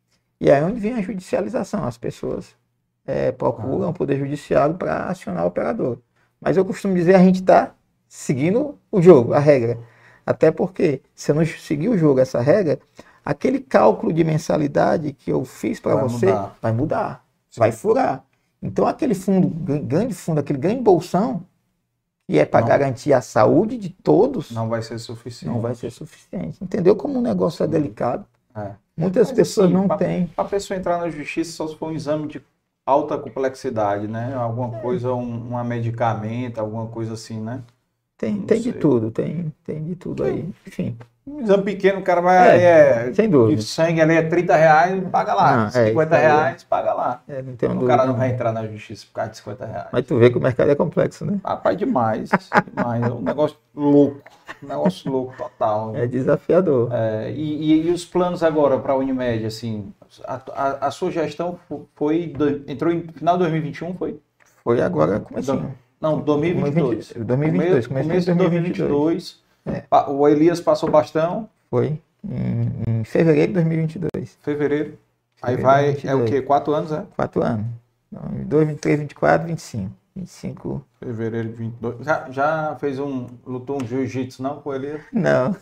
E aí é onde vem a judicialização. As pessoas procuram o Poder Judiciário para acionar o operador. Mas eu costumo dizer, a gente está seguindo o jogo, a regra. Até porque, se eu não seguir o jogo, essa regra, aquele cálculo de mensalidade que eu fiz para você vai mudar, vai furar. Então, aquele fundo, grande fundo, aquele grande bolsão, que é para garantir a saúde de todos, não vai ser suficiente. Não vai ser suficiente. Entendeu como o negócio é delicado? Muitas pessoas assim, não têm. Para a pessoa entrar na justiça só se for um exame de alta complexidade, né? Alguma coisa, um medicamento, alguma coisa assim, né? Tem de tudo, tem de tudo aí. Enfim. Um exame pequeno, o cara vai. Sem dúvida. De sangue ali é R$30, paga lá. R$50, paga lá. O cara não vai entrar na justiça por causa de R$50. Mas tu vê que o mercado é complexo, né? Rapaz, demais. Demais. É um negócio louco. Um negócio louco total. É desafiador. E os planos agora para a Unimed, assim, a sua gestão entrou em final de 2021, foi? Foi agora, comecinho. Não, 2022. 2022, começo de 2022. O Elias passou bastão. Foi em fevereiro de 2022. Fevereiro. Aí vai, 2022. É o quê? 4 anos, é? 4 anos. 22, 23, 24, 25. 25. Fevereiro de 22. Já lutou um jiu-jitsu, não, com o Elias? Não.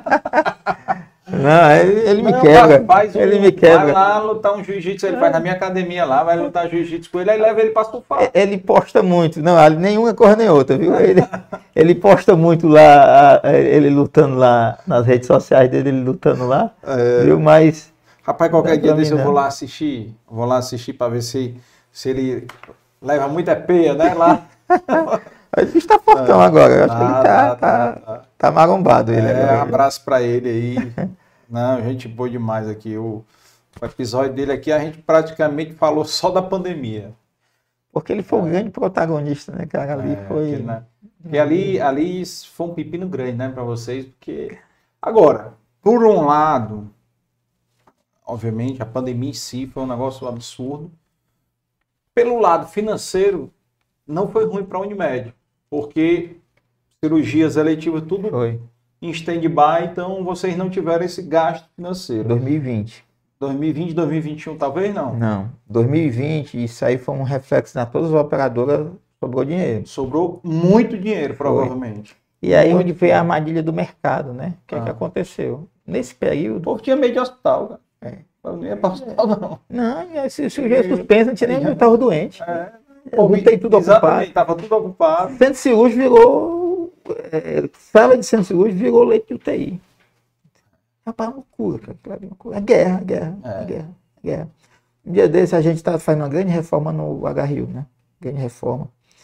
Não, ele me quebra. Ele me quebra. Vai lá lutar um jiu-jitsu, ele vai na minha academia lá, vai lutar jiu-jitsu com ele, aí leva ele para surfar. Ele posta muito, não, nenhuma coisa nem outra, viu? Ele posta muito lá, ele lutando lá, nas redes sociais dele, ele lutando lá, viu? Mas... Rapaz, qualquer dia desse eu vou lá assistir para ver se ele leva muita peia, né, lá. O bicho tá fortão agora, eu acho que ele tá marombado. Ele agora. Abraço pra ele aí. Não, gente boa demais aqui. O episódio dele aqui, a gente praticamente falou só da pandemia. Porque ele foi o grande protagonista, né, cara? Ali foi... Porque ali foi um pepino grande, né, pra vocês, porque... Agora, por um lado, obviamente, a pandemia em si foi um negócio absurdo. Pelo lado financeiro, não foi ruim pra Unimed. Porque cirurgias eletivas, tudo em stand-by, então vocês não tiveram esse gasto financeiro. 2020. 2020, 2021 talvez não? Não. 2020, isso aí foi um reflexo na todas as operadoras, sobrou dinheiro. Sobrou muito dinheiro, provavelmente. E aí onde veio a armadilha do mercado, né? O que é que aconteceu? Nesse período... O povo tinha medo de hospital, cara. Eu não ia para hospital, não. Não, se o cirurgia suspensa, não tinha nem estava doente. Tem tudo ocupado. Estava tudo ocupado. Centro cirúrgico virou... sala de centro cirúrgico virou leite de UTI. Rapaz, loucura, cara. É guerra. Um dia desse a gente estava fazendo uma grande reforma no HRU, né? Grande reforma.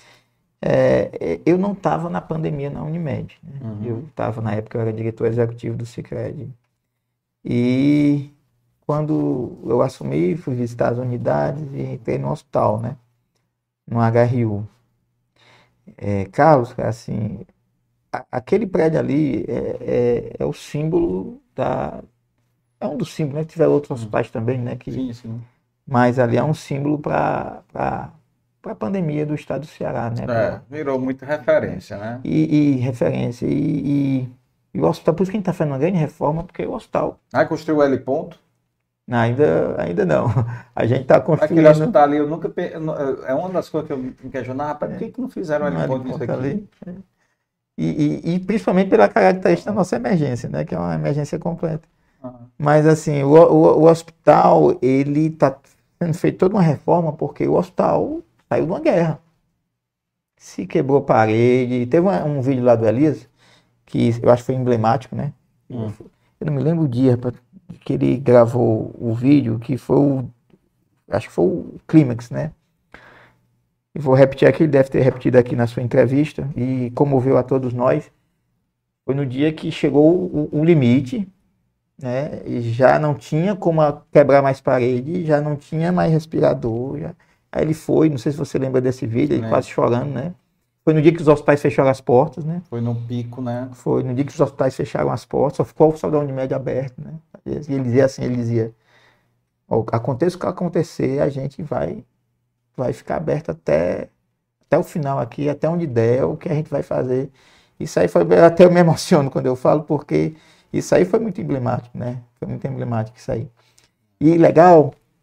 Eu não estava na pandemia na Unimed. Né? Eu estava, na época, eu era diretor executivo do Sicredi. E quando eu assumi, fui visitar as unidades e entrei no hospital, né? No HRU. Carlos, assim, aquele prédio ali é o símbolo da... É um dos símbolos, né? Tiveram outros hospitais também, né? Sim. Mas ali é um símbolo para a pandemia do estado do Ceará, né? Virou muita referência, né? E referência. E o hospital, por isso que a gente está fazendo uma grande reforma, porque o hospital... construiu o L ponto? Não, ainda não. A gente está construindo... Aquele hospital ali, eu nunca... É uma das coisas que eu me questionava, rapaz, por que não fizeram o L ponto nisso aqui? Ali. E principalmente pela característica da nossa emergência, né? Que é uma emergência completa. Mas, assim, o hospital, ele está sendo feito toda uma reforma porque o hospital saiu de uma guerra. Se quebrou parede. Teve um vídeo lá do Elias, que eu acho que foi emblemático, né? Eu não me lembro o dia que ele gravou o vídeo, que foi acho que foi o clímax, né? E vou repetir aqui, ele deve ter repetido aqui na sua entrevista, e comoveu a todos nós. Foi no dia que chegou o limite, né? E já não tinha como quebrar mais parede, já não tinha mais respirador. Aí ele foi, não sei se você lembra desse vídeo, ele quase chorando, né? Foi no dia que os hospitais fecharam as portas, né? Foi no pico, né? Foi no dia que os hospitais fecharam as portas, só ficou o hospital da Unimed aberto, né? E ele dizia assim, aconteça o que acontecer, a gente vai ficar aberto até o final aqui, até onde der, o que a gente vai fazer. Isso aí foi, até eu me emociono quando eu falo, porque isso aí foi muito emblemático, né? Foi muito emblemático isso aí. E legal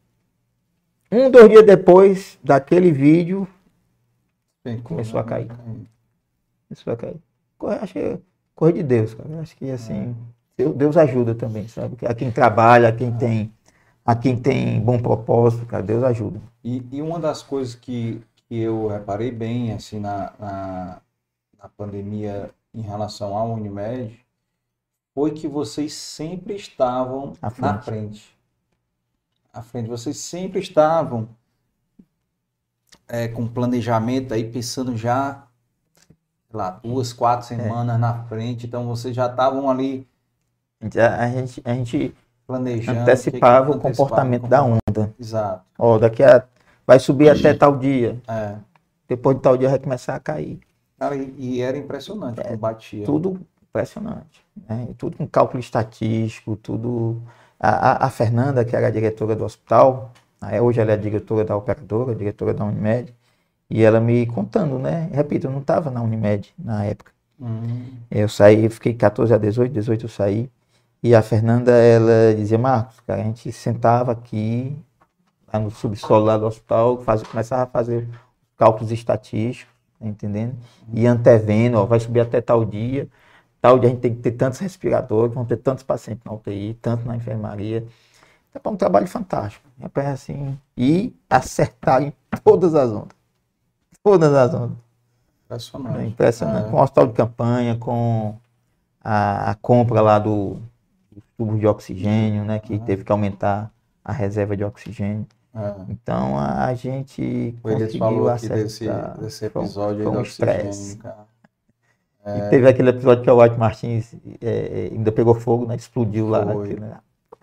2 dias depois daquele vídeo, começou a cair. Começou a cair. Acho que é coisa de Deus, cara. Acho que assim, Deus ajuda também, sabe? A quem trabalha, a quem tem bom propósito, cara, Deus ajuda. E uma das coisas que eu reparei bem, assim, na pandemia em relação à Unimed, foi que vocês sempre estavam na frente. À frente. Vocês sempre estavam com planejamento aí, pensando já, sei lá, 2, 4 semanas na frente. Então, vocês já estavam ali... A gente planejando, antecipava o comportamento da onda. Exato. Ó, vai subir até tal dia. Depois de tal dia vai começar a cair. Cara, e era impressionante como batia. Tudo impressionante. Né? Tudo com cálculo estatístico, tudo... A Fernanda, que era a diretora do hospital, hoje ela é a diretora da operadora, diretora da Unimed, e ela me contando, né? Repito, eu não estava na Unimed na época. Eu saí, fiquei 14 a 18 eu saí. E a Fernanda, ela dizia, Marcos, cara, a gente sentava aqui, lá no subsolo lá do hospital, começava a fazer cálculos estatísticos, tá entendendo? E antevendo, ó, vai subir até tal dia a gente tem que ter tantos respiradores, vão ter tantos pacientes na UTI, tanto na enfermaria. Então, é um trabalho fantástico. Assim, e acertar em todas as ondas. Todas as ondas. Impressionante. Impressionante. Com o hospital de campanha, com a compra lá do tubo de oxigênio, né, que teve que aumentar a reserva de oxigênio. Então a gente conseguiu acertar. Desse episódio foi do oxigênio, cara. E teve aquele episódio que o White Martins ainda pegou fogo, né, explodiu lá. Né?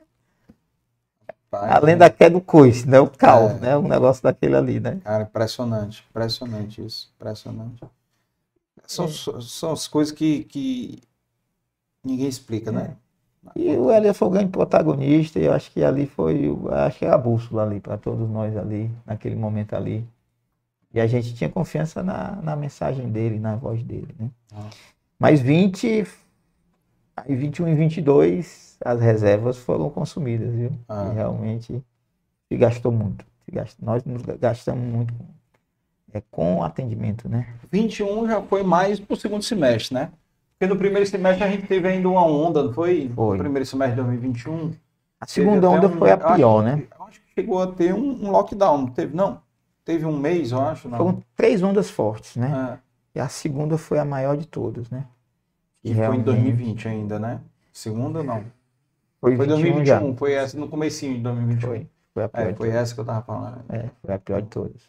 Além da queda do coice, né, o caos, né, um negócio daquele ali, né. Cara, impressionante isso, impressionante. São as coisas que ninguém explica, né? E o Elias foi o grande protagonista, e eu acho que ali foi, acho que é a bússola ali, para todos nós ali, naquele momento ali. E a gente tinha confiança na mensagem dele, na voz dele, né? Mas 21 e 22, as reservas foram consumidas, viu? E realmente se gastou muito. Nós nos gastamos muito com atendimento, né? 21 já foi mais pro segundo semestre, né? Porque no primeiro semestre a gente teve ainda uma onda, não foi? Foi. No primeiro semestre de 2021. A segunda onda foi a pior, né? Eu acho que chegou a ter um lockdown, não teve? Não. Teve um mês, eu acho. Não. Foram 3 ondas fortes, né? E a segunda foi a maior de todas, né? E realmente... foi em 2020 ainda, né? Segunda, não. Foi 2021, já. Foi essa no comecinho de 2021. Foi a pior. Foi essa que eu tava falando. Foi a pior de todas.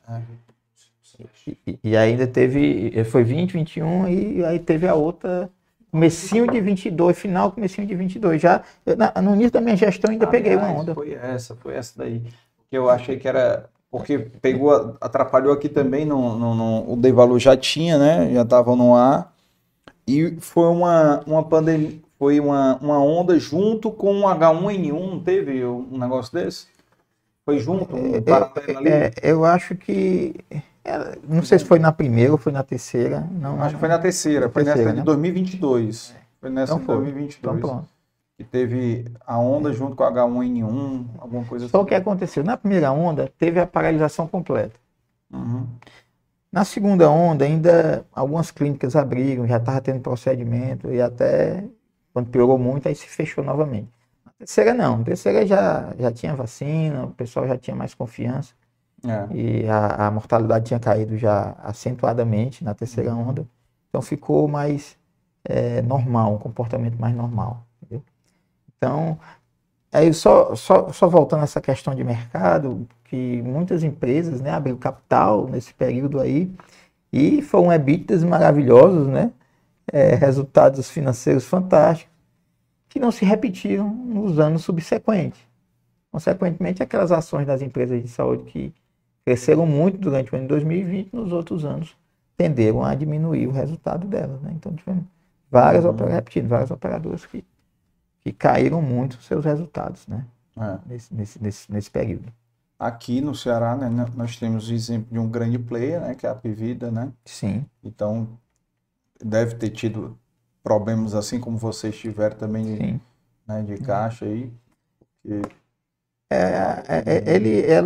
E ainda teve... Foi 20, 21 e aí teve a outra... Comecinho de 22, comecinho de 22. Já, no início da minha gestão ainda peguei uma onda. Foi essa daí. Que eu achei que era... Porque atrapalhou aqui também, o Dei Valor já tinha, né? Já estava no ar. E foi uma pandemia, foi uma onda junto com o H1N1, não teve um negócio desse? Foi junto, paralelo ali? Eu acho que... não sei se foi na primeira ou foi na terceira. Acho que foi na terceira, foi nessa de 2022. Foi nessa de 2022. Então pronto. Que teve a onda junto com a H1N1, alguma coisa assim. Só o que aconteceu? Na primeira onda, teve a paralisação completa. Na segunda onda, ainda algumas clínicas abriram, já estava tendo procedimento, e até quando piorou muito, aí se fechou novamente. Na terceira não, na terceira já tinha vacina, o pessoal já tinha mais confiança. E a mortalidade tinha caído já acentuadamente na terceira onda. Então ficou mais normal, um comportamento mais normal. Entendeu? Então, aí só voltando a essa questão de mercado, que muitas empresas, né, abriram capital nesse período aí, e foram EBITDAs maravilhosos, né, resultados financeiros fantásticos, que não se repetiram nos anos subsequentes. Consequentemente, aquelas ações das empresas de saúde que cresceram muito durante o ano de 2020, nos outros anos tenderam a diminuir o resultado delas, né? Então tivemos várias operadoras que caíram muito os seus resultados, né? Nesse período. Aqui no Ceará, né, nós temos o exemplo de um grande player, né, que é a Apvida, né? Sim. Então deve ter tido problemas assim como vocês tiveram também, né, de caixa aí. Ela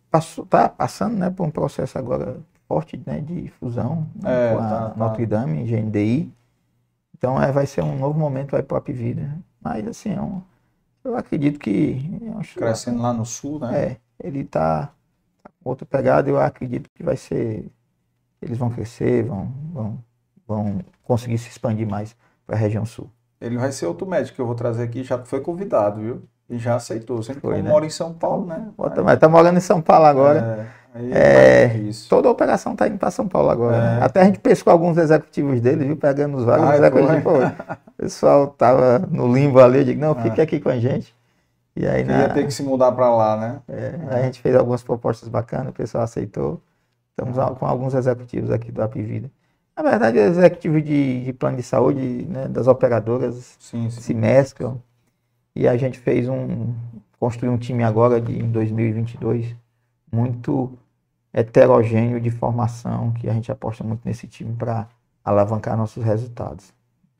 está passando, né, por um processo agora forte, né, de fusão, né, com a Notre Dame, GNDI. Então vai ser um novo momento para a Apivida. Mas assim, eu acredito que... Crescendo lá no sul, né? Ele está com outra pegada. Eu acredito que vai ser... Eles vão crescer, vão conseguir se expandir mais para a região sul. Ele vai ser outro médico que eu vou trazer aqui, já foi convidado, viu? E já aceitou. Sempre que né? mora em São Paulo, né? Mas tá morando em São Paulo agora. Toda a operação tá indo para São Paulo agora. Né? Até a gente pescou alguns executivos dele, viu? Pegando os vários executivos. O pessoal tava no limbo ali, eu digo, não, fique aqui com a gente. E aí, ia ter que se mudar para lá, né? A gente fez algumas propostas bacanas, o pessoal aceitou. Estamos com alguns executivos aqui do Apivida. Na verdade, os executivos de plano de saúde, né, das operadoras se mesclam. E a gente construiu um time agora, em 2022, muito heterogêneo de formação, que a gente aposta muito nesse time para alavancar nossos resultados.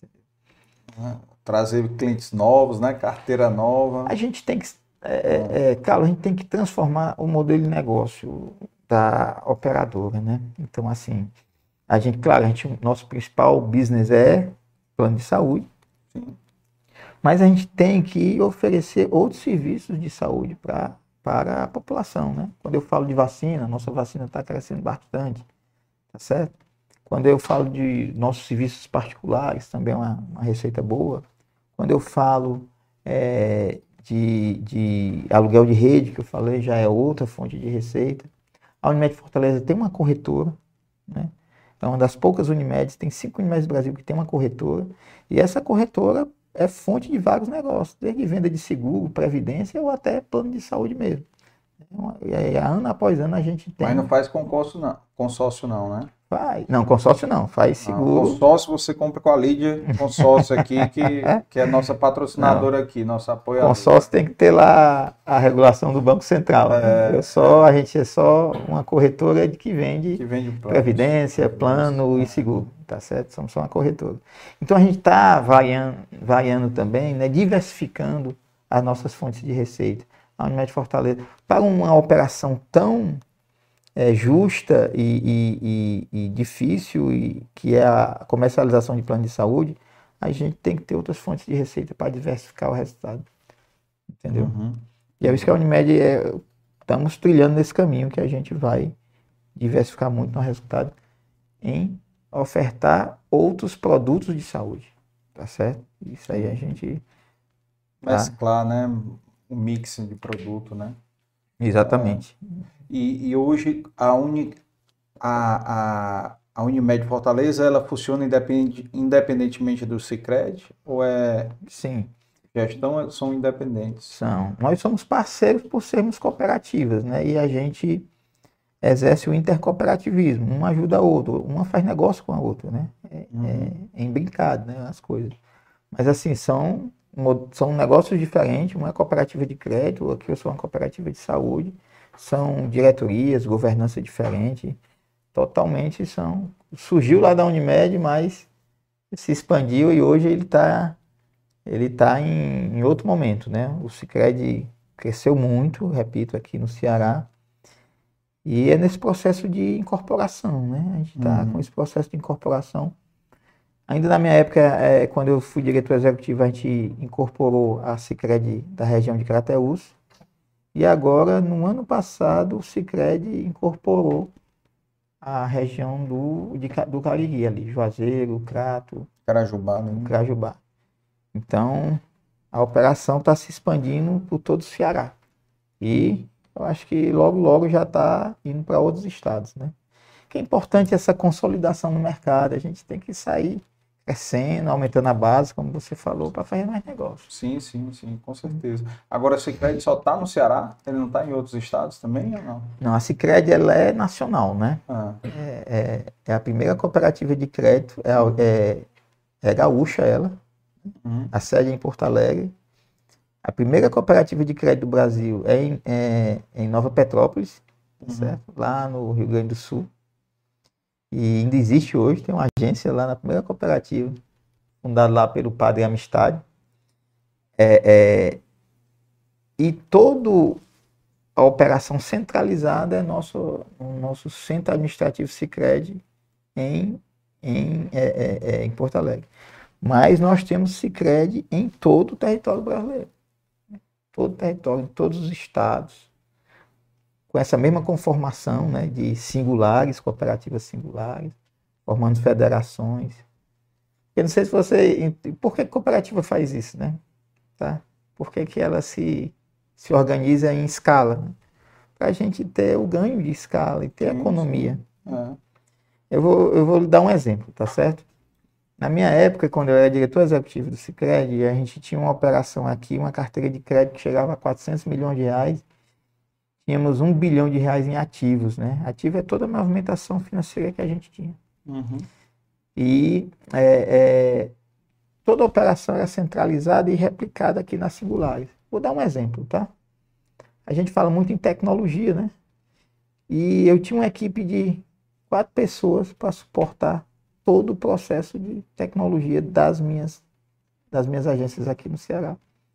Trazer clientes novos, né? Carteira nova. A gente tem que, Carlos, a gente tem que transformar o modelo de negócio da operadora, né? Então, assim, nosso principal business é plano de saúde. Sim. Mas a gente tem que oferecer outros serviços de saúde para a população, né? Quando eu falo de vacina, nossa vacina está crescendo bastante, tá certo? Quando eu falo de nossos serviços particulares, também é uma receita boa. Quando eu falo de aluguel de rede, que eu falei, já é outra fonte de receita. A Unimed Fortaleza tem uma corretora, né? É uma das poucas Unimedes, tem 5 Unimedes do Brasil que tem uma corretora, e essa corretora é fonte de vários negócios, desde venda de seguro, previdência ou até plano de saúde mesmo. E aí, ano após ano a gente tem... Mas não faz consórcio não, né? Não, consórcio não, faz seguro. Consórcio você compra com a Lídia, consórcio aqui, que é nossa patrocinadora aqui, nossa apoiadora. Consórcio tem que ter lá a regulação do Banco Central. Né? A gente é só uma corretora que vende previdência, plano e seguro, tá certo? Somos só uma corretora. Então a gente está variando também, né, diversificando as nossas fontes de receita. A Unimed Fortaleza, para uma operação tão justa e difícil, que é a comercialização de plano de saúde, a gente tem que ter outras fontes de receita para diversificar o resultado. Entendeu? Uhum. E é isso que a Unimed estamos trilhando nesse caminho, que a gente vai diversificar muito no resultado em ofertar outros produtos de saúde. Tá certo? Isso aí a gente... Mesclar, né? Um mix de produto, né? Exatamente. E hoje a Unimed Fortaleza, ela funciona independentemente do Sicredi? Ou Sim. Gestão são independentes? São. Nós somos parceiros por sermos cooperativas, né? E a gente exerce o intercooperativismo. Uma ajuda a outra, uma faz negócio com a outra, né? É embrincado, né? As coisas. Mas assim, são negócios diferentes. Uma é cooperativa de crédito, aqui eu sou uma cooperativa de saúde. São diretorias, governança diferente. Totalmente surgiu lá da Unimed, mas se expandiu e hoje ele está em outro momento, né? O Sicredi cresceu muito, repito, aqui no Ceará. E é nesse processo de incorporação, né? A gente está com esse processo de incorporação. Ainda na minha época, quando eu fui diretor executivo, a gente incorporou a Sicredi da região de Crateús. E agora, no ano passado, o Sicredi incorporou a região do Cariri, ali, Juazeiro, Crato, Carajubá, né? Carajubá. Então, a operação está se expandindo por todo o Ceará. E eu acho que logo, logo já está indo para outros estados, né? Que é importante essa consolidação no mercado. A gente tem que sair crescendo, aumentando a base, como você falou, para fazer mais negócio. Sim, com certeza. Agora, a Sicredi só está no Ceará? Ele não está em outros estados também ou não? Não, a Sicredi ela é nacional, né? É a primeira cooperativa de crédito, é gaúcha ela, a sede é em Porto Alegre. A primeira cooperativa de crédito do Brasil é em Nova Petrópolis, certo? Lá no Rio Grande do Sul. E ainda existe hoje, tem uma agência lá na primeira cooperativa, fundada lá pelo padre Amistade. E toda a operação centralizada é o nosso centro administrativo Sicredi em Porto Alegre. Mas nós temos Sicredi em todo o território brasileiro. Todo o território, em todos os estados, com essa mesma conformação, né, de singulares, cooperativas singulares, formando federações. Eu não sei se você... Por que a cooperativa faz isso, né? Tá? Por que ela se organiza em escala? Né? Para a gente ter o ganho de escala e ter economia. Eu vou lhe dar um exemplo, tá certo? Na minha época, quando eu era diretor executivo do Sicredi, a gente tinha uma operação aqui, uma carteira de crédito que chegava a 400 milhões de reais. Tínhamos 1 bilhão de reais em ativos, né? Ativo é toda a movimentação financeira que a gente tinha. E toda a operação era centralizada e replicada aqui nas singulares. Vou dar um exemplo, tá? A gente fala muito em tecnologia, né? E eu tinha uma equipe de 4 pessoas para suportar todo o processo de tecnologia das minhas agências aqui no Ceará.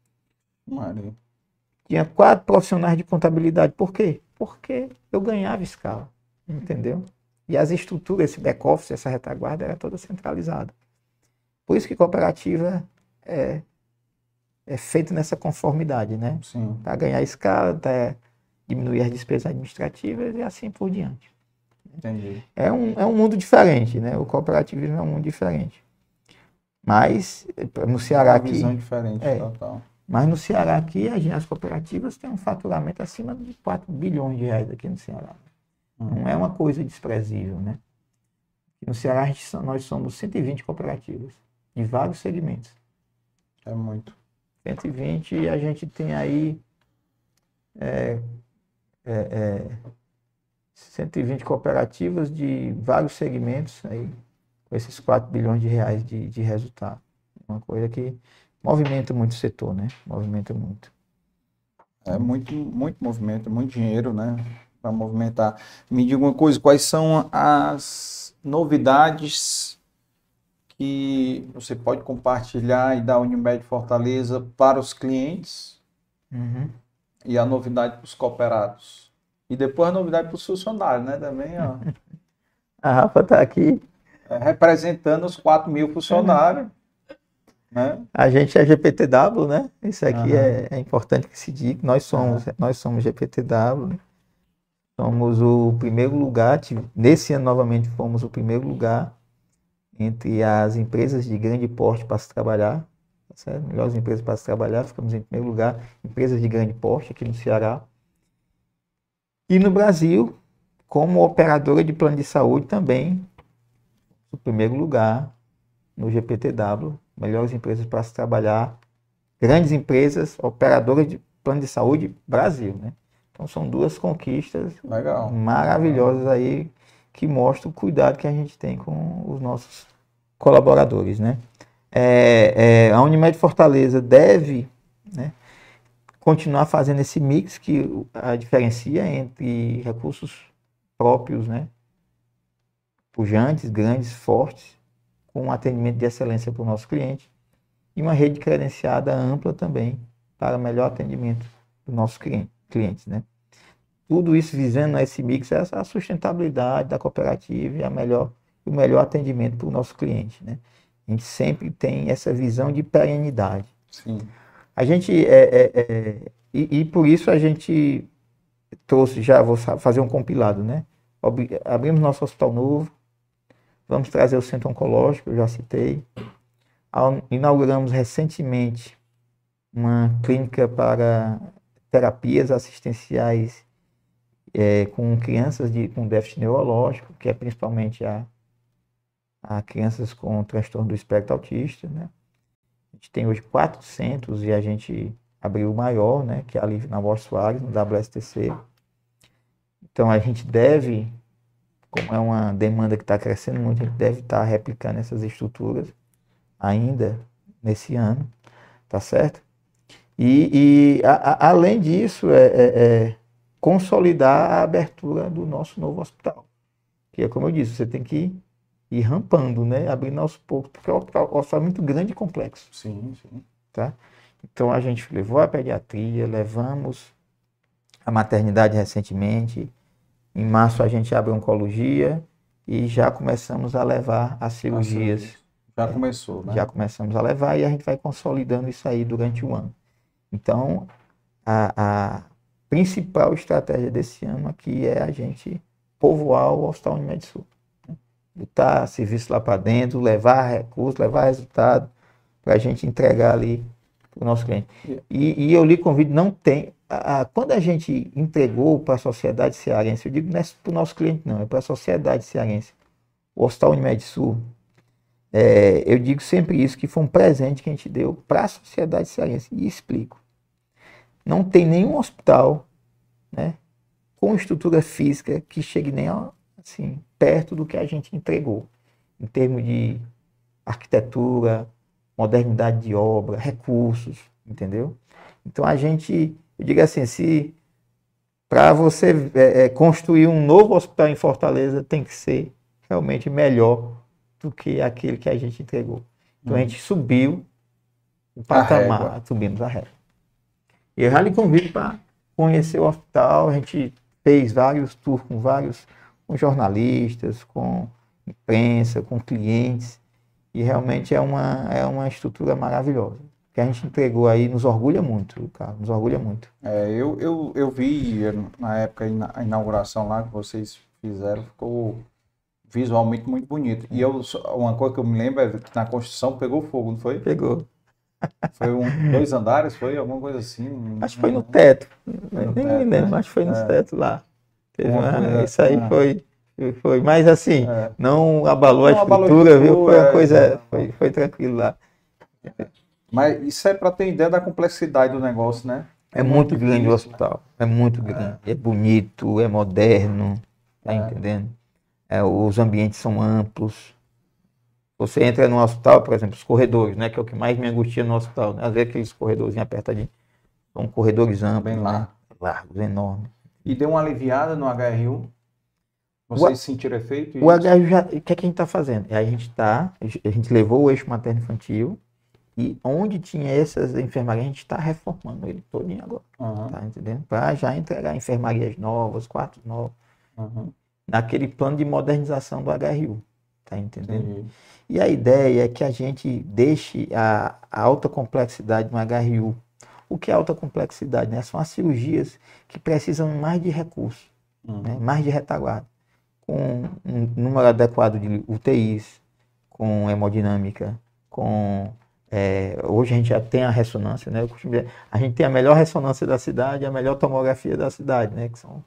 Tinha 4 profissionais de contabilidade. Por quê? Porque eu ganhava escala, entendeu? E as estruturas, esse back-office, essa retaguarda era toda centralizada. Por isso que cooperativa é feita nessa conformidade, né? Para ganhar escala, para diminuir as despesas administrativas e assim por diante. Entendi. É um mundo diferente, né? O cooperativismo é um mundo diferente. Mas no Ceará aqui... Uma visão diferente, total. Mas no Ceará aqui, as cooperativas têm um faturamento acima de 4 bilhões de reais aqui no Ceará. Não é uma coisa desprezível, né? No Ceará nós somos 120 cooperativas, de vários segmentos. É muito. 120 e a gente tem aí 120 cooperativas de vários segmentos, aí, com esses 4 bilhões de reais de resultado. Uma coisa que movimenta muito o setor, né? Movimenta muito. É muito movimento, muito dinheiro, né? Para movimentar. Me diga uma coisa, quais são as novidades que você pode compartilhar e da Unimed Fortaleza para os clientes e a novidade para os cooperados? E depois a novidade para os funcionários, né? Também, ó. A Rafa está aqui. Representando os 4 mil funcionários. Né? A gente é GPTW, né? Isso aqui é importante que se diga. Nós somos GPTW. Né? Somos o primeiro lugar. Nesse ano, novamente, fomos o primeiro lugar entre as empresas de grande porte para se trabalhar. Tá certo? Melhores empresas para se trabalhar. Ficamos em primeiro lugar. Empresas de grande porte aqui no Ceará. E no Brasil, como operadora de plano de saúde também, o primeiro lugar no GPTW, melhores empresas para se trabalhar, grandes empresas, operadoras de plano de saúde, Brasil, né? Então são 2 conquistas maravilhosas aí, que mostram o cuidado que a gente tem com os nossos colaboradores, né? A Unimed Fortaleza deve, né, continuar fazendo esse mix que a diferencia entre recursos próprios, né, pujantes, grandes, fortes, com um atendimento de excelência para o nosso cliente e uma rede credenciada ampla também para melhor atendimento dos nossos clientes, né? Tudo isso visando esse mix, essa sustentabilidade da cooperativa e o melhor atendimento para o nosso cliente, né? A gente sempre tem essa visão de perenidade. Sim. A gente, e por isso a gente trouxe, já vou fazer um compilado, né? Abrimos nosso hospital novo, vamos trazer o centro oncológico, eu já citei. Inauguramos recentemente uma clínica para terapias assistenciais com crianças com déficit neurológico, que é principalmente a crianças com transtorno do espectro autista, né? A gente tem hoje 4 centros e a gente abriu o maior, né, que é ali na Walter Soares, no WSTC. Então a gente deve, como é uma demanda que está crescendo muito, a gente deve estar replicando essas estruturas ainda nesse ano, tá certo? E além disso, consolidar a abertura do nosso novo hospital. Que é como eu disse, você tem que ir rampando, né? Abrindo aos poucos, porque o hospital é muito grande e complexo. Sim. Tá? Então a gente levou a pediatria, levamos a maternidade recentemente. Em março a gente abre oncologia e já começamos a levar as cirurgias. Já começou, né? Já começamos a levar e a gente vai consolidando isso aí durante o ano. Então, a principal estratégia desse ano aqui é a gente povoar o Hospital Unimed Sul. Botar serviço lá para dentro, levar recursos, levar resultado para a gente entregar ali para o nosso cliente. E eu lhe convido, não tem... quando a gente entregou para a sociedade cearense, eu digo não é para o nosso cliente não, é para a sociedade cearense, o Hospital Unimed Sul, eu digo sempre isso, que foi um presente que a gente deu para a sociedade cearense. E explico. Não tem nenhum hospital, né, com estrutura física que chegue nem assim, perto do que a gente entregou. Em termos de arquitetura, modernidade de obra, recursos, entendeu? Então a gente, eu digo assim, se para você construir um novo hospital em Fortaleza tem que ser realmente melhor do que aquele que a gente entregou. Então a gente subiu o patamar, subimos a régua. E eu já lhe convido para conhecer o hospital. A gente fez vários tours com jornalistas, com imprensa, com clientes, e realmente é uma estrutura maravilhosa. O que a gente entregou aí nos orgulha muito, cara, nos orgulha muito. Eu vi na época a inauguração lá que vocês fizeram, ficou visualmente muito bonito. E uma coisa que eu me lembro é que na construção pegou fogo, não foi? Pegou. Foi 2 andares, foi alguma coisa assim? Acho que foi no teto. Nem me lembro, mas foi no teto lá. Isso aí foi. Mas assim, não abalou a estrutura, viu? Foi uma coisa, foi tranquilo lá. Mas isso é para ter ideia da complexidade do negócio, né? É muito grande o hospital. É muito grande. É bonito, é moderno. Tá entendendo? Os ambientes são amplos. Você entra no hospital, por exemplo, os corredores, né? Que é o que mais me angustia no hospital. Né? Às vezes aqueles corredorzinhos apertadinhos. São corredores amplos, bem largos, enormes. E deu uma aliviada no HRU? Vocês sentiram efeito? O HRU já... O que é que a gente está fazendo? A gente levou o eixo materno-infantil e onde tinha essas enfermarias, a gente está reformando ele todinho agora. Tá entendendo? Para já entregar enfermarias novas, quartos novos. Naquele plano de modernização do HRU. Tá entendendo? E a ideia é que a gente deixe a alta complexidade no HRU. O que é alta complexidade? Né? São as cirurgias que precisam mais de recursos, né? Mais de retaguarda, com um número adequado de UTIs, com hemodinâmica, com... hoje a gente já tem a ressonância, né? Eu costumo dizer, a gente tem a melhor ressonância da cidade, a melhor tomografia da cidade, né? Que são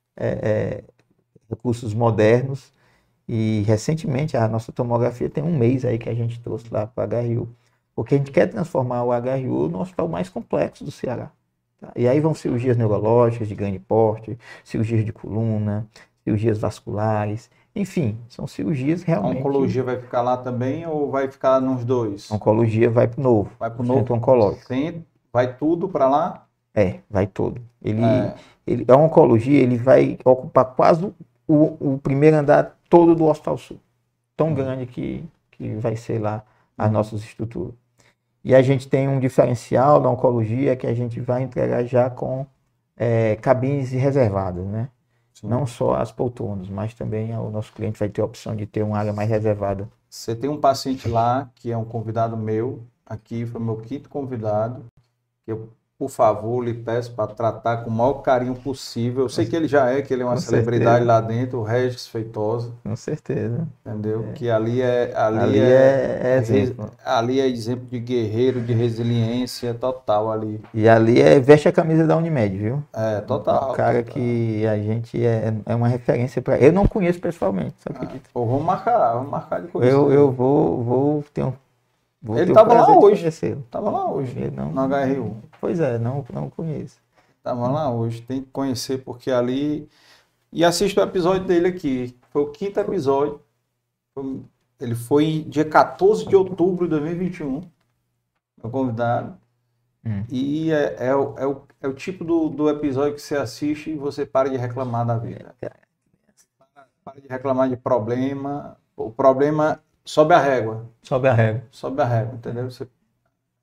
recursos modernos. E recentemente a nossa tomografia tem 1 mês aí que a gente trouxe lá para o HRU. Porque a gente quer transformar o HRU no hospital mais complexo do Ceará. Tá? E aí vão cirurgias neurológicas de grande porte, cirurgias de coluna, cirurgias vasculares, enfim, são cirurgias realmente... A oncologia vai ficar lá também ou vai ficar nos dois? A oncologia vai para o novo. Vai para o novo? Centro oncológico. Vai tudo para lá? Vai todo. A oncologia ele vai ocupar quase o primeiro andar todo do Hospital Sul. Tão grande que vai ser lá as nossas estruturas. E a gente tem um diferencial da oncologia que a gente vai entregar já com cabines reservadas, né? Sim. Não só as poltronas, mas também o nosso cliente vai ter a opção de ter uma área mais reservada. Você tem um paciente lá que é um convidado meu, aqui foi meu 5º convidado, que eu, por favor, lhe peço para tratar com o maior carinho possível. Eu sei que ele que ele é uma celebridade lá dentro, o Regis Feitosa. Com certeza. Entendeu? Que ali é exemplo. Ali é exemplo de guerreiro, de resiliência total ali. E ali veste a camisa da Unimed, viu? Total. Um cara que a gente é uma referência para... Eu não conheço pessoalmente, você acredita? Vamos marcar de conhecer. Eu vou ter um... Ele estava lá hoje. Estava lá hoje, no HRU. Pois é, não conheço. Estava lá hoje, tem que conhecer, porque ali... E assista o episódio dele aqui. Foi o 5º episódio. Ele foi dia 14 de outubro de 2021. Meu convidado. E é o tipo do episódio que você assiste e você para de reclamar da vida. Para de reclamar de problema. O problema... Sobe a régua. Sobe a régua. Sobe a régua, entendeu?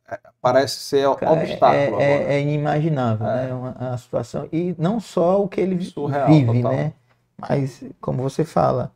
parece ser obstáculo. É inimaginável, né? Uma situação. E não só o que ele surreal, vive, total. né? Mas, como você fala,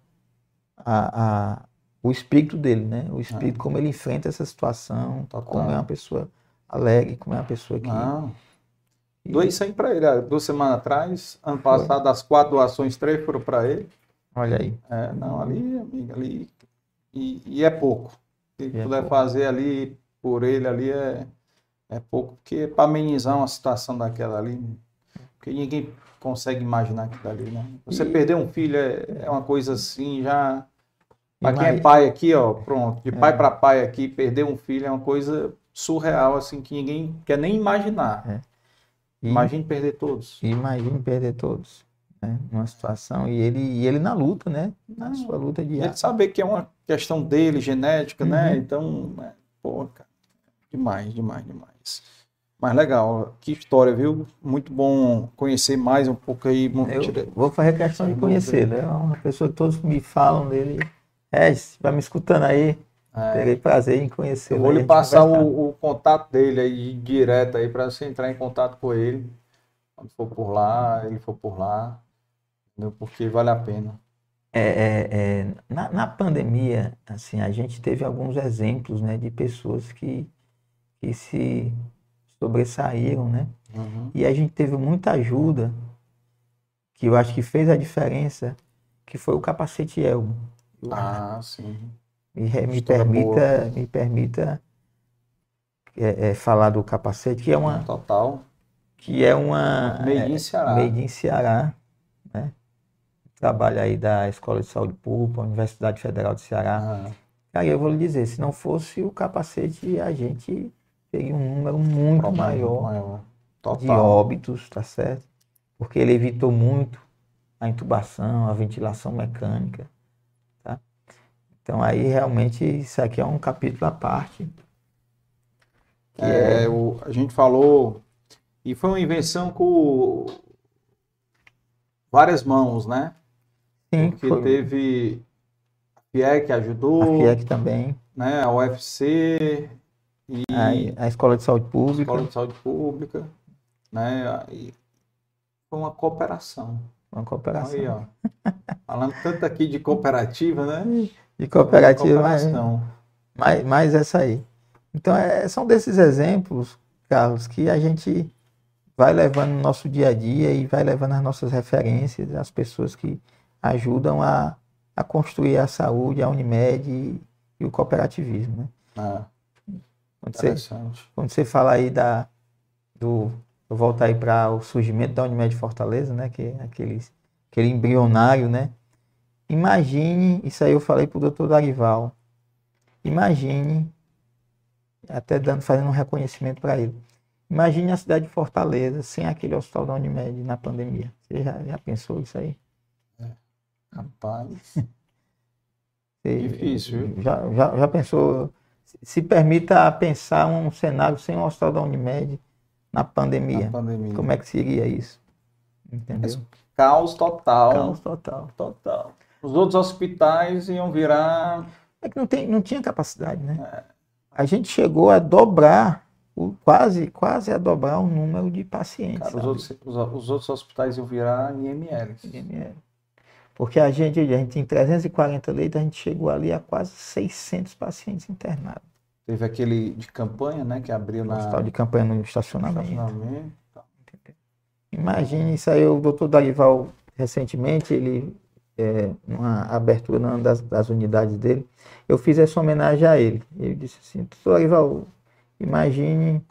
o espírito dele, né? O espírito, como ele enfrenta essa situação, Total. como é uma pessoa alegre, como é uma pessoa que... Doei isso aí para ele, 2 semanas atrás. Ano passado, as 4 doações, 3 foram para ele. Olha aí. Ali, amiga, ali. E é pouco. Se puder fazer ali por ele, ali é pouco. Porque para amenizar uma situação daquela ali, porque ninguém consegue imaginar aquilo ali, né? Você perder um filho é uma coisa assim, já... Para quem é pai aqui, ó, pronto, de pai para pai aqui, perder um filho é uma coisa surreal, assim, que ninguém quer nem imaginar. Imagine perder todos. Imagine perder todos, né? Numa situação, e ele na luta, né? Na sua luta diária. Ele saber que é uma questão dele, genética, né? Então, pô, cara, demais. Mas legal, que história, viu? Muito bom conhecer mais um pouco aí. Eu vou fazer questão de conhecer, né? É uma pessoa que todos me falam dele. Vai me escutando aí. Terei prazer em conhecê-lo. Eu vou lhe passar o contato dele aí direto aí para você entrar em contato com ele. Quando for por lá, ele for por lá. Entendeu? Porque vale a pena. Na pandemia, assim, a gente teve alguns exemplos, né, de pessoas que se sobressaíram, né? E a gente teve muita ajuda, que eu acho que fez a diferença, que foi o capacete Elmo. Sim. Me permita falar do capacete, que é uma... Total. Que é uma... Made in Ceará. Made in Ceará, né? Trabalho aí da Escola de Saúde Pública, Universidade Federal do Ceará. Aí eu vou lhe dizer, se não fosse o capacete, a gente teria um número muito maior de óbitos, tá certo? Porque ele evitou muito a intubação, a ventilação mecânica. Então, aí, realmente, isso aqui é um capítulo à parte. A gente falou, e foi uma invenção com várias mãos, né? Sim, porque teve a FIEC que ajudou. A FIEC também. Né? A UFC. E a Escola de Saúde Pública. Escola de Saúde Pública. Né? E foi uma cooperação. Uma cooperação. Aí, ó. Falando tanto aqui de cooperativa, né? De cooperativa, mas essa aí. Então, são desses exemplos, Carlos, que a gente vai levando no nosso dia a dia e vai levando as nossas referências, as pessoas que ajudam a construir a saúde, a Unimed e o cooperativismo, né? Quando você fala aí eu volto aí para o surgimento da Unimed Fortaleza, né? Que é aquele embrionário, né? Imagine, isso aí eu falei para o doutor Darival, imagine, até fazendo um reconhecimento para ele, imagine a cidade de Fortaleza sem aquele hospital da Unimed na pandemia. Você já pensou isso aí? Rapaz, difícil, viu? Já pensou, se permita pensar um cenário sem o hospital da Unimed na pandemia. Como é que seria isso? Entendeu? Caos total. Caos total. Os outros hospitais iam virar... É que não tinha capacidade, né? A gente chegou a dobrar, quase a dobrar o número de pacientes. Cara, os outros hospitais iam virar IML. Porque a gente tem 340 leitos, a gente chegou ali a quase 600 pacientes internados. Teve aquele de campanha, né? Que abriu na... Hospital de campanha no estacionamento. Imagine isso aí, o doutor Darival, recentemente, ele... uma abertura numa das unidades dele, eu fiz essa homenagem a ele. Ele disse assim: doutor Darival, imagine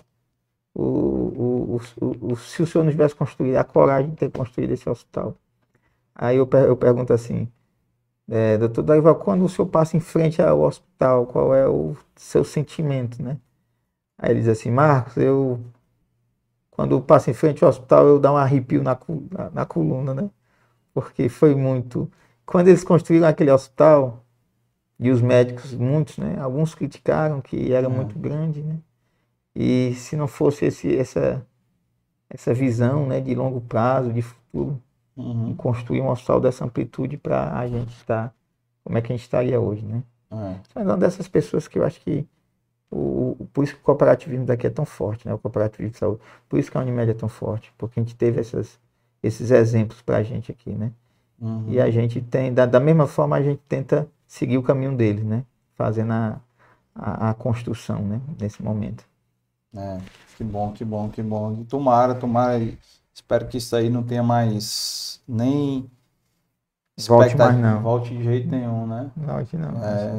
se o senhor não tivesse construído, a coragem de ter construído esse hospital. Aí eu pergunto assim, doutor Darival, quando o senhor passa em frente ao hospital, qual é o seu sentimento, né? Aí ele diz assim: Marcos, quando eu passo em frente ao hospital, eu dou um arrepio na coluna, né? Porque foi muito... Quando eles construíram aquele hospital, e os médicos, muitos, né? Alguns criticaram que era muito grande, né? E se não fosse essa visão, né, de longo prazo, de futuro, de construir um hospital dessa amplitude para a gente estar... Como é que a gente estaria hoje, né? São uma dessas pessoas que eu acho que Por isso que o cooperativismo daqui é tão forte, né? O cooperativismo de saúde. Por isso que a Unimed é tão forte, porque a gente teve esses exemplos para a gente aqui, né? Uhum. E a gente tem, da mesma forma, a gente tenta seguir o caminho deles, né? Fazendo a construção, né? Nesse momento. Que bom, que bom, que bom. Tomara, espero que isso aí não tenha mais nem volte mais não. Volte de jeito nenhum, né? Volte não.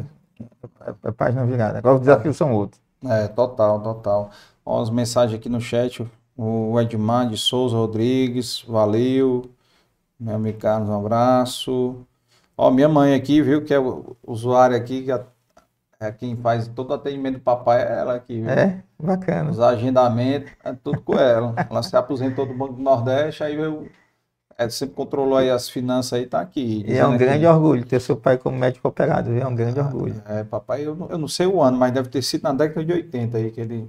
É página virada. Agora os desafios são outros. Total. Ó, as mensagens aqui no chat. O Edmar de Souza Rodrigues, valeu. Meu amigo Carlos, um abraço. Ó, minha mãe aqui, viu, que é o usuário aqui, que é quem faz todo o atendimento do papai, é ela aqui, viu? Bacana. Os agendamentos, é tudo com ela. Ela se aposentou do Banco do Nordeste, aí ela sempre controlou aí as finanças aí, tá aqui. E é um grande orgulho ter seu pai como médico operado, viu? É um grande orgulho. Papai, eu não sei o ano, mas deve ter sido na década de 80 aí que ele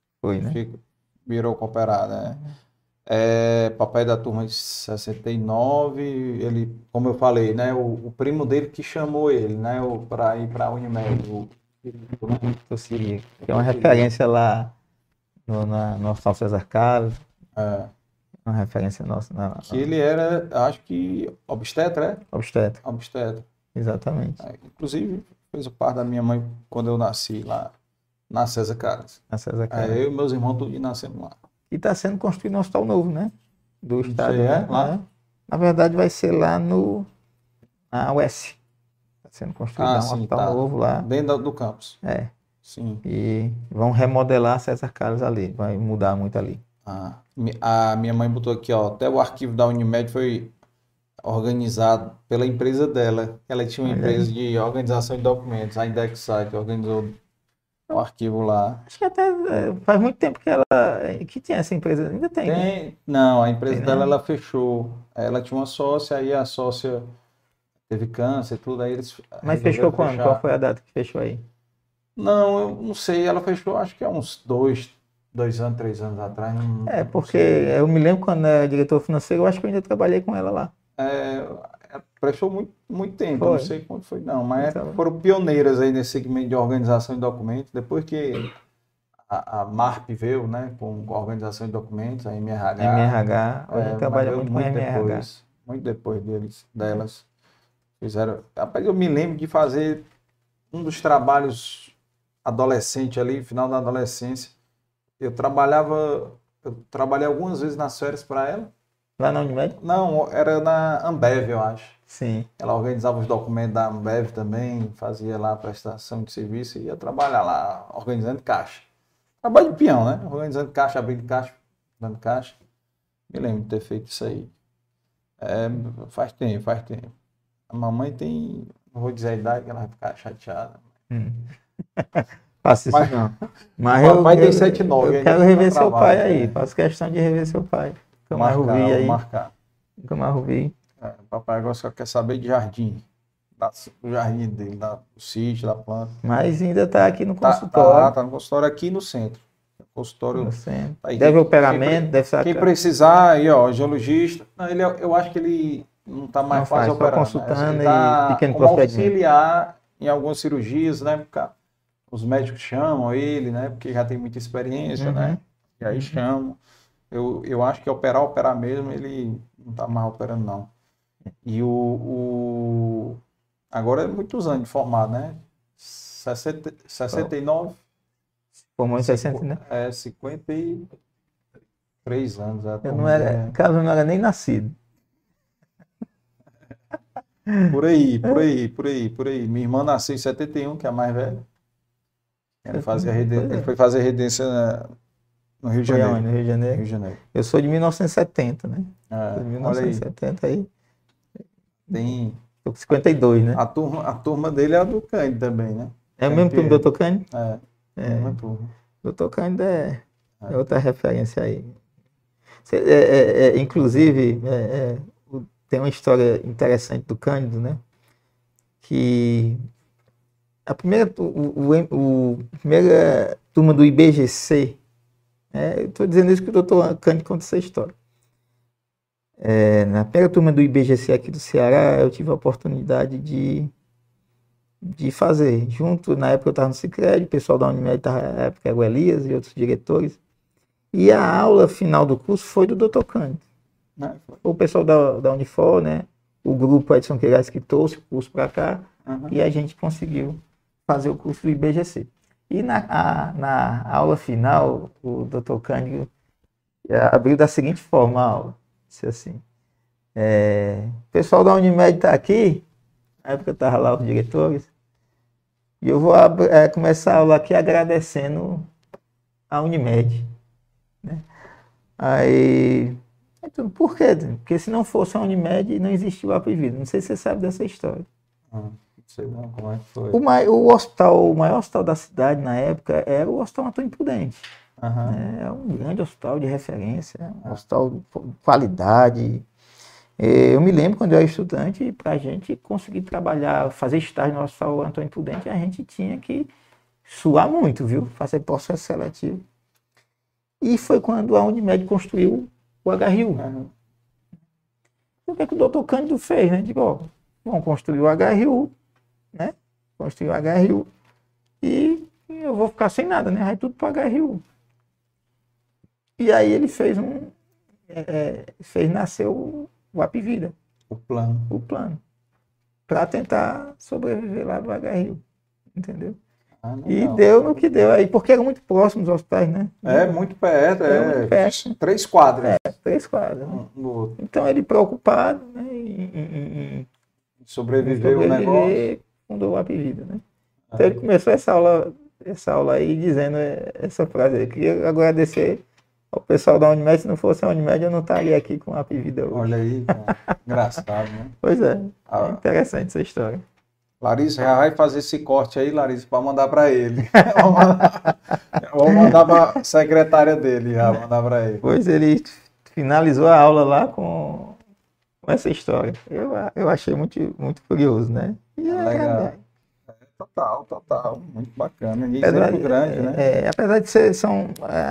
virou cooperado, né? Papai da turma de 69, ele, como eu falei, né? O primo dele que chamou ele, né? Para ir para a Unimed. Que é uma referência lá no Hospital César Carlos. Uma referência nossa. Que ele era, acho que, obstetra, Obstetra. Exatamente. Inclusive, fez o parto da minha mãe quando eu nasci lá na César Carlos. Eu e meus irmãos todos nascemos lá. E está sendo construído um hospital novo, né? Do estado. Lá? Na verdade, vai ser lá na UES. Está sendo construído um hospital novo lá. Dentro do campus. Sim. E vão remodelar César Carlos ali. Vai mudar muito ali. A minha mãe botou aqui, ó, até o arquivo da Unimed foi organizado pela empresa dela. Ela tinha uma empresa de organização de documentos, a IndexSite, organizou o arquivo lá. Acho que até faz muito tempo que tinha essa empresa, ainda tem. Não, a empresa dela, ela fechou. Ela tinha uma sócia, aí a sócia teve câncer e tudo, aí eles... Mas fechou quando? Qual foi a data que fechou aí? Não, eu não sei, ela fechou acho que há uns 2 anos, 3 anos atrás. Porque eu me lembro quando era diretor financeiro, eu acho que eu ainda trabalhei com ela lá. Prestou muito tempo, eu não sei quando foi não, mas foram pioneiras aí nesse segmento de organização de documentos, depois que a MARP veio, né, com a organização de documentos, a MRH, a gente trabalha muito com a MRH. Muito depois delas. Fizeram, rapaz, eu me lembro de fazer um dos trabalhos adolescente ali, final da adolescência, eu trabalhei algumas vezes nas férias para ela. Lá na Unimed? Não, era na Ambev, eu acho. Sim. Ela organizava os documentos da Ambev também, fazia lá a prestação de serviço e ia trabalhar lá, organizando caixa. Trabalho de peão, né? Organizando caixa, abrindo caixa, dando caixa. Me lembro de ter feito isso aí. Faz tempo. A mamãe tem, não vou dizer a idade, que ela vai ficar chateada. Faço isso não. Mas o pai tem 79. Eu quero rever seu pai aí. Faço questão de rever seu pai. Marcar. Nunca mais ouvi. O papai agora só quer saber de jardim. O jardim dele, do sítio, da planta. Mas ainda está aqui no consultório. Tá no consultório aqui no centro. Consultório no centro. Deve operamento, deve ser. Quem precisar, aí, ó, geologista. Não, eu acho que ele não está mais fácil operando. Consultando ele tá e pequeno procedimento. Auxiliar em algumas cirurgias, né? Os médicos chamam ele, né? Porque já tem muita experiência, né? E aí chamam. Eu acho que operar mesmo, ele não está mais operando, não. E agora é muitos anos de formado, né? 69. Formou em 60, né? 53 anos. Carlos não era nem nascido. Por aí. Minha irmã nasceu em 71, que é a mais velha. Ele foi fazer residência no Rio de Janeiro. No Rio de Janeiro. Eu sou de 1970, né? De 1970 aí. Tô com 52, né? A turma dele é a do Cândido também, né? É o mesmo turma do Dr. Cândido? É a mesma turma. Dr. Cândido é outra referência aí. Inclusive, tem uma história interessante do Cândido, né? Que a primeira turma do IBGC, eu estou dizendo isso que o Dr. Cândido conta essa história. Na primeira turma do IBGC aqui do Ceará, eu tive a oportunidade de de fazer. Junto, na época eu estava no Sicredi, o pessoal da Unimed estava, na época era o Elias e outros diretores. E a aula final do curso foi do Dr. Cândido. O pessoal da Unifor, né? O grupo Edson Queiroz que trouxe o curso para cá, e a gente conseguiu fazer o curso do IBGC. E na aula final, o Dr. Cândido abriu da seguinte forma a aula. Disse assim, o pessoal da Unimed está aqui, na época estava lá os diretores, e eu vou começar a aula aqui agradecendo a Unimed. Né? Aí, por quê? Porque se não fosse a Unimed, não existia o Apivida. Não sei se você sabe dessa história. Não sei não, como é que foi? O maior hospital da cidade na época era o Hospital Antônio Prudente. É um grande hospital de referência, um hospital de qualidade. Eu me lembro quando eu era estudante, para a gente conseguir trabalhar, fazer estágio no Hospital Antônio Prudente, a gente tinha que suar muito, viu? Fazer processo seletivo. E foi quando a Unimed construiu o HRU. O que é que o Dr. Cândido fez, né? Digo, vamos construir o HRU, né? Construir o HRU e eu vou ficar sem nada, né? Vai tudo para o HRU. E aí ele fez fez nascer o Apivida. O plano. O plano. Para tentar sobreviver lá do HRU. Entendeu? E deu no que deu aí, porque eram muito próximos os hospitais, né? Muito perto, muito perto. 3 quadras. 3 quadras. Né? Então ele preocupado, né, em sobreviver o negócio. Fundou o Apivida, né? Então ele começou essa aula aí dizendo essa frase aí. Eu queria agradecer ao pessoal da Unimed, se não fosse a Unimed eu não estaria aqui com a Apivida hoje. Olha aí, engraçado, né? Pois é, interessante essa história. Larissa, já vai fazer esse corte aí, Larissa, para mandar para ele. Vou mandar para a secretária dele, já mandar para ele. Pois ele finalizou a aula lá com essa história. Eu achei muito, muito curioso, né? E legal. Total. Muito bacana. E exemplo grande, né? Apesar de ser, são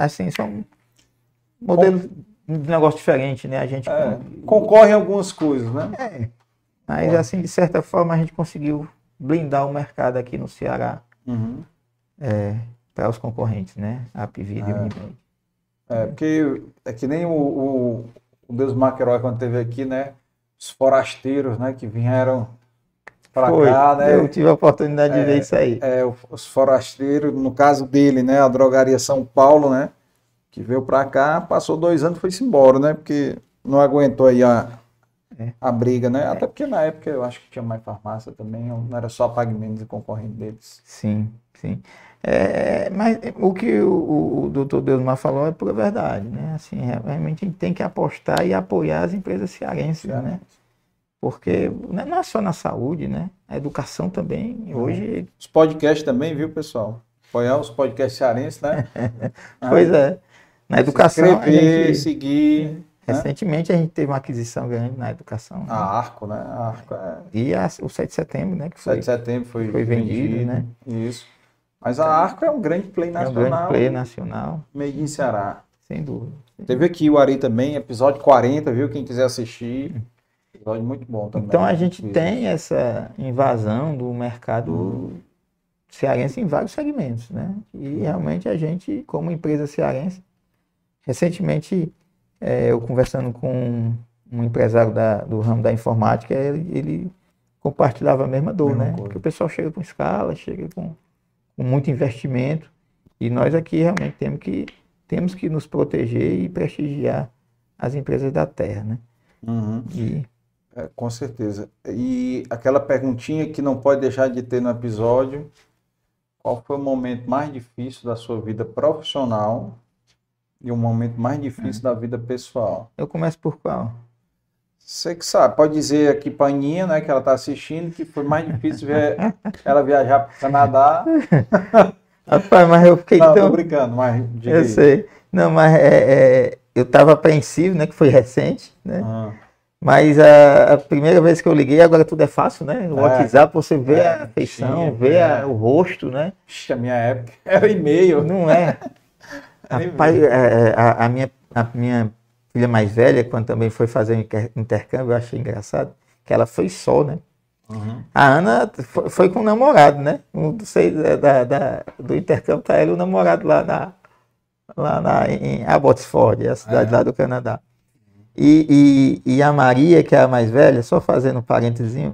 modelos de negócio diferente, né? A gente concorre em algumas coisas, né? Mas, assim, de certa forma, a gente conseguiu blindar o mercado aqui no Ceará para os concorrentes, né? A Apivida e o Unimed. Porque é que nem o Deus Maquerói, quando esteve aqui, né? Os forasteiros, né? Que vieram para cá, né? Eu tive a oportunidade de ver isso aí. Os forasteiros, no caso dele, né? A Drogaria São Paulo, né? Que veio para cá, passou 2 anos e foi-se embora, né? Porque não aguentou aí a briga, né? Até porque na época eu acho que tinha mais farmácia também, não era só a Pague Menos e concorrente deles. Sim. Mas o que o doutor Deusmar falou é pura verdade, né? Assim, realmente a gente tem que apostar e apoiar as empresas cearenses, né? Porque não é só na saúde, né? A educação também, hoje... Os podcasts também, viu, pessoal? Apoiar os podcasts cearenses, né? Pois é. Na educação... Se inscrever, seguir... Recentemente a gente teve uma aquisição grande na educação. A Arco, né? A Arco E o 7 de setembro, né? Que 7 de setembro foi vendido, né? Isso. Mas a Arco é um grande play nacional. É um grande play nacional. Made in Ceará. Sem dúvida. Teve aqui o Ari também, episódio 40, viu? Quem quiser assistir. Episódio muito bom também. Então a gente tem essa invasão do mercado cearense em vários segmentos, né? E realmente a gente, como empresa cearense, recentemente... eu conversando com um empresário do ramo da informática, ele compartilhava a mesma dor, né? Porque o pessoal chega com escala, chega com muito investimento, e nós aqui realmente temos que nos proteger e prestigiar as empresas da terra, né? Com certeza. E aquela perguntinha que não pode deixar de ter no episódio, qual foi o momento mais difícil da sua vida profissional e o momento mais difícil da vida pessoal? Eu começo por qual? Você que sabe, pode dizer aqui para a Aninha, né, que ela está assistindo, que foi mais difícil ver ela viajar para o Canadá. Rapaz, mas eu fiquei Não, tô brincando, mas diga eu aí. sei. Não, mas eu estava apreensivo, né, que foi recente, né? Mas a primeira vez que eu liguei, agora tudo é fácil, né? O WhatsApp, você vê a feição, vê o rosto, né? A minha época era e-mail. Não é? Rapaz, a minha filha mais velha, quando também foi fazer intercâmbio, eu achei engraçado, que ela foi só, né? A Ana foi com o namorado, né? Do intercâmbio tá ela e o namorado lá em Abbotsford, a cidade lá do Canadá. E a Maria, que é a mais velha, só fazendo um parênteses,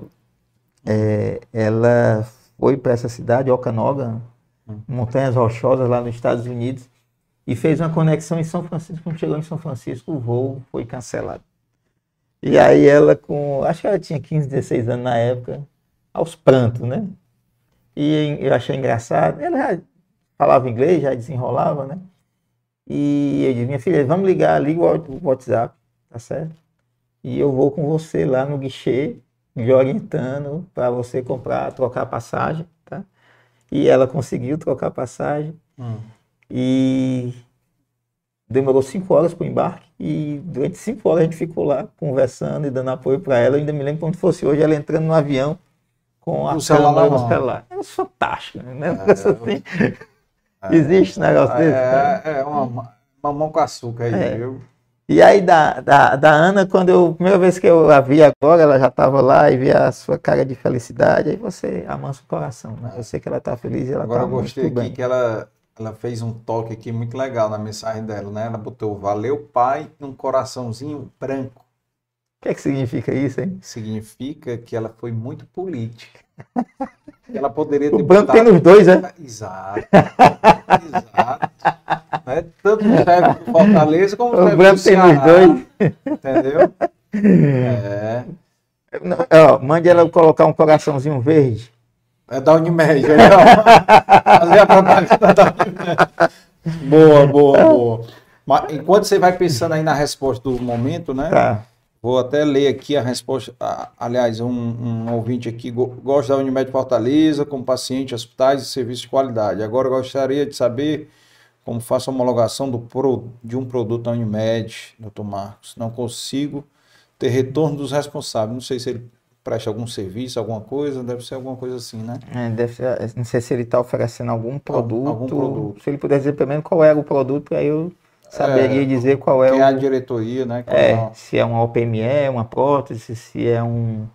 ela foi para essa cidade, Okanagan, Montanhas Rochosas, lá nos Estados Unidos, e fez uma conexão em São Francisco. Quando chegou em São Francisco, o voo foi cancelado. E aí ela, acho que ela tinha 15, 16 anos na época, aos prantos, né? E eu achei engraçado. Ela já falava inglês, já desenrolava, né? E eu disse, minha filha, vamos liga o WhatsApp, tá certo? E eu vou com você lá no guichê, lhe orientando para você trocar a passagem, tá? E ela conseguiu trocar a passagem. E demorou 5 horas para o embarque. E durante 5 horas a gente ficou lá conversando e dando apoio para ela. Eu ainda me lembro como se fosse hoje, ela entrando no avião com a câmera no celular. É fantástico, né? Assim. Existe um negócio desse? É uma mamão com açúcar aí, viu? E aí da Ana, a primeira vez que eu a vi agora, ela já estava lá e via a sua cara de felicidade, aí você amansa o coração, né? Eu sei que ela está feliz e ela está muito bem. Agora eu gostei aqui que ela fez um toque aqui muito legal na mensagem dela, né? Ela botou valeu pai e um coraçãozinho branco. O que é que significa isso, hein? Significa que ela foi muito política. Ela poderia ter o branco tem nos dois, né? Exato. Exato. Né? Tanto serve pro Fortaleza como serve pro Ceará. O branco tem nos dois. Entendeu? Mande ela colocar um coraçãozinho verde. É da Unimed. Fazer a propaganda da Unimed. Boa. Mas, enquanto você vai pensando aí na resposta do momento, né? Tá. Vou até ler aqui a resposta. Aliás, um ouvinte aqui gosta da Unimed Fortaleza como paciente, hospitais e serviços de qualidade. Agora gostaria de saber como faço a homologação de um produto da Unimed, doutor Marcos. Não consigo ter retorno dos responsáveis. Não sei se ele presta algum serviço, alguma coisa, deve ser alguma coisa assim, né? Não sei se ele está oferecendo algum produto. Se ele puder dizer primeiro qual era o produto, aí eu saberia dizer qual é a diretoria, né? Se é uma OPME, uma prótese, se é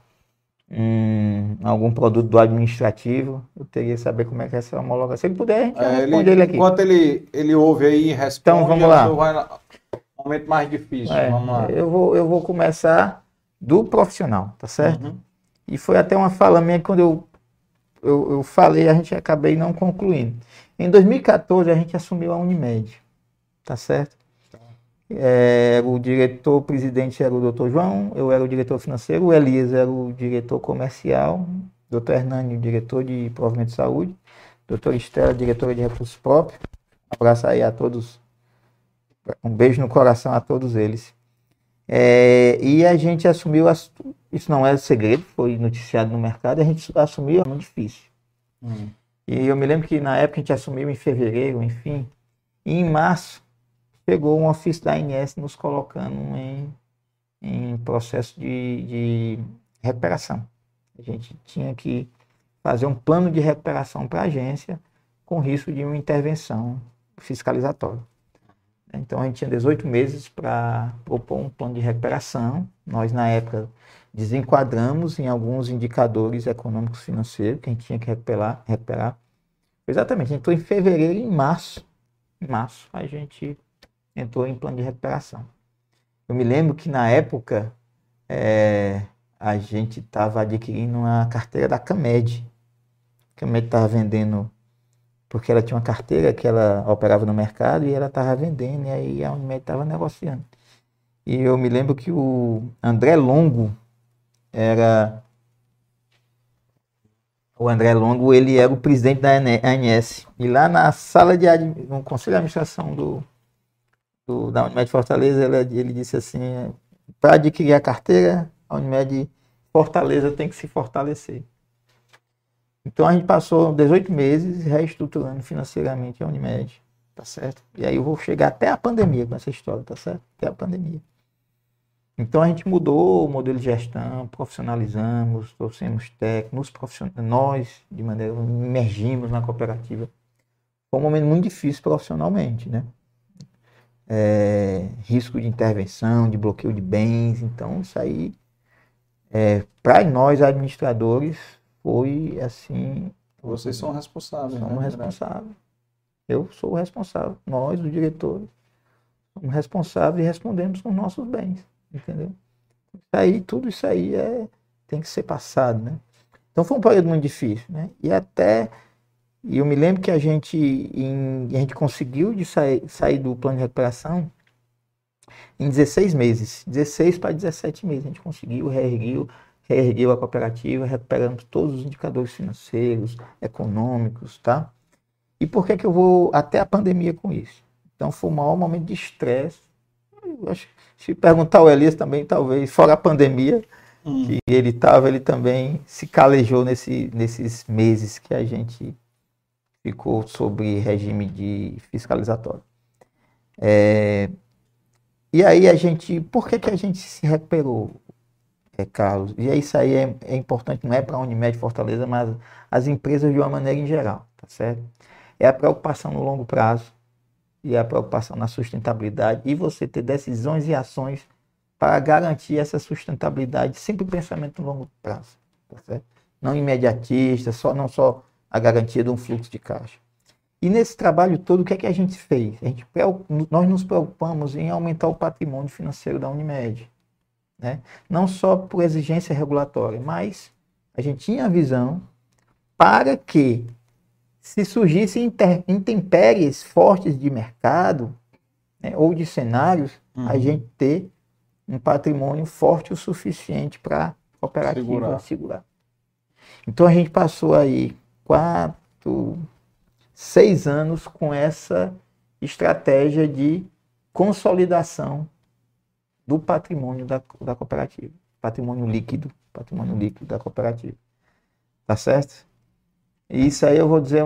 algum produto do administrativo, eu teria que saber como é que é essa homologação. Se ele puder, a gente responde ele aqui. Enquanto ele ouve aí e responde, então, vamos lá. Um momento mais difícil, vamos lá. Eu vou começar do profissional, tá certo? E foi até uma fala minha que quando eu falei, a gente acabei não concluindo. Em 2014, a gente assumiu a Unimed, tá certo? O diretor-presidente era o Dr. João, eu era o diretor financeiro, o Elias era o diretor comercial, Dr. Hernani, o diretor de provimento de saúde, Dr. Estela, diretora de recursos próprios. Um abraço aí a todos, um beijo no coração a todos eles. E a gente assumiu, isso não é segredo, foi noticiado no mercado, a gente assumiu, é muito difícil. E eu me lembro que na época a gente assumiu em fevereiro, enfim, e em março chegou um ofício da ANS nos colocando em processo de recuperação. A gente tinha que fazer um plano de recuperação para a agência com risco de uma intervenção fiscalizatória. Então a gente tinha 18 meses para propor um plano de recuperação. Nós, na época, desenquadramos em alguns indicadores econômicos financeiros que a gente tinha que recuperar. Exatamente, a gente entrou em fevereiro e em março a gente entrou em plano de recuperação. Eu me lembro que na época a gente estava adquirindo uma carteira da Camed. A Camed estava vendendo, porque ela tinha uma carteira que ela operava no mercado e ela estava vendendo, e aí a Unimed estava negociando. E eu me lembro que o André Longo ele era o presidente da ANS. E lá na sala no Conselho de Administração da Unimed Fortaleza, ele disse assim, para adquirir a carteira, a Unimed Fortaleza tem que se fortalecer. Então a gente passou 18 meses reestruturando financeiramente a Unimed, tá certo? E aí eu vou chegar até a pandemia com essa história, tá certo? Até a pandemia. Então a gente mudou o modelo de gestão, profissionalizamos, trouxemos técnicos, nós, de maneira, emergimos na cooperativa. Foi um momento muito difícil profissionalmente, né? Risco de intervenção, de bloqueio de bens, então isso aí para nós, administradores, foi assim... Vocês são responsáveis. Somos responsáveis. Eu sou o responsável. Nós, os diretores, somos responsáveis e respondemos com os nossos bens. Entendeu? Tudo isso aí tem que ser passado, né? Então foi um período muito difícil, né? E eu me lembro que a gente conseguiu sair do plano de recuperação em 16 meses. 16 para 17 meses. A gente conseguiu, reergueu a cooperativa, recuperamos todos os indicadores financeiros, econômicos, tá? E por que eu vou até a pandemia com isso? Então foi o maior momento de estresse. Se perguntar ao Elias também, talvez, fora a pandemia, que ele também se calejou nesses meses que a gente ficou sob regime de fiscalizatório. E aí por que a gente se recuperou, Carlos? E isso aí é importante, não é para a Unimed Fortaleza, mas as empresas de uma maneira em geral, tá certo? É a preocupação no longo prazo e a preocupação na sustentabilidade e você ter decisões e ações para garantir essa sustentabilidade, sempre pensamento no longo prazo, tá certo? Não imediatista, não só a garantia de um fluxo de caixa. E nesse trabalho todo, o que é que a gente fez? Nós nos preocupamos em aumentar o patrimônio financeiro da Unimed, né? Não só por exigência regulatória, mas a gente tinha a visão para que, se surgissem intempéries fortes de mercado, né, ou de cenários, a gente ter um patrimônio forte o suficiente para a cooperativa segurar. Então a gente passou aí 6 anos com essa estratégia de consolidação do patrimônio da cooperativa. Patrimônio líquido da cooperativa. Tá certo? E isso aí eu vou dizer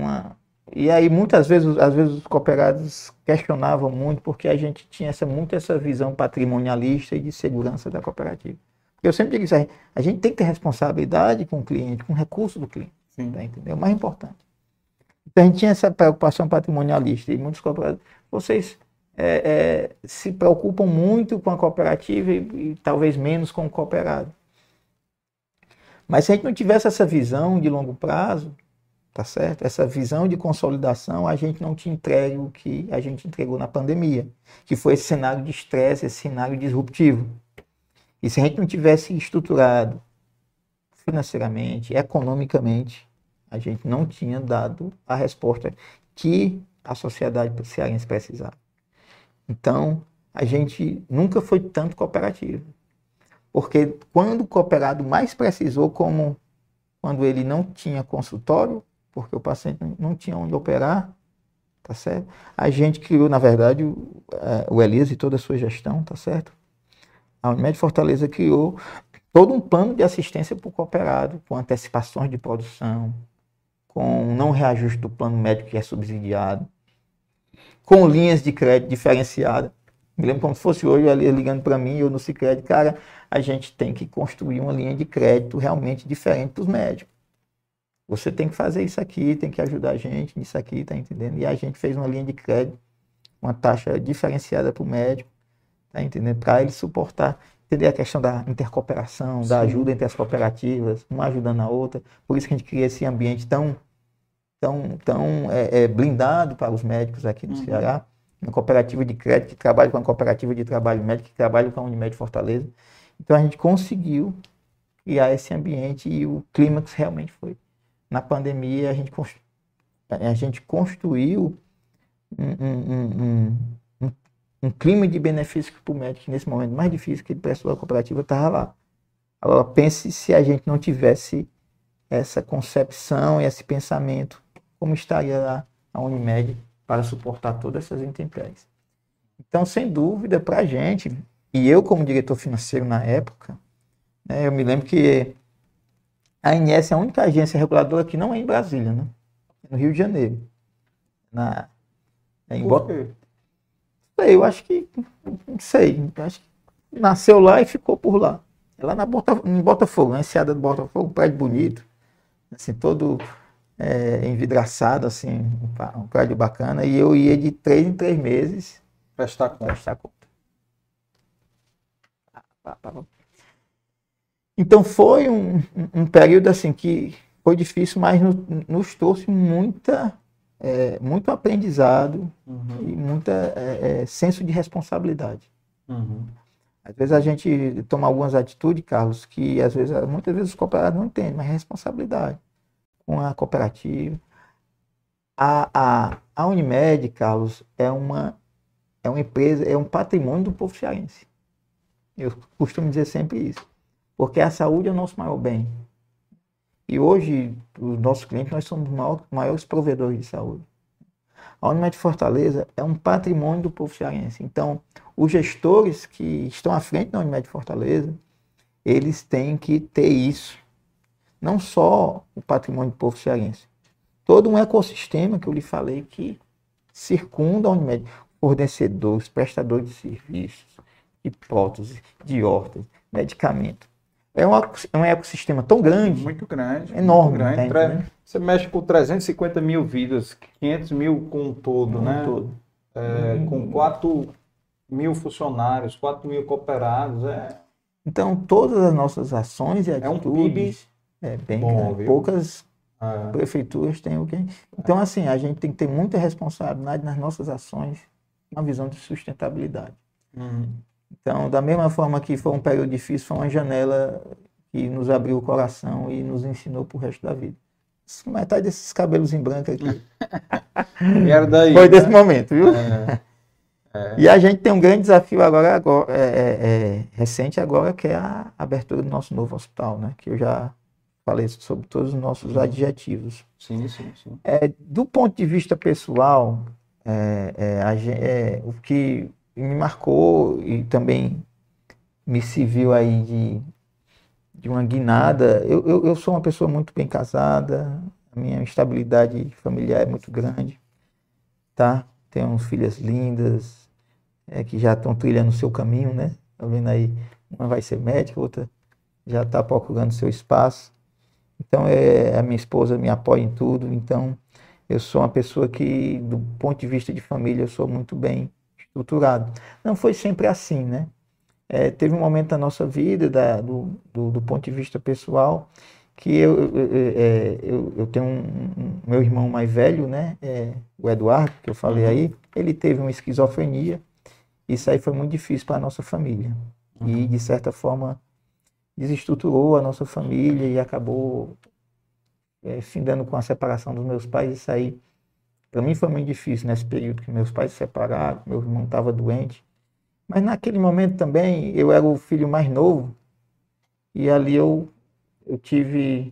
E aí muitas vezes, às vezes os cooperados questionavam muito porque a gente tinha muito essa visão patrimonialista e de segurança da cooperativa. Eu sempre digo isso aí, a gente tem que ter responsabilidade com o cliente, com o recurso do cliente. Tá, entendeu? O mais importante. Então a gente tinha essa preocupação patrimonialista e muitos cooperados, vocês se preocupam muito com a cooperativa e talvez menos com o cooperado. Mas se a gente não tivesse essa visão de longo prazo, tá certo? Essa visão de consolidação, a gente não tinha entregue o que a gente entregou na pandemia, que foi esse cenário de estresse, esse cenário disruptivo. E se a gente não tivesse estruturado financeiramente, economicamente, a gente não tinha dado a resposta que a sociedade cearense precisava. Então, a gente nunca foi tanto cooperativo. Porque quando o cooperado mais precisou, como quando ele não tinha consultório, porque o paciente não tinha onde operar, tá certo? A gente criou, na verdade, o Elias e toda a sua gestão, tá certo? A Unimed Fortaleza criou todo um plano de assistência para o cooperado, com antecipações de produção, com não reajuste do plano médico que é subsidiado, com linhas de crédito diferenciadas. Me lembro como se fosse hoje, o Elias ligando para mim, eu no Sicredi, cara, a gente tem que construir uma linha de crédito realmente diferente para os médicos. Você tem que fazer isso aqui, tem que ajudar a gente nisso aqui, tá entendendo? E a gente fez uma linha de crédito, uma taxa diferenciada para o médico, tá entendendo? Para ele suportar, entender a questão da intercooperação, da ajuda entre as cooperativas, uma ajudando a outra. Por isso que a gente cria esse ambiente tão blindado para os médicos aqui no Ceará. Uma cooperativa de crédito que trabalha com a cooperativa de trabalho médico, que trabalha com a Unimed Fortaleza. Então a gente conseguiu criar esse ambiente e o clímax realmente foi. Na pandemia a gente construiu um clima de benefício para o médico, que nesse momento mais difícil que ele prestou a cooperativa estava lá. Agora pense se a gente não tivesse essa concepção e esse pensamento, como estaria lá a Unimed para suportar todas essas intempéries. Então, sem dúvida, para a gente, e eu como diretor financeiro na época, né, eu me lembro que a ANS é a única agência reguladora que não é em Brasília, né? No Rio de Janeiro. Eu acho que, não sei, acho que nasceu lá e ficou por lá. Lá em Botafogo, na enseada do Botafogo, um prédio bonito, assim, todo envidraçado, assim, um prédio bacana, e eu ia de 3 em 3 meses prestar conta. Então foi um período assim que foi difícil, mas nos trouxe muito aprendizado e muita senso de responsabilidade. Às vezes a gente toma algumas atitudes, Carlos, que muitas vezes os cooperados não entendem, mas é responsabilidade com a cooperativa. A Unimed, Carlos, é uma empresa, é um patrimônio do povo cearense. Eu costumo dizer sempre isso, porque a saúde é o nosso maior bem. E hoje, os nossos clientes, nós somos os maiores provedores de saúde. A Unimed Fortaleza é um patrimônio do povo cearense. Então, os gestores que estão à frente da Unimed Fortaleza, eles têm que ter isso. Não só o patrimônio do povo cearense. Todo um ecossistema que eu lhe falei que circunda a Unimed. Fornecedores, prestadores de serviços, de próteses, de órteses, medicamento. É um ecossistema tão grande. Muito grande. Enorme. Muito grande. Né? Você mexe com 350 mil vidas, 500 mil com todo, né? Todo. Com 4 mil funcionários, 4 mil cooperados. Então, todas as nossas ações e atitudes... É um PIB bem bom, grande. Poucas prefeituras têm o que... Então, assim, a gente tem que ter muita responsabilidade nas nossas ações, uma visão de sustentabilidade. Então, da mesma forma que foi um período difícil, foi uma janela que nos abriu o coração e nos ensinou pro resto da vida. Metade desses cabelos em branco aqui era daí, foi desse momento, viu? E a gente tem um grande desafio agora recente agora, que é a abertura do nosso novo hospital, né? Que eu já falei sobre todos os nossos adjetivos. Sim. Do ponto de vista pessoal, o que me marcou e também me serviu aí de uma guinada. Eu sou uma pessoa muito bem casada, a minha estabilidade familiar é muito grande, tá? Tenho filhas lindas, que já estão trilhando o seu caminho, né? Tá vendo aí? Uma vai ser médica, outra já está procurando seu espaço. Então, a minha esposa me apoia em tudo. Então, eu sou uma pessoa que, do ponto de vista de família, eu sou muito bem estruturado. Não foi sempre assim, né? Teve um momento da nossa vida, do ponto de vista pessoal, que eu tenho meu irmão mais velho, né? O Eduardo, que eu falei aí, ele teve uma esquizofrenia. Isso aí foi muito difícil para a nossa família. E, de certa forma, desestruturou a nossa família e acabou findando com a separação dos meus pais. Isso aí, para mim, foi muito difícil nesse período que meus pais se separaram, meu irmão estava doente. Mas naquele momento também, eu era o filho mais novo e ali eu tive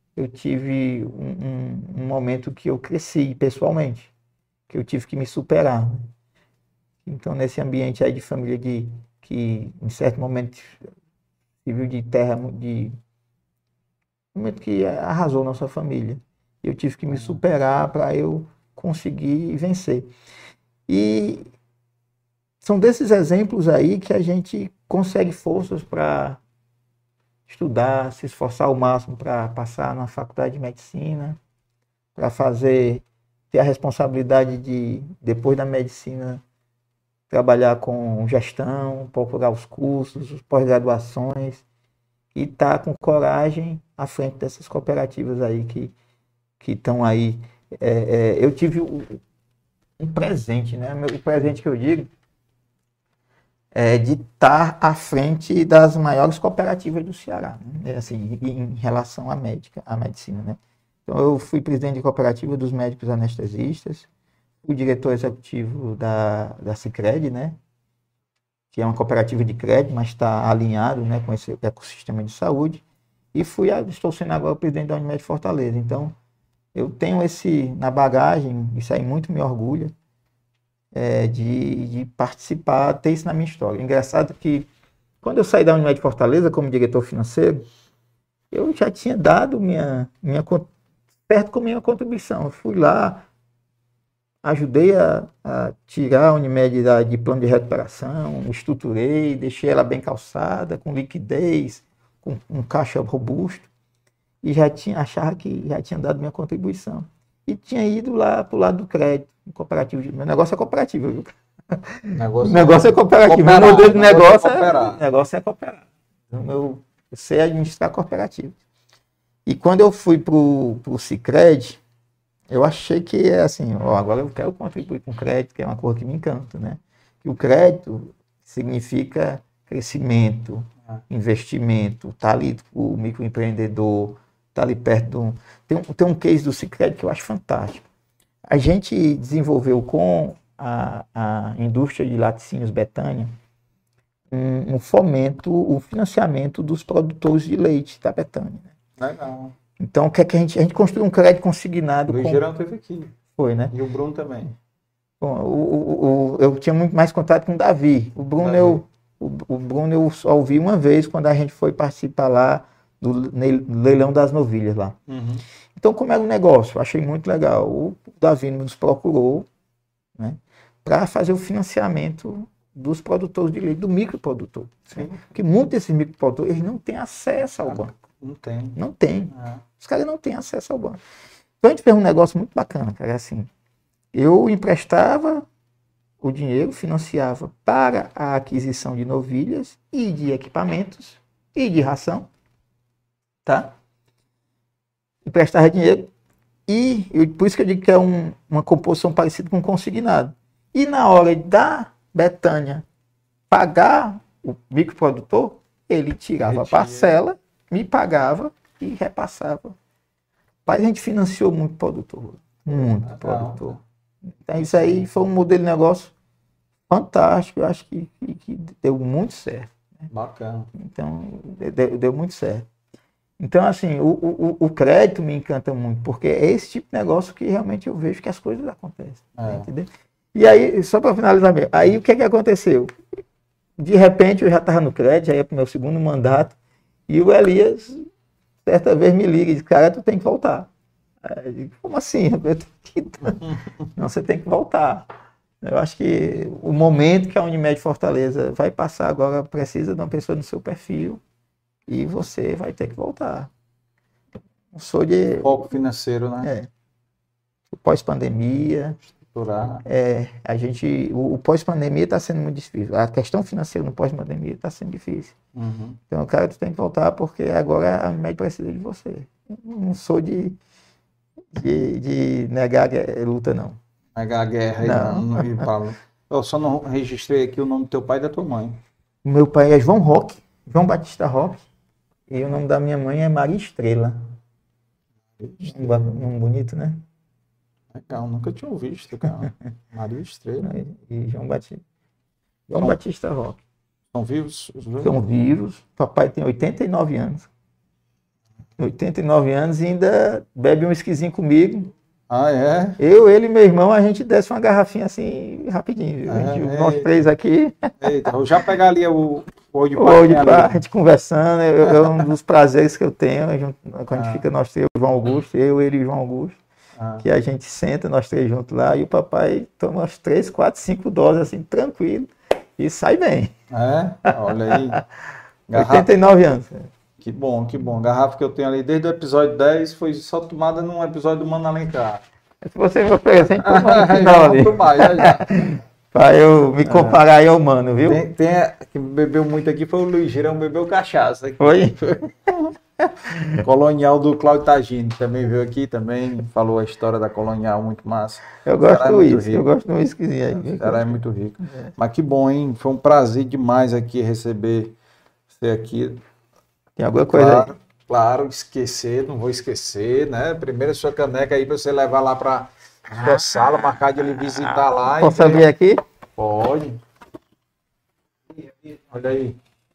um momento que eu cresci pessoalmente, que eu tive que me superar. Né? Então, nesse ambiente aí de família que em certo momento se viu de terra, um momento que arrasou nossa família. Eu tive que me superar para eu conseguir vencer. E são desses exemplos aí que a gente consegue forças para estudar, se esforçar ao máximo para passar na faculdade de medicina, para ter a responsabilidade de, depois da medicina, trabalhar com gestão, procurar os cursos, as pós-graduações e estar com coragem à frente dessas cooperativas aí que estão aí. Eu tive um presente, né? O presente que eu digo é de estar à frente das maiores cooperativas do Ceará, né? Assim, em relação à medicina, né? Então, eu fui presidente de cooperativa dos médicos anestesistas, o diretor executivo da Sicredi, né? Que é uma cooperativa de crédito, mas está alinhado, né, com esse ecossistema de saúde. E estou sendo agora o presidente da Unimed Fortaleza. Então, eu tenho na bagagem, isso aí muito me orgulha, de participar, ter isso na minha história. Engraçado que, quando eu saí da Unimed Fortaleza como diretor financeiro, eu já tinha dado perto com minha contribuição. Eu fui lá, ajudei a tirar a Unimed de plano de recuperação, estruturei, deixei ela bem calçada, com liquidez, com um caixa robusto, e achava que já tinha dado minha contribuição. E tinha ido lá para o lado do crédito, cooperativo. Meu negócio é cooperativo, viu? O negócio é cooperativo. Meu modelo de negócio é cooperar. Então, Eu sei administrar cooperativa. E quando eu fui para o Sicredi, eu achei que é assim, agora eu quero contribuir com crédito, que é uma coisa que me encanta, né? E o crédito significa crescimento, investimento, tá ali o microempreendedor, tá ali perto tem um case do Sicredi que eu acho fantástico. A gente desenvolveu com a indústria de laticínios Betânia um fomento, o financiamento dos produtores de leite da Betânia. Legal. Então, o que é que a gente construiu um crédito consignado. O Luiz Gerão teve aqui. Foi, né? E o Bruno também. Bom, eu tinha muito mais contato com o Davi. O Bruno, o Bruno eu só ouvi uma vez quando a gente foi participar lá do leilão das novilhas lá. Uhum. Então, como era um negócio, eu achei muito legal. O Davi nos procurou, né, para fazer o financiamento dos produtores de leite, do microprodutor. Né? Porque muitos desses microprodutores eles não têm acesso ao banco. Não tem. Não tem. Os caras não têm acesso ao banco. Então, a gente fez um negócio muito bacana, cara. Assim, eu emprestava o dinheiro, financiava para a aquisição de novilhas e de equipamentos e de ração, tá? Emprestava dinheiro e por isso que eu digo que é uma composição parecida com consignado. E na hora da Betânia pagar o microprodutor, ele tirava a parcela, me pagava e repassava. Mas a gente financiou muito produtor. Muito produtor. Então, isso aí foi um modelo de negócio fantástico. Eu acho que deu muito certo. Né? Bacana. Então, deu muito certo. Então, assim, o crédito me encanta muito, porque é esse tipo de negócio que realmente eu vejo que as coisas acontecem. Entendeu? E aí, só para finalizar mesmo, aí o que é que aconteceu? De repente, eu já estava no crédito, já ia para o meu segundo mandato, e o Elias, certa vez, me liga e diz, cara, tu tem que voltar. Aí eu digo, como assim? Não, você tem que voltar. Eu acho que o momento que a Unimed Fortaleza vai passar agora precisa de uma pessoa no seu perfil e você vai ter que voltar. Não sou de... Foco financeiro, né? Pós-pandemia. Estruturar. O pós-pandemia está sendo muito difícil. A questão financeira no pós-pandemia está sendo difícil. Uhum. Então, cara, tu tem que voltar porque agora a Unimed precisa de você. Eu não sou de negar a luta, não. Negar a guerra. Não. Eu só não registrei aqui o nome do teu pai e da tua mãe. O meu pai é João Batista Roque. E o nome da minha mãe é Maria Estrela. Um bonito, né? Legal, nunca tinha visto, cara. Maria Estrela. E João Batista Roque. São vivos? São vivos. Papai tem 89 anos. 89 anos e ainda bebe um esquisinho comigo. Ah, é? Ele e meu irmão, a gente desce uma garrafinha assim, rapidinho. Nós três aqui. Eita, vou já pegar ali o olho de pá. A gente conversando, é um dos prazeres que eu tenho. Quando a gente fica nós três, o João Augusto, ele e o João Augusto. Que a gente senta, nós três juntos lá, e o papai toma umas 3, 4, 5 doses, assim, tranquilo, e sai bem. Olha aí. 89 anos. Que bom. Garrafa que eu tenho ali desde o episódio 10 foi só tomada num episódio do Mano Alencar. Se você me oferecer, então no final ali. Pra eu me comparar aí ao Mano, viu? Que bebeu muito aqui foi o Luiz Gerão, bebeu cachaça. Aqui. Foi? Colonial do Cláudio Tagini, também veio aqui, também falou a história da Colonial, muito massa. Eu gosto do uísque, eu gosto do uísquezinho aí. O cara é muito rico. Mas que bom, hein? Foi um prazer demais aqui receber você aqui. Tem alguma coisa aí? Claro, não vou esquecer, né? Primeiro a sua caneca aí pra você levar lá pra sua sala, marcar de ele visitar lá. Posso abrir aqui? Pode. Olha aí.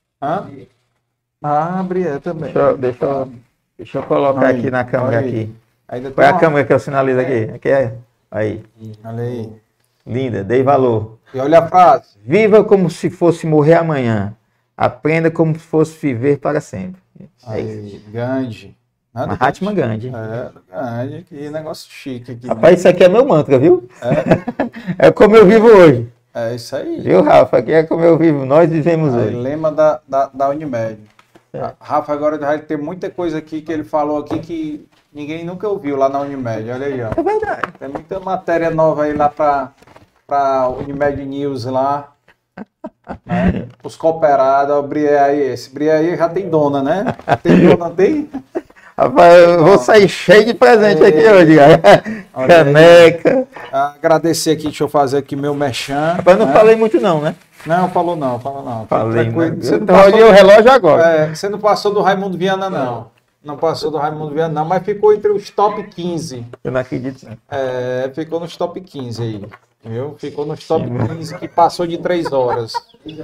Abre também. Deixa eu colocar aqui na câmera aqui. Qual é a câmera que eu sinalizo aqui? Aqui é. Aí. Olha aí. Linda, dei valor. E olha a frase. Viva como se fosse morrer amanhã. Aprenda como se fosse viver para sempre. Aí, Gandhi. Mahatma Gandhi. Gandhi. Que negócio chique aqui. Rapaz, né? Isso aqui é meu mantra, viu? É como eu vivo hoje. É isso aí. Viu, Rafa? Aqui é como eu vivo. Nós vivemos hoje. Lema da Unimed. Rafa agora vai ter muita coisa aqui que ele falou aqui que ninguém nunca ouviu lá na Unimed. Olha aí, ó. É verdade. Tem muita matéria nova aí lá para Unimed News lá. Né? Os cooperados, o Brié aí, esse Brié aí já tem dona, né? Tem dona, tem? Rapaz, eu vou sair cheio de presente aqui hoje, cara. Caneca. Agradecer aqui, deixa eu fazer aqui meu merchan. Rapaz, eu não falei muito não, né? Não, falou não, falou não. Falei, você não olhei o relógio agora. Você não passou do Raimundo Viana, não. Não passou do Raimundo Viana, não, mas ficou entre os top 15. Eu não acredito, não. Ficou nos top 15 aí. Viu? Ficou nos top 15 que passou de 3 horas.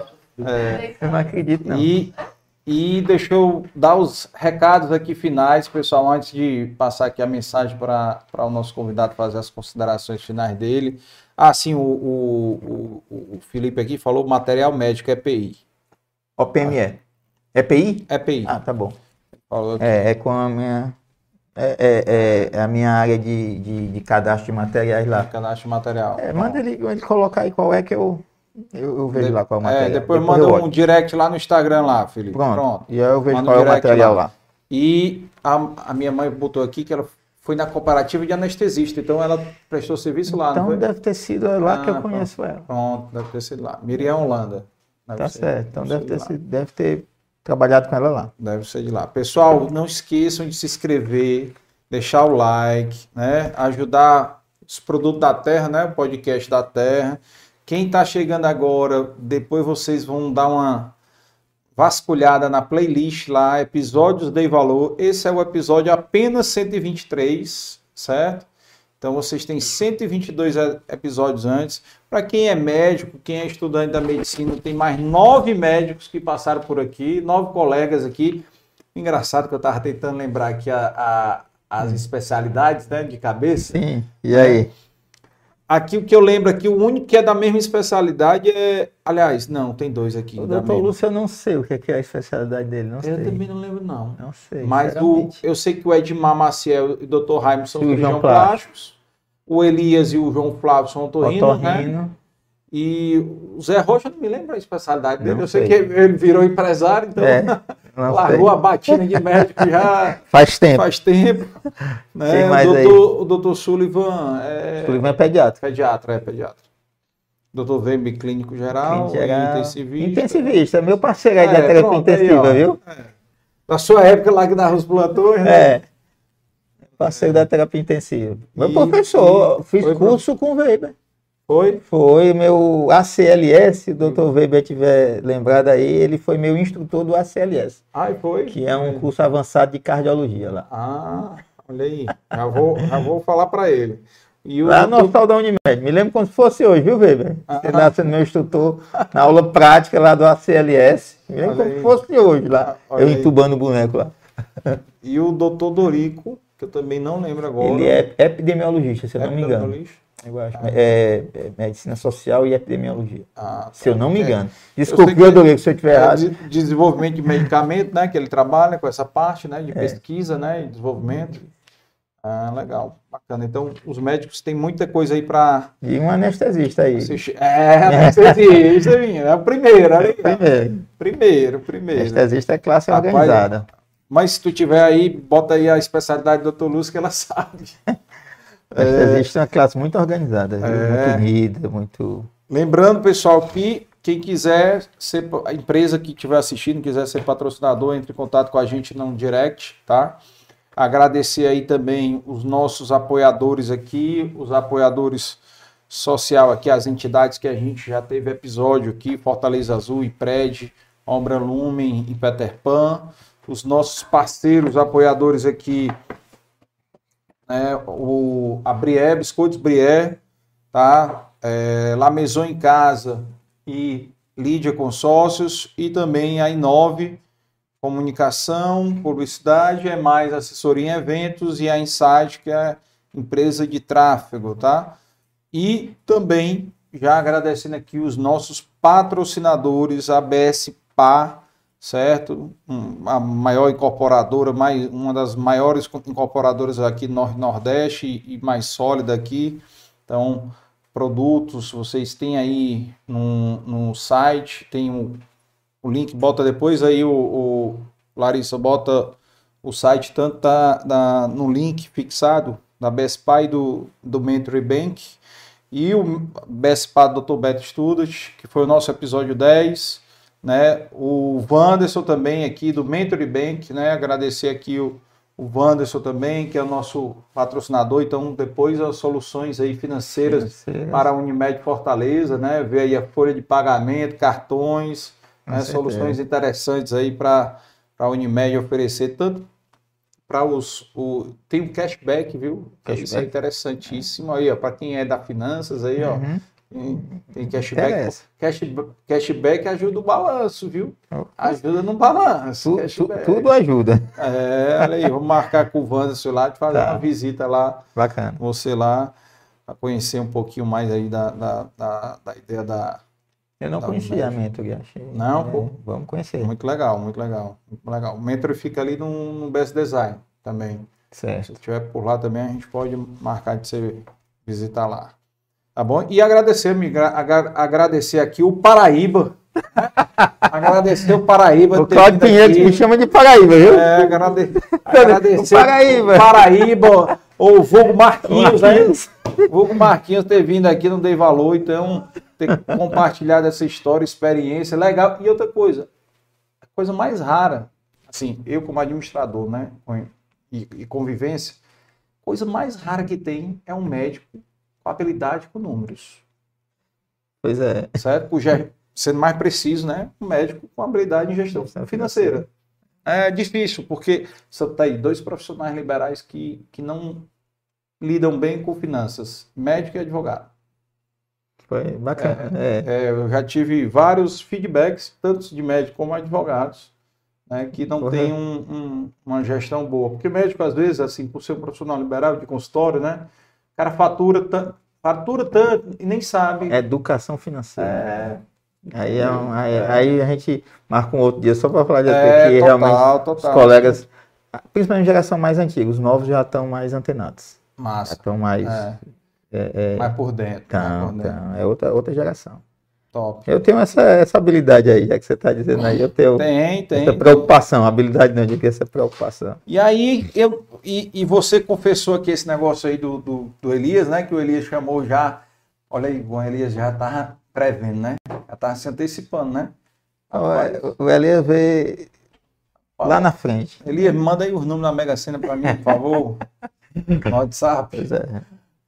Eu não acredito, não. E deixa eu dar os recados aqui finais, pessoal, antes de passar aqui a mensagem para o nosso convidado fazer as considerações finais dele. Sim, o Felipe aqui falou material médico, EPI. OPME. EPI? EPI. Tá bom. É com a minha... É a minha área de cadastro de materiais lá. Cadastro de material. Manda ele colocar aí qual é que eu vejo lá qual é o material. Depois manda um direct lá no Instagram lá, Felipe. Pronto. E aí eu vejo qual é o material lá. E a minha mãe botou aqui que ela foi na cooperativa de anestesista, então ela prestou serviço lá, então não foi? Deve ter sido lá que eu conheço ela. Pronto, deve ter sido lá. Miriam Holanda. Tá certo, então deve ter trabalhado com ela lá. Deve ser de lá. Pessoal, não esqueçam de se inscrever, deixar o like, né? Ajudar os produtos da terra, né? O podcast da terra. Quem está chegando agora, depois vocês vão dar uma vasculhada na playlist lá, episódios Dei Valor. Esse é o episódio apenas 123, certo? Então vocês têm 122 episódios antes. Para quem é médico, quem é estudante da medicina, tem mais 9 médicos que passaram por aqui, 9 colegas aqui. Engraçado que eu estava tentando lembrar aqui as especialidades, né, de cabeça. Sim, e aí? Aqui o que eu lembro aqui, o único que é da mesma especialidade é... Aliás, não, tem 2 aqui. O doutor Lúcio, eu não sei o que é a especialidade dele, não sei. Eu também não lembro, não. Não sei, mas eu sei que o Edmar Maciel e o doutor Raimundo são cirurgião plásticos. O Elias e o João Flávio são otorrinos, né? E o Zé Rocha, não me lembro a especialidade dele. Eu sei que ele virou empresário, então largou a batina de médico já faz tempo. Né? O doutor Sullivan Sullivan é pediatra. Pediatra. Doutor Weber, clínico geral, intensivista. Intensivista, é meu parceiro aí da terapia intensiva, viu? Na sua época lá que dava os plantões, né? Parceiro da terapia intensiva. Meu professor, fiz curso com o Weber. Foi meu ACLS, o doutor Weber tiver lembrado aí, ele foi meu instrutor do ACLS. Foi? Que é um curso avançado de cardiologia lá. Olha aí, já vou falar para ele. E lá no hospital da Unimed, me lembro como se fosse hoje, viu, Weber? Você está sendo meu instrutor na aula prática lá do ACLS, me lembro como se fosse hoje lá, eu entubando o boneco lá. E o doutor Dorico, que eu também não lembro agora. Ele é epidemiologista, se eu não me engano. Eu acho. É medicina social e epidemiologia. Se eu não me engano. Desculpe, Dorico, se eu estiver errado. Desenvolvimento de medicamento, né? Que ele trabalha com essa parte, né? De pesquisa, né? E desenvolvimento. Legal, bacana. Então, os médicos têm muita coisa aí para... E um anestesista aí. Anestesista, é o primeiro. Primeiro. Anestesista é classe organizada. Mas se tu tiver aí, bota aí a especialidade do Dr. Lúcio que ela sabe. Existe uma classe muito organizada, muito unida, muito... Lembrando, pessoal, que quem quiser ser, a empresa que estiver assistindo, quiser ser patrocinador, entre em contato com a gente no direct, tá? Agradecer aí também os nossos apoiadores aqui, os apoiadores social aqui, as entidades que a gente já teve episódio aqui, Fortaleza Azul, IPRED, Ombra Lumen e Peter Pan. Os nossos parceiros, apoiadores aqui, a Brié, Biscoitos Brié, tá? La Maison em Casa e Lídia Consórcios, e também a Inove Comunicação, Publicidade, mais assessoria em eventos, e a Insight, que é empresa de tráfego, tá? E também, já agradecendo aqui os nossos patrocinadores, a BS PA, certo? A maior incorporadora, uma das maiores incorporadoras aqui no Nordeste e mais sólida aqui. Então, produtos, vocês têm aí no site, tem o link, bota depois aí o Larissa, bota o site, tanto no link fixado da Best Buy do Mentory Bank, e o BSPA do Dr. Beto Studas, que foi o nosso episódio 10, né? O Wanderson também aqui do Mentory Bank, né? Agradecer aqui o Wanderson também, que é o nosso patrocinador. Então, depois as soluções aí financeiras para a Unimed Fortaleza, né? Ver aí a folha de pagamento, cartões, né? Soluções interessantes aí para a Unimed oferecer, tanto para tem um cashback, viu? Cashback. Isso é interessantíssimo aí, ó, para quem é da finanças aí, ó. Tem cashback. Cashback ajuda o balanço, viu? Ajuda no balanço. Tudo ajuda. Olha aí, vamos marcar com o Wanderson lá, de fazer uma visita lá. Bacana. Você lá, para conhecer um pouquinho mais aí da ideia da... Eu não conhecia a Mentory, achei. Não, pô. Vamos conhecer. Muito legal, muito legal. Muito legal. O Mentory fica ali no Best Design também. Certo. Se estiver por lá também, a gente pode marcar de você visitar lá. Tá bom? E agradecer aqui o Paraíba. Agradecer o Paraíba. O Cláudio Pinheiro me chama de Paraíba, viu? Agradecer o Paraíba, ou o Vulgo Marquinhos, né? O Vulgo Marquinhos ter vindo aqui, não dei valor, então ter compartilhado essa história, experiência, legal. E outra coisa, a coisa mais rara, assim, eu como administrador, né, e convivência, coisa mais rara que tem é um médico com habilidade com números. Pois é. Certo? Sendo mais preciso, né, um médico com habilidade em gestão financeira. É difícil, porque você está aí 2 profissionais liberais que não lidam bem com finanças, médico e advogado. Foi bacana. Eu já tive vários feedbacks, tanto de médicos como advogados, né, que não tem uma gestão boa. Porque médico, às vezes, assim, por ser um profissional liberal de consultório, né, o cara fatura tanto e nem sabe. Educação financeira. Aí a gente marca um outro dia só para falar de que realmente os colegas, principalmente geração mais antiga, os novos já estão mais antenados. Massa. Já estão mais... mais por dentro. Então, é outra geração. Top. Eu tenho essa habilidade aí, já que você está dizendo aí, eu tenho essa preocupação, habilidade não, eu digo essa preocupação. E aí, e você confessou aqui esse negócio aí do Elias, né, que o Elias chamou já, olha aí, o Elias já estava prevendo, né, já estava se antecipando, né? O Elias veio lá na frente. Elias, manda aí os números da Mega Sena para mim, por favor, no WhatsApp. Pois é.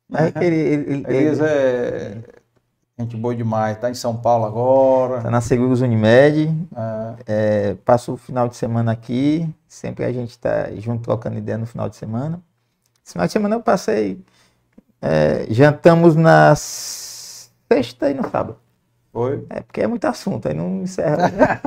Elias é gente boa demais, tá em São Paulo agora. Tá na Seguros Unimed, passa o final de semana aqui, sempre a gente tá junto trocando ideia no final de semana. Esse final de semana eu passei, jantamos na sexta e no sábado. Foi? Porque é muito assunto, aí não encerra.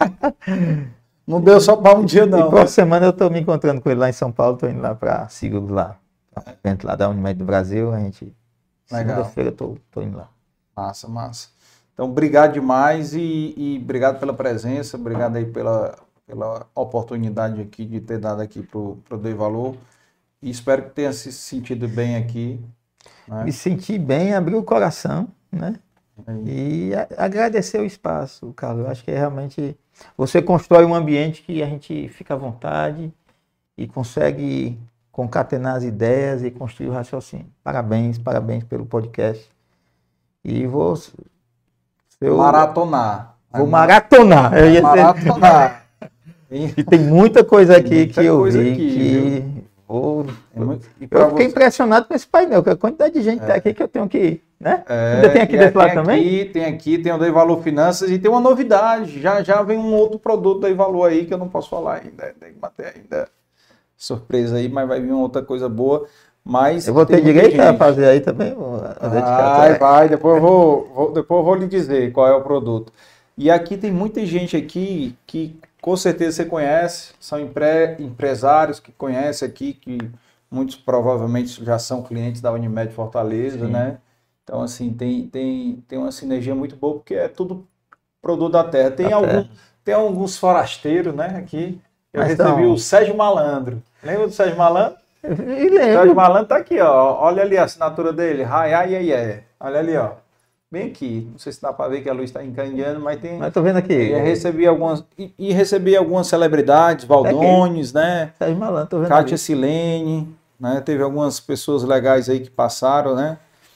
Não deu só para um dia não. E por semana eu tô me encontrando com ele lá em São Paulo, tô indo lá para Seguros lá. Dentro lá da Unimed do Brasil, a gente... Segunda-feira eu tô indo lá. Massa. Então, obrigado demais e obrigado pela presença, obrigado aí pela oportunidade aqui de ter dado aqui pro Dei Valor. E espero que tenha se sentido bem aqui. Né? Me senti bem, abri o coração, né? E agradecer o espaço, Carlos. Eu acho que realmente você constrói um ambiente que a gente fica à vontade e consegue concatenar as ideias e construir o raciocínio. Parabéns pelo podcast. E vou maratonar. Vou maratonar. E tem muita coisa aqui que eu vi que eu fiquei impressionado com esse painel, com a quantidade de gente que tá aqui que eu tenho que... Né? Ainda tem aqui desse lado também? Tem o Dei Valor Finanças e tem uma novidade. Já vem um outro produto Dei Valor aí que eu não posso falar ainda. Tem que bater ainda surpresa aí, mas vai vir uma outra coisa boa. Mas eu vou ter direito a fazer aí também? Vai. Depois eu vou lhe dizer qual é o produto. E aqui tem muita gente aqui que com certeza você conhece, são empresários que conhecem aqui, que muitos provavelmente já são clientes da Unimed Fortaleza, né? Então, assim, tem uma sinergia muito boa, porque é tudo produto da terra. Tem alguns forasteiros, né, aqui. Eu recebi o Sérgio Malandro. Lembra do Sérgio Malandro? Lembro. Sérgio Malandro tá aqui, ó. Olha ali a assinatura dele. Olha ali, ó. Bem aqui. Não sei se dá para ver que a luz está encandeando, mas tem... Mas tô vendo aqui. Recebi algumas celebridades, Valdones, né? Sérgio Malandro, tô vendo Kátia Silene, né? Teve algumas pessoas legais aí que passaram, né?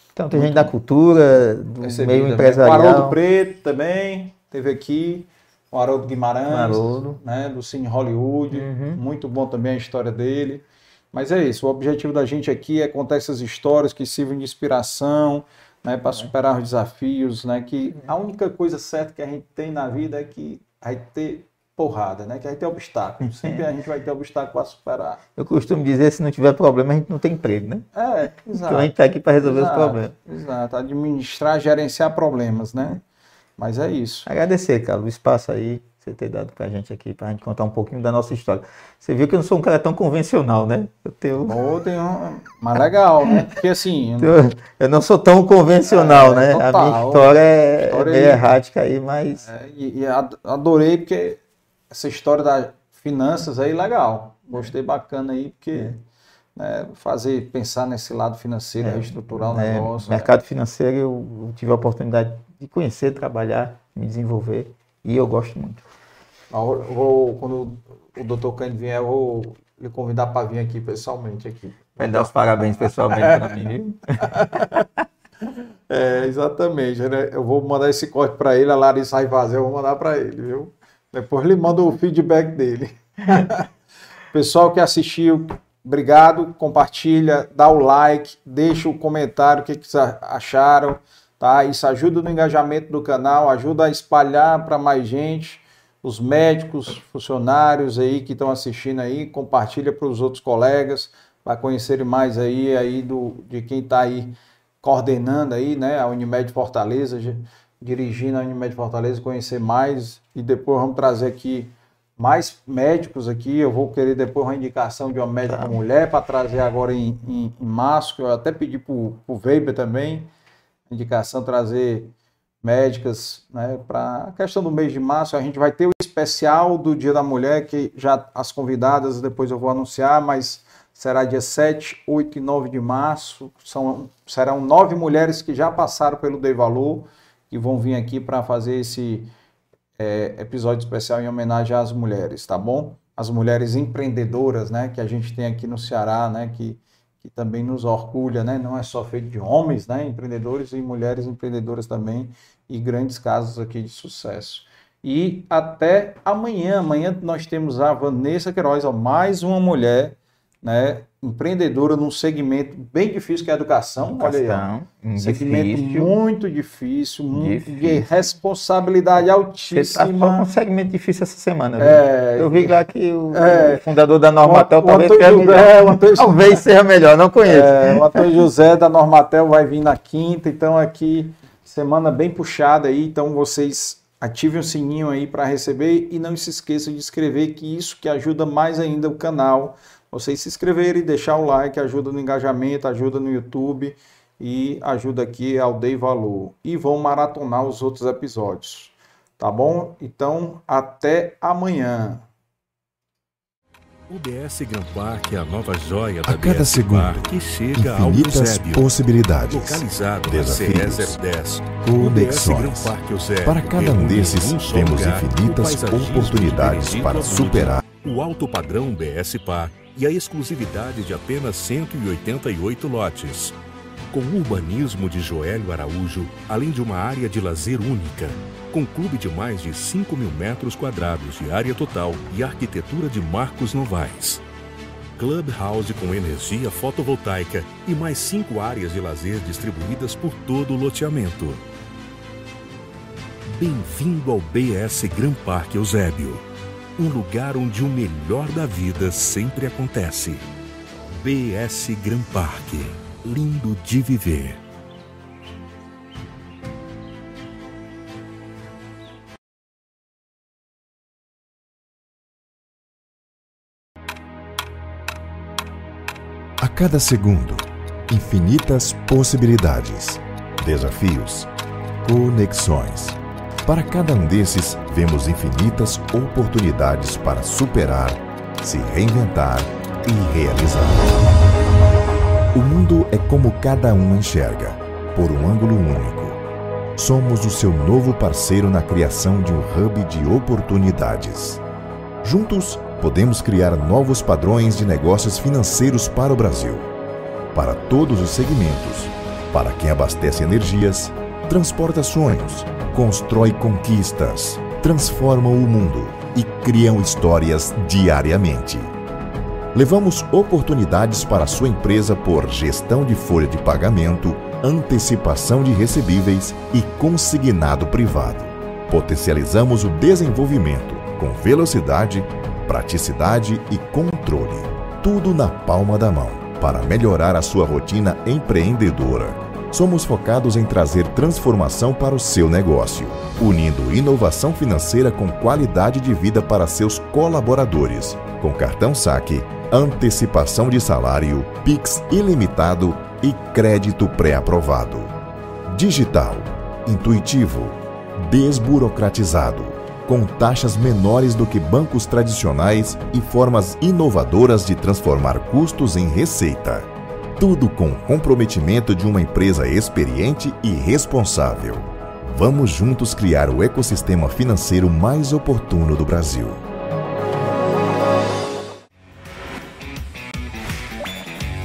Então tem gente da cultura, do meio empresarial. O Haroldo Preto também teve aqui. O Haroldo Guimarães, né, do Cine Hollywood. Muito bom também a história dele. Mas é isso, o objetivo da gente aqui é contar essas histórias que sirvam de inspiração, né, para superar os desafios, né, que a única coisa certa que a gente tem na vida é que vai ter porrada, né, que vai ter obstáculos. Sempre a gente vai ter obstáculo para superar. Eu costumo dizer, se não tiver problema, a gente não tem emprego, né? Exato. Então a gente está aqui para resolver os problemas. Exato, administrar, gerenciar problemas, né? Mas é isso. Agradecer, Carlos, o espaço aí, você ter dado pra gente aqui, pra gente contar um pouquinho da nossa história. Você viu que eu não sou um cara tão convencional, né? Mas legal, né? Porque assim... Eu não sou tão convencional, né? Total. A minha história é meio errática aí, mas... E adorei, porque essa história das finanças aí, legal. Gostei bacana aí, porque... Né, pensar nesse lado financeiro, reestruturar o negócio. Mercado financeiro, eu tive a oportunidade de conhecer, trabalhar, me desenvolver, e eu gosto muito. Quando o Dr. Cândido vier, eu vou lhe convidar para vir aqui pessoalmente. Vai dar os parabéns pessoalmente para mim, viu? Exatamente. Né? Eu vou mandar esse corte para ele, a Larissa vai fazer, eu vou mandar para ele, viu? Depois ele manda o feedback dele. Pessoal que assistiu, obrigado, compartilha, dá o like, deixa o comentário, o que vocês acharam, tá? Isso ajuda no engajamento do canal, ajuda a espalhar para mais gente, os médicos, funcionários aí que estão assistindo aí, compartilha para os outros colegas, para conhecerem mais aí de quem está aí coordenando aí, né, a Unimed Fortaleza, dirigindo a Unimed Fortaleza, conhecer mais, e depois vamos trazer aqui mais médicos aqui. Eu vou querer depois uma indicação de uma médica mulher para trazer agora em março, que eu até pedi para o Weber também, indicação, trazer médicas, né, para a questão do mês de março. A gente vai ter o especial do Dia da Mulher, que já as convidadas depois eu vou anunciar, mas será dia 7, 8 e 9 de março. Serão 9 mulheres que já passaram pelo Dei Valor e vão vir aqui para fazer esse episódio especial em homenagem às mulheres, tá bom? As mulheres empreendedoras, né, que a gente tem aqui no Ceará, né, que também nos orgulha, né, não é só feito de homens, né, empreendedores, e mulheres empreendedoras também, e grandes casos aqui de sucesso. E até amanhã. Amanhã nós temos a Vanessa Queiroz, mais uma mulher, né, empreendedora num segmento bem difícil que é a educação. Olha aí, segmento muito difícil, de responsabilidade altíssima. Você está com um segmento difícil essa semana, viu? Eu vi lá que o fundador da Normatel talvez seja melhor, não conheço. O Antônio José da Normatel vai vir na quinta, então aqui, semana bem puxada aí, então vocês ativem o sininho aí para receber e não se esqueçam de inscrever, que isso que ajuda mais ainda o canal. Vocês se inscreverem e deixar o like, ajuda no engajamento, ajuda no YouTube e ajuda aqui ao Dei Valor. E vão maratonar os outros episódios, tá bom? Então, até amanhã. O BS Gran Park é a nova joia da a cada BS segundo, Park, que chega ao infinitas Eusébio, possibilidades, localizado desafios, na CE 010. conexões. Para cada um desses, temos infinitas oportunidades para superar o alto padrão BS Park e a exclusividade de apenas 188 lotes. Com o urbanismo de Joélio Araújo, além de uma área de lazer única, com clube de mais de 5.000 metros quadrados de área total e arquitetura de Marcos Novaes. Clubhouse com energia fotovoltaica e mais 5 áreas de lazer distribuídas por todo o loteamento. Bem-vindo ao BS Gran Park Eusébio, um lugar onde o melhor da vida sempre acontece. BS Gran Park, lindo de viver. a cada segundo, infinitas possibilidades, desafios, conexões. Para cada um desses, vemos infinitas oportunidades para superar, se reinventar e realizar. O mundo é como cada um enxerga, por um ângulo único. Somos o seu novo parceiro na criação de um hub de oportunidades. Juntos, podemos criar novos padrões de negócios financeiros para o Brasil, para todos os segmentos, Para quem abastece energias, transporta sonhos, constrói conquistas, transformam o mundo e criam histórias diariamente. Levamos oportunidades para a sua empresa por gestão de folha de pagamento, antecipação de recebíveis e consignado privado. Potencializamos o desenvolvimento com velocidade, praticidade e controle. Tudo na palma da mão para melhorar a sua rotina empreendedora. Somos focados em trazer transformação para o seu negócio, unindo inovação financeira com qualidade de vida para seus colaboradores, com cartão saque, antecipação de salário, Pix ilimitado e crédito pré-aprovado. Digital, intuitivo, desburocratizado, com taxas menores do que bancos tradicionais e formas inovadoras de transformar custos em receita. Tudo com o comprometimento de uma empresa experiente e responsável. Vamos juntos criar o ecossistema financeiro mais oportuno do Brasil.